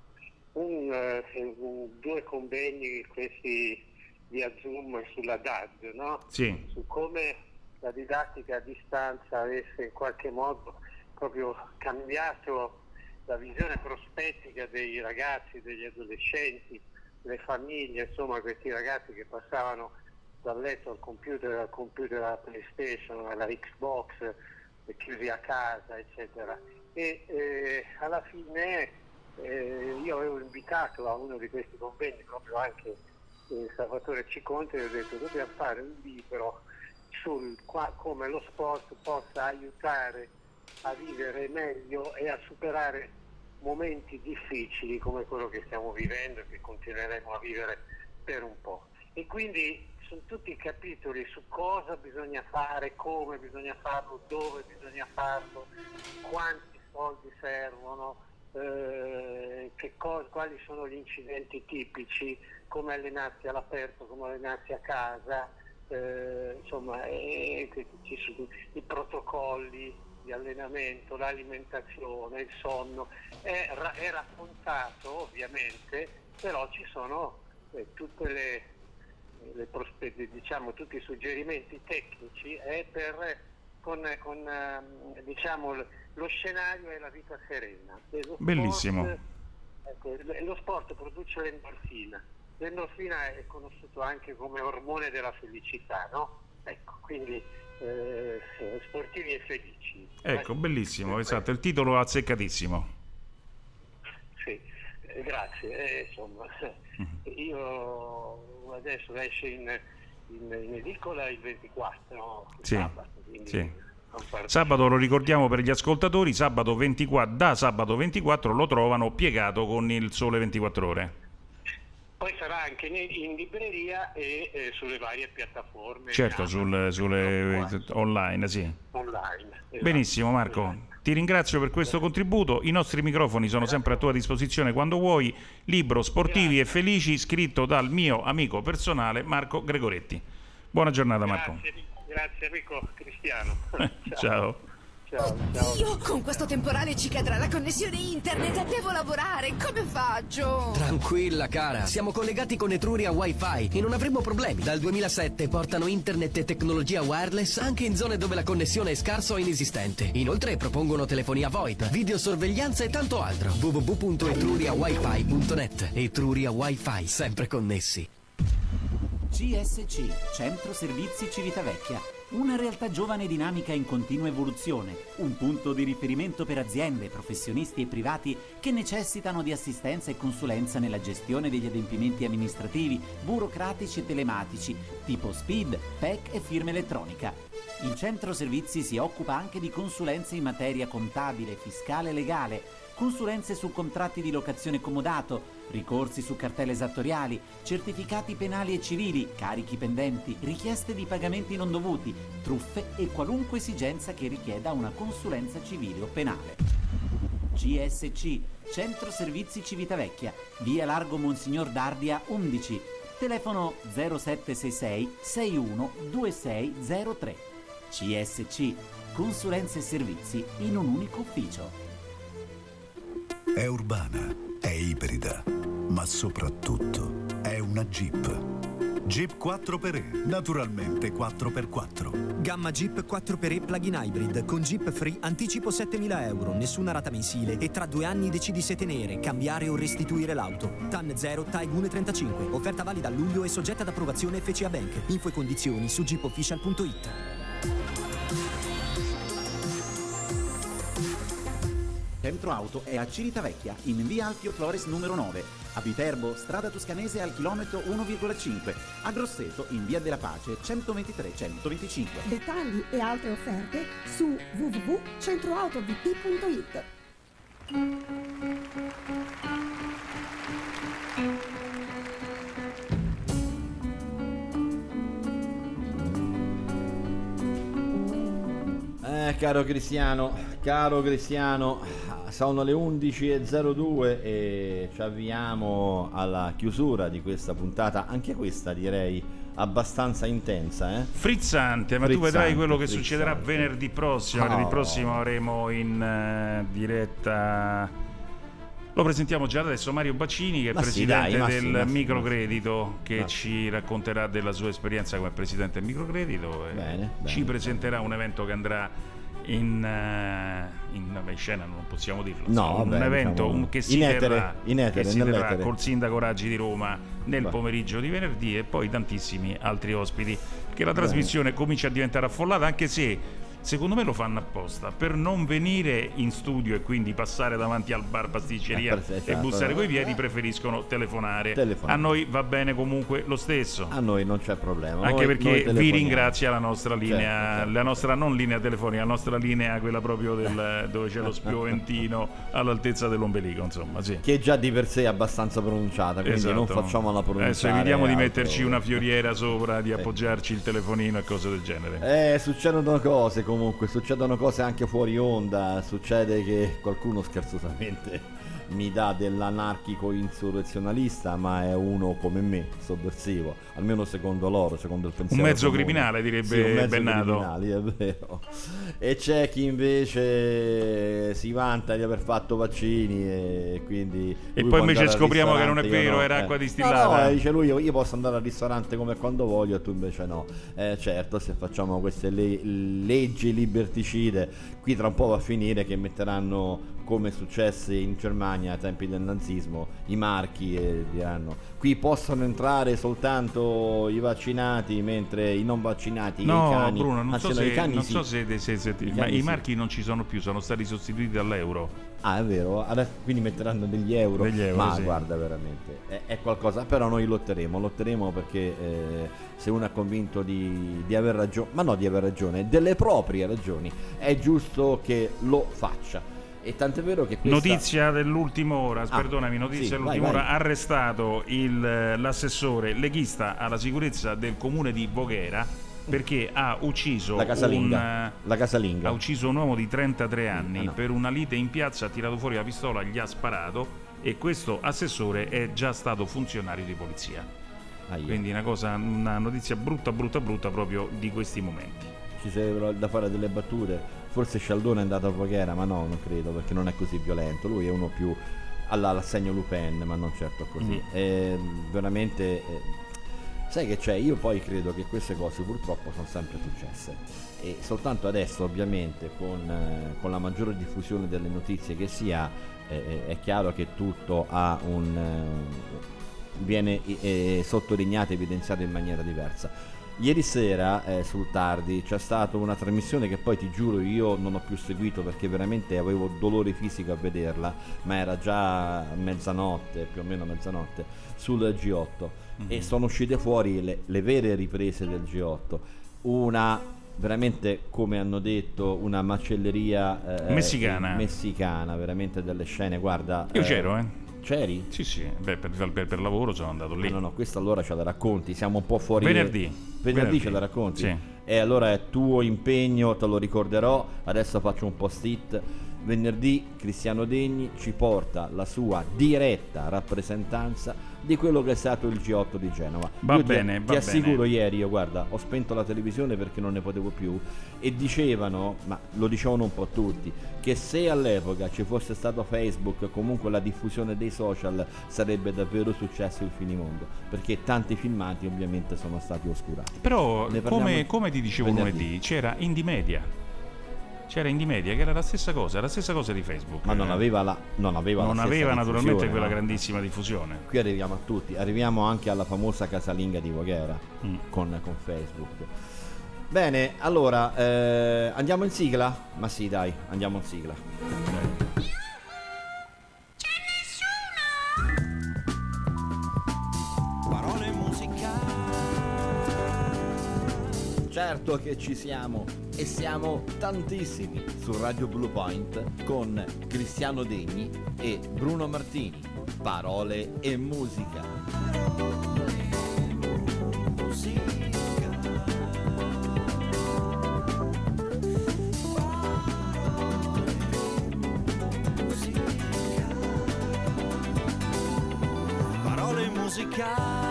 [SPEAKER 6] 2 convegni questi via Zoom sulla DAD, no?
[SPEAKER 3] Sì.
[SPEAKER 6] Su come la didattica a distanza avesse in qualche modo proprio cambiato la visione prospettica dei ragazzi, degli adolescenti, le famiglie, insomma questi ragazzi che passavano dal letto al computer alla PlayStation, alla Xbox, chiusi a casa, eccetera. E alla fine io avevo invitato a uno di questi convegni proprio anche Salvatore Ciconte, e ho detto: dobbiamo fare un libro sul come lo sport possa aiutare a vivere meglio e a superare momenti difficili come quello che stiamo vivendo e che continueremo a vivere per un po'. E quindi sono tutti capitoli su cosa bisogna fare, come bisogna farlo, dove bisogna farlo, quanti soldi servono, quali sono gli incidenti tipici, come allenarsi all'aperto, come allenarsi a casa, insomma ci sono i protocolli di allenamento, l'alimentazione, il sonno. È raccontato ovviamente, però ci sono tutte le prospettive, diciamo, tutti i suggerimenti tecnici con diciamo lo scenario è la vita serena.
[SPEAKER 3] Bellissimo.
[SPEAKER 6] Lo sport produce l'endorfina. L'endorfina è conosciuto anche come ormone della felicità, no? Ecco, quindi Sportivi e felici.
[SPEAKER 3] Ecco, bellissimo, esatto, il titolo azzeccatissimo.
[SPEAKER 6] Sì, grazie. Insomma, io adesso esce in edicola il 24,
[SPEAKER 3] Sì,
[SPEAKER 6] sabato, quindi
[SPEAKER 3] sì.
[SPEAKER 6] non parlo.
[SPEAKER 3] Sabato, lo ricordiamo per gli ascoltatori, sabato 24, da sabato 24 lo trovano piegato con il Sole 24 Ore.
[SPEAKER 6] Poi sarà anche in libreria e sulle varie piattaforme.
[SPEAKER 3] Certo, sulle online, sì.
[SPEAKER 6] Online. Esatto.
[SPEAKER 3] Benissimo Marco, ti ringrazio per questo contributo, i nostri microfoni sono sempre a tua disposizione quando vuoi. Libro Sportivi e Felici, scritto dal mio amico personale Marco Gregoretti. Buona giornata Marco.
[SPEAKER 6] Grazie Enrico Cristiano.
[SPEAKER 3] Ciao.
[SPEAKER 7] Io con questo temporale ci cadrà la connessione internet e devo lavorare, come faccio?
[SPEAKER 22] Tranquilla cara, siamo collegati con Etruria Wi-Fi e non avremo problemi. Dal 2007 portano internet e tecnologia wireless anche in zone dove la connessione è scarsa o inesistente. Inoltre propongono telefonia VoIP, videosorveglianza e tanto altro. www.etruriawifi.net. Etruria Wi-Fi, sempre connessi.
[SPEAKER 23] CSC, Centro Servizi Civitavecchia, una realtà giovane e dinamica in continua evoluzione, un punto di riferimento per aziende, professionisti e privati che necessitano di assistenza e consulenza nella gestione degli adempimenti amministrativi, burocratici e telematici, tipo SPID, PEC e firma elettronica. Il Centro Servizi si occupa anche di consulenze in materia contabile, fiscale e legale, consulenze su contratti di locazione comodato, ricorsi su cartelle esattoriali, certificati penali e civili, carichi pendenti, richieste di pagamenti non dovuti, truffe e qualunque esigenza che richieda una consulenza civile o penale. CSC, Centro Servizi Civitavecchia, via Largo Monsignor Dardia 11, telefono 0766 61 2603. CSC, consulenze e servizi in un unico ufficio.
[SPEAKER 9] È urbana, è ibrida, ma soprattutto è una Jeep. Jeep 4xe, naturalmente 4x4.
[SPEAKER 10] Gamma Jeep 4xe plug-in hybrid con Jeep Free, anticipo 7.000 euro, nessuna rata mensile e tra 2 anni decidi se tenere, cambiare o restituire l'auto. TAN 0, TAG 1.35, offerta valida a luglio e soggetta ad approvazione FCA Bank. Info e condizioni su jeepofficial.it.
[SPEAKER 11] Centro Auto è a Civitavecchia, in via Alfio Flores numero 9, a Viterbo, strada Toscanese al chilometro 1,5, a Grosseto, in via della Pace 123-125.
[SPEAKER 12] Dettagli e altre offerte su www.centroautovp.it.
[SPEAKER 2] Caro Cristiano, sono le 11.02 e ci avviamo alla chiusura di questa puntata, anche questa direi abbastanza intensa,
[SPEAKER 3] frizzante, ma tu vedrai quello che succederà venerdì prossimo. Venerdì prossimo avremo in diretta, lo presentiamo già adesso, Mario Baccini, che è presidente del Microcredito, che ci racconterà della sua esperienza come presidente del Microcredito. Ci presenterà un evento che andrà in scena, non possiamo dirlo, un evento che si terrà col sindaco Raggi di Roma nel pomeriggio di venerdì, e poi tantissimi altri ospiti, che la trasmissione comincia a diventare affollata, anche se secondo me lo fanno apposta per non venire in studio e quindi passare davanti al bar pasticceria e bussare coi piedi, preferiscono telefonare. A noi va bene comunque lo stesso,
[SPEAKER 2] a noi non c'è problema,
[SPEAKER 3] anche perché vi ringrazia la nostra linea, la nostra non linea telefonica, la nostra linea, quella proprio dove c'è lo spioventino all'altezza dell'ombelico, insomma, che
[SPEAKER 2] già di per sé è abbastanza pronunciata, quindi non facciamola pronunciare.
[SPEAKER 3] Adesso evitiamo di metterci una fioriera sopra, di appoggiarci il telefonino e cose del genere.
[SPEAKER 2] Succedono cose, comunque succedono cose anche fuori onda. Succede che qualcuno scherzosamente mi dà dell'anarchico insurrezionalista, ma è uno come me, sovversivo, almeno secondo loro, secondo il pensiero
[SPEAKER 3] un mezzo
[SPEAKER 2] comune.
[SPEAKER 3] Criminale, direbbe Bennato.
[SPEAKER 2] È vero. E c'è chi invece si vanta di aver fatto vaccini e quindi
[SPEAKER 3] poi invece scopriamo che non è vero, era acqua distillata.
[SPEAKER 2] Dice lui, io posso andare al ristorante come quando voglio, e tu invece no. Certo, se facciamo queste leggi liberticide, qui tra un po' va a finire che metteranno come successe in Germania ai tempi del nazismo, i marchi diranno qui possono entrare soltanto i vaccinati, mentre i non vaccinati,
[SPEAKER 3] No,
[SPEAKER 2] i cani,
[SPEAKER 3] Bruno, non so
[SPEAKER 2] anzi, no,
[SPEAKER 3] se,
[SPEAKER 2] i cani
[SPEAKER 3] non
[SPEAKER 2] sì.
[SPEAKER 3] so se
[SPEAKER 2] I
[SPEAKER 3] ma
[SPEAKER 2] cani
[SPEAKER 3] i
[SPEAKER 2] sì.
[SPEAKER 3] marchi non ci sono più, sono stati sostituiti dall'euro.
[SPEAKER 2] Ah, è vero, adesso, quindi metteranno degli euro. Ma
[SPEAKER 3] sì.
[SPEAKER 2] guarda, veramente è qualcosa. Però noi lotteremo perché se uno è convinto di aver ragione, ma no di aver ragione, delle proprie ragioni, è giusto che lo faccia. E tant'è vero che questa...
[SPEAKER 3] Notizia dell'ultima ora, perdonami, notizia
[SPEAKER 2] sì,
[SPEAKER 3] dell'ultima
[SPEAKER 2] vai.
[SPEAKER 3] ora, arrestato l'assessore leghista alla sicurezza del comune di Voghera perché ha ucciso
[SPEAKER 2] La casalinga.
[SPEAKER 3] ha ucciso un uomo di 33 anni per una lite in piazza, ha tirato fuori la pistola, gli ha sparato e questo assessore è già stato funzionario di polizia. Quindi una notizia brutta proprio di questi momenti.
[SPEAKER 2] Ci sarebbero da fare delle battute. Forse Scialdone è andato a Voghera, ma no, non credo, perché non è così violento. Lui è uno più all'assegno Lupin, ma non certo così. Veramente sai che c'è? Io poi credo che queste cose purtroppo sono sempre successe e soltanto adesso ovviamente con la maggiore diffusione delle notizie che si ha è chiaro che tutto ha viene sottolineato, evidenziato in maniera diversa. Ieri sera sul Tardi c'è stata una trasmissione che poi ti giuro io non ho più seguito perché veramente avevo dolore fisico a vederla, ma era già mezzanotte, più o meno mezzanotte, sul G8 e sono uscite fuori le vere riprese del G8. Una veramente, come hanno detto, una macelleria messicana, veramente delle scene, guarda.
[SPEAKER 3] Io c'ero,
[SPEAKER 2] C'eri?
[SPEAKER 3] Sì, beh, per lavoro sono andato lì.
[SPEAKER 2] No, questo allora ce la racconti, siamo un po' fuori.
[SPEAKER 3] Venerdì
[SPEAKER 2] ce la racconti?
[SPEAKER 3] Sì.
[SPEAKER 2] E allora è tuo impegno, te lo ricorderò, adesso faccio un post-it. Venerdì Cristiano Degni ci porta la sua diretta rappresentanza di quello che è stato il G8 di Genova. Ti assicuro, ieri io guarda, ho spento la televisione perché non ne potevo più e dicevano, ma lo dicevano un po' tutti, che se all'epoca ci fosse stato Facebook, comunque la diffusione dei social sarebbe davvero successo il finimondo, perché tanti filmati ovviamente sono stati oscurati.
[SPEAKER 3] Però come ti dicevo lunedì, c'era Indie Media che era la stessa cosa di Facebook.
[SPEAKER 2] Ma non aveva
[SPEAKER 3] naturalmente quella
[SPEAKER 2] no?
[SPEAKER 3] grandissima diffusione.
[SPEAKER 2] Qui arriviamo a tutti, arriviamo anche alla famosa casalinga di Voghera con Facebook. Bene, allora andiamo in sigla? Ma sì, dai, andiamo in sigla.
[SPEAKER 1] C'è nessuno! Parole musicali.
[SPEAKER 2] Certo che ci siamo e siamo tantissimi su Radio Blue Point con Cristiano Degni e Bruno Martini. Parole e musica.
[SPEAKER 1] Parole musicali.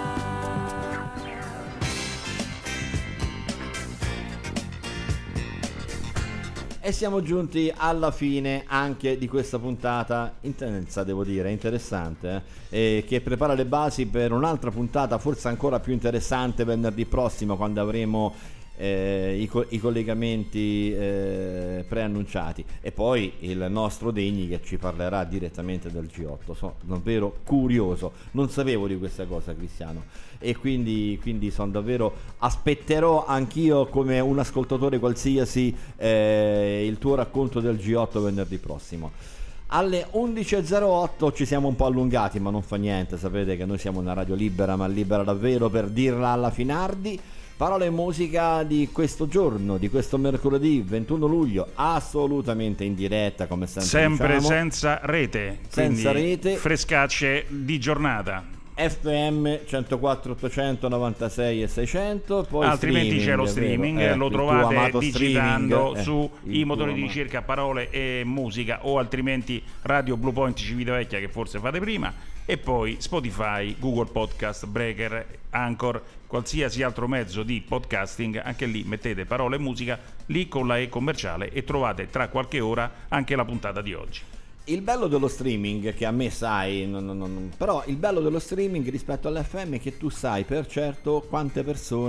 [SPEAKER 2] E siamo giunti alla fine anche di questa puntata intensa, devo dire, interessante, che prepara le basi per un'altra puntata forse ancora più interessante venerdì prossimo, quando avremo i collegamenti preannunciati, e poi il nostro Degni che ci parlerà direttamente del G8. Sono davvero curioso, non sapevo di questa cosa, Cristiano, e quindi sono davvero, aspetterò anch'io come un ascoltatore qualsiasi il tuo racconto del G8 venerdì prossimo. Alle 11.08 ci siamo un po' allungati, ma non fa niente, sapete che noi siamo una radio libera, ma libera davvero, per dirla alla Finardi. Parole e musica di questo giorno, di questo mercoledì 21 luglio, assolutamente in diretta, come sempre diciamo.
[SPEAKER 3] Senza rete, frescacce di giornata.
[SPEAKER 2] FM 104 800 96 e 600, poi
[SPEAKER 3] altrimenti c'è lo streaming, lo trovate digitando sui motori di
[SPEAKER 2] amato.
[SPEAKER 3] ricerca parole e musica, o altrimenti Radio Blue Point Civitavecchia, che forse fate prima, e poi Spotify, Google Podcast, Breaker, Anchor, qualsiasi altro mezzo di podcasting. Anche lì mettete parole e musica, lì con la E commerciale, e trovate tra qualche ora anche la puntata di oggi.
[SPEAKER 2] Il bello dello streaming, che a me sai, però il bello dello streaming rispetto all'FM è che tu sai per certo quante persone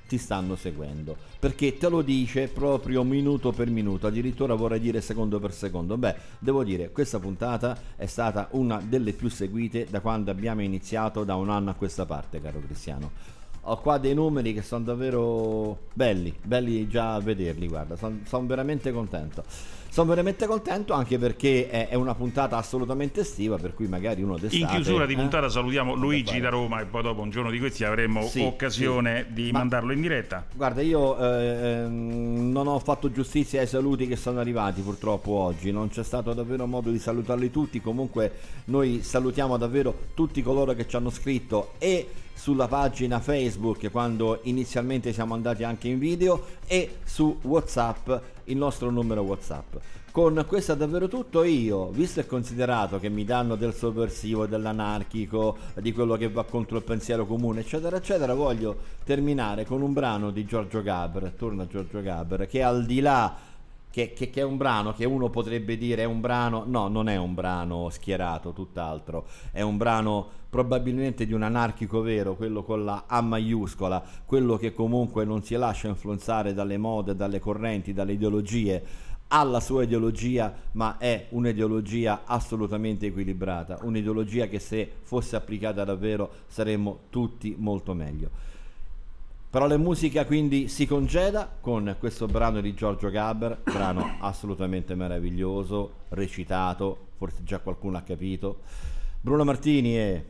[SPEAKER 2] ti stanno seguendo, perché te lo dice proprio minuto per minuto, addirittura vorrei dire secondo per secondo. Beh, devo dire, questa puntata è stata una delle più seguite da quando abbiamo iniziato, da un anno a questa parte, caro Cristiano. Ho qua dei numeri che sono davvero belli già a vederli, guarda, sono veramente contento. Sono veramente contento anche perché è una puntata assolutamente estiva, per cui magari uno d'estate...
[SPEAKER 3] In chiusura di puntata salutiamo Luigi da Roma e poi dopo un giorno di questi avremo occasione di mandarlo in diretta.
[SPEAKER 2] Guarda, io non ho fatto giustizia ai saluti che sono arrivati purtroppo oggi, non c'è stato davvero modo di salutarli tutti. Comunque noi salutiamo davvero tutti coloro che ci hanno scritto e sulla pagina Facebook quando inizialmente siamo andati anche in video e su WhatsApp, il nostro numero WhatsApp. Con questo è davvero tutto. Io, visto e considerato che mi danno del sovversivo, dell'anarchico, di quello che va contro il pensiero comune, eccetera eccetera, voglio terminare con un brano di Giorgio Gaber, torna Giorgio Gaber, che al di là che è un brano che uno potrebbe dire è un brano, no, non è un brano schierato, tutt'altro, è un brano probabilmente di un anarchico vero, quello con la A maiuscola, quello che comunque non si lascia influenzare dalle mode, dalle correnti, dalle ideologie, ha la sua ideologia, ma è un'ideologia assolutamente equilibrata, un'ideologia che se fosse applicata davvero saremmo tutti molto meglio. Parole e musica quindi si congeda con questo brano di Giorgio Gaber, brano assolutamente meraviglioso, recitato, forse già qualcuno ha capito. Bruno Martini e...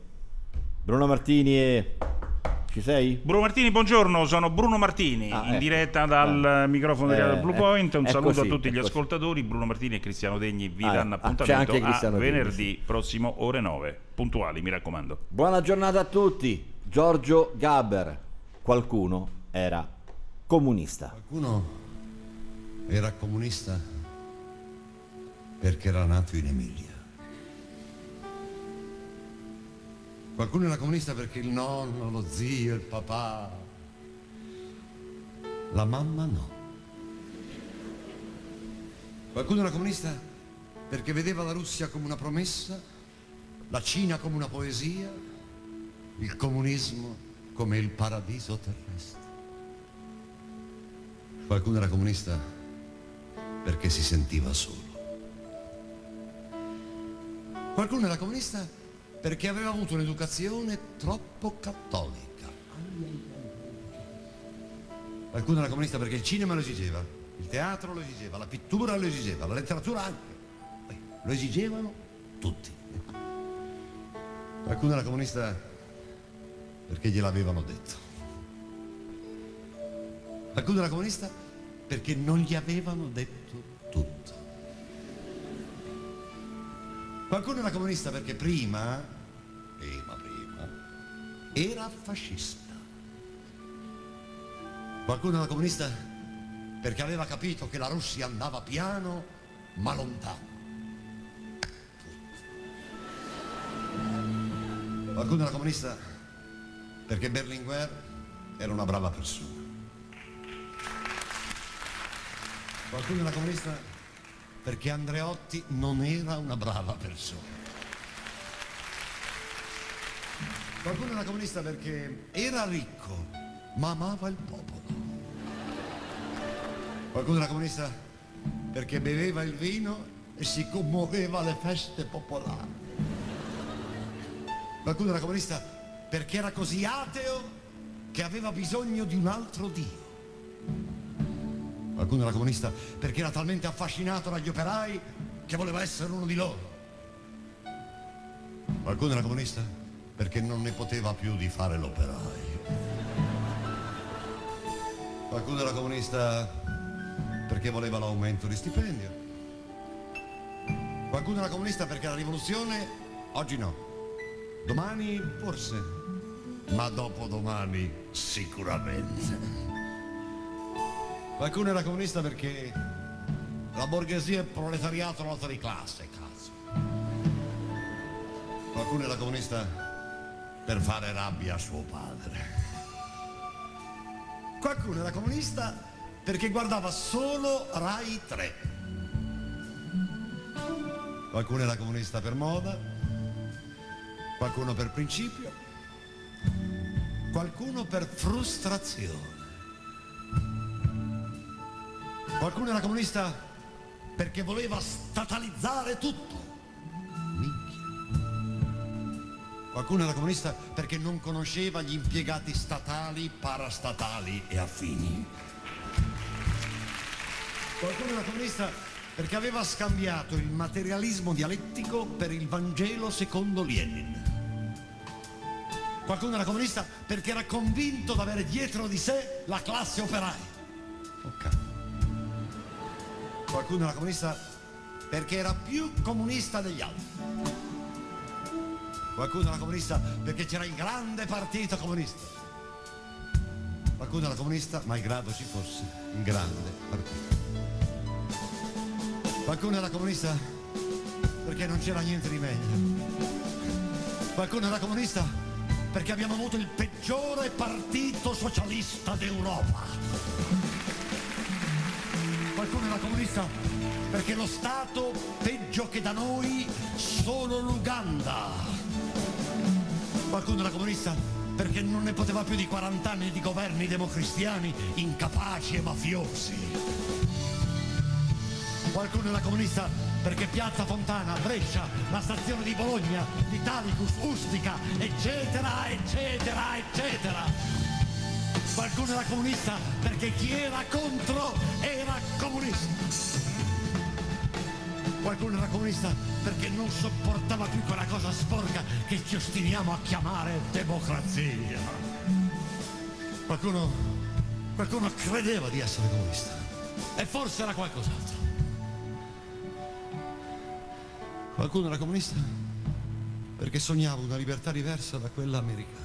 [SPEAKER 2] Ci sei?
[SPEAKER 3] Bruno Martini, buongiorno, sono Bruno Martini, in diretta dal microfono di Blue Point. Un saluto a tutti gli ascoltatori. Bruno Martini e Cristiano Degni vi danno appuntamento a venerdì prossimo ore 9, puntuali, mi raccomando.
[SPEAKER 2] Buona giornata a tutti. Giorgio Gaber. Qualcuno era comunista.
[SPEAKER 13] Qualcuno era comunista perché era nato in Emilia. Qualcuno era comunista perché il nonno, lo zio, il papà, la mamma no. Qualcuno era comunista perché vedeva la Russia come una promessa, la Cina come una poesia, il comunismo come il paradiso terrestre. Qualcuno era comunista perché si sentiva solo. Qualcuno era comunista perché aveva avuto un'educazione troppo cattolica. Qualcuno era comunista perché il cinema lo esigeva, il teatro lo esigeva, la pittura lo esigeva, la letteratura anche. Lo esigevano tutti. Qualcuno era comunista perché gliel'avevano detto. Qualcuno era comunista perché non gli avevano detto tutto. Qualcuno era comunista perché prima era fascista. Qualcuno era comunista perché aveva capito che la Russia andava piano ma lontano. Qualcuno era comunista perché Berlinguer era una brava persona. Qualcuno era comunista perché Andreotti non era una brava persona. Qualcuno era comunista perché era ricco ma amava il popolo. Qualcuno era comunista perché beveva il vino e si commuoveva alle feste popolari. Qualcuno era comunista perché era così ateo che aveva bisogno di un altro Dio. Qualcuno era comunista perché era talmente affascinato dagli operai che voleva essere uno di loro. Qualcuno era comunista perché non ne poteva più di fare l'operaio. Qualcuno era comunista perché voleva l'aumento di stipendio. Qualcuno era comunista perché la rivoluzione oggi no. Domani forse, ma dopodomani sicuramente. Qualcuno era comunista perché la borghesia e il proletariato è lotta di classe, cazzo. Qualcuno era comunista per fare rabbia a suo padre. Qualcuno era comunista perché guardava solo Rai 3. Qualcuno era comunista per moda. Qualcuno per principio, qualcuno per frustrazione. Qualcuno era comunista perché voleva statalizzare tutto. Qualcuno era comunista perché non conosceva gli impiegati statali, parastatali e affini. Qualcuno era comunista perché aveva scambiato il materialismo dialettico per il Vangelo secondo Lenin. Qualcuno era comunista perché era convinto di avere dietro di sé la classe operaia. Ok. Qualcuno era comunista perché era più comunista degli altri. Qualcuno era comunista perché c'era il grande partito comunista. Qualcuno era comunista, malgrado ci fosse il grande partito. Qualcuno era comunista perché non c'era niente di meglio. Qualcuno era comunista perché abbiamo avuto il peggiore partito socialista d'Europa. Qualcuno era comunista perché lo Stato peggio che da noi solo l'Uganda. Qualcuno era comunista perché non ne poteva più di 40 anni di governi democristiani incapaci e mafiosi. Qualcuno era comunista perché Piazza Fontana, Brescia, la stazione di Bologna, l'Italicus, Ustica, eccetera, eccetera, eccetera. Qualcuno era comunista perché chi era contro era comunista. Qualcuno era comunista perché non sopportava più quella cosa sporca che ci ostiniamo a chiamare democrazia. Qualcuno credeva di essere comunista e forse era qualcos'altro. Qualcuno era comunista perché sognava una libertà diversa da quella americana.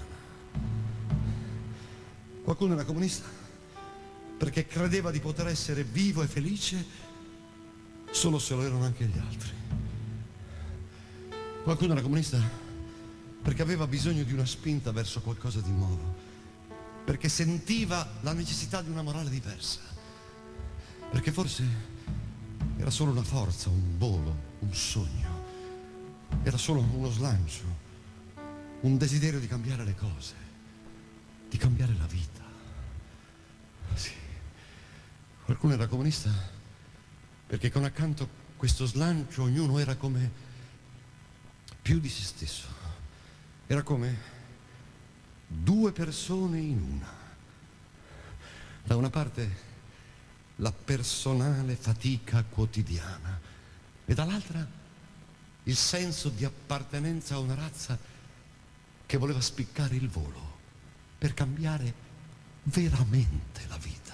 [SPEAKER 13] Qualcuno era comunista perché credeva di poter essere vivo e felice solo se lo erano anche gli altri. Qualcuno era comunista perché aveva bisogno di una spinta verso qualcosa di nuovo, perché sentiva la necessità di una morale diversa, perché forse era solo una forza, un volo, un sogno, era solo uno slancio, un desiderio di cambiare le cose, di cambiare la vita. Sì. Qualcuno era comunista perché con accanto questo slancio ognuno era come più di se stesso, era come due persone in una. Da una parte la personale fatica quotidiana e dall'altra il senso di appartenenza a una razza che voleva spiccare il volo per cambiare veramente la vita.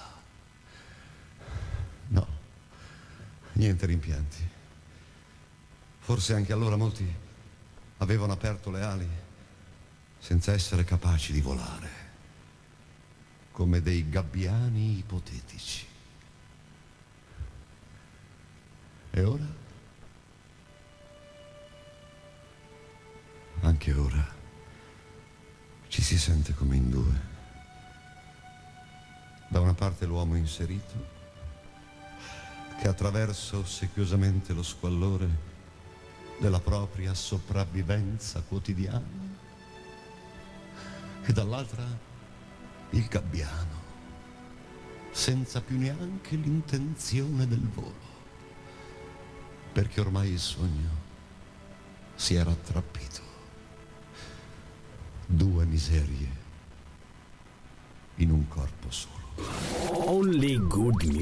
[SPEAKER 13] No, niente rimpianti. Forse anche allora molti avevano aperto le ali senza essere capaci di volare, come dei gabbiani ipotetici. E ora? Anche ora ci si sente come in due. Da una parte l'uomo inserito che attraversa ossequiosamente lo squallore della propria sopravvivenza quotidiana e dall'altra il gabbiano senza più neanche l'intenzione del volo, perché ormai il sogno si era attrappito. Due miserie in un corpo solo.
[SPEAKER 20] Only good news.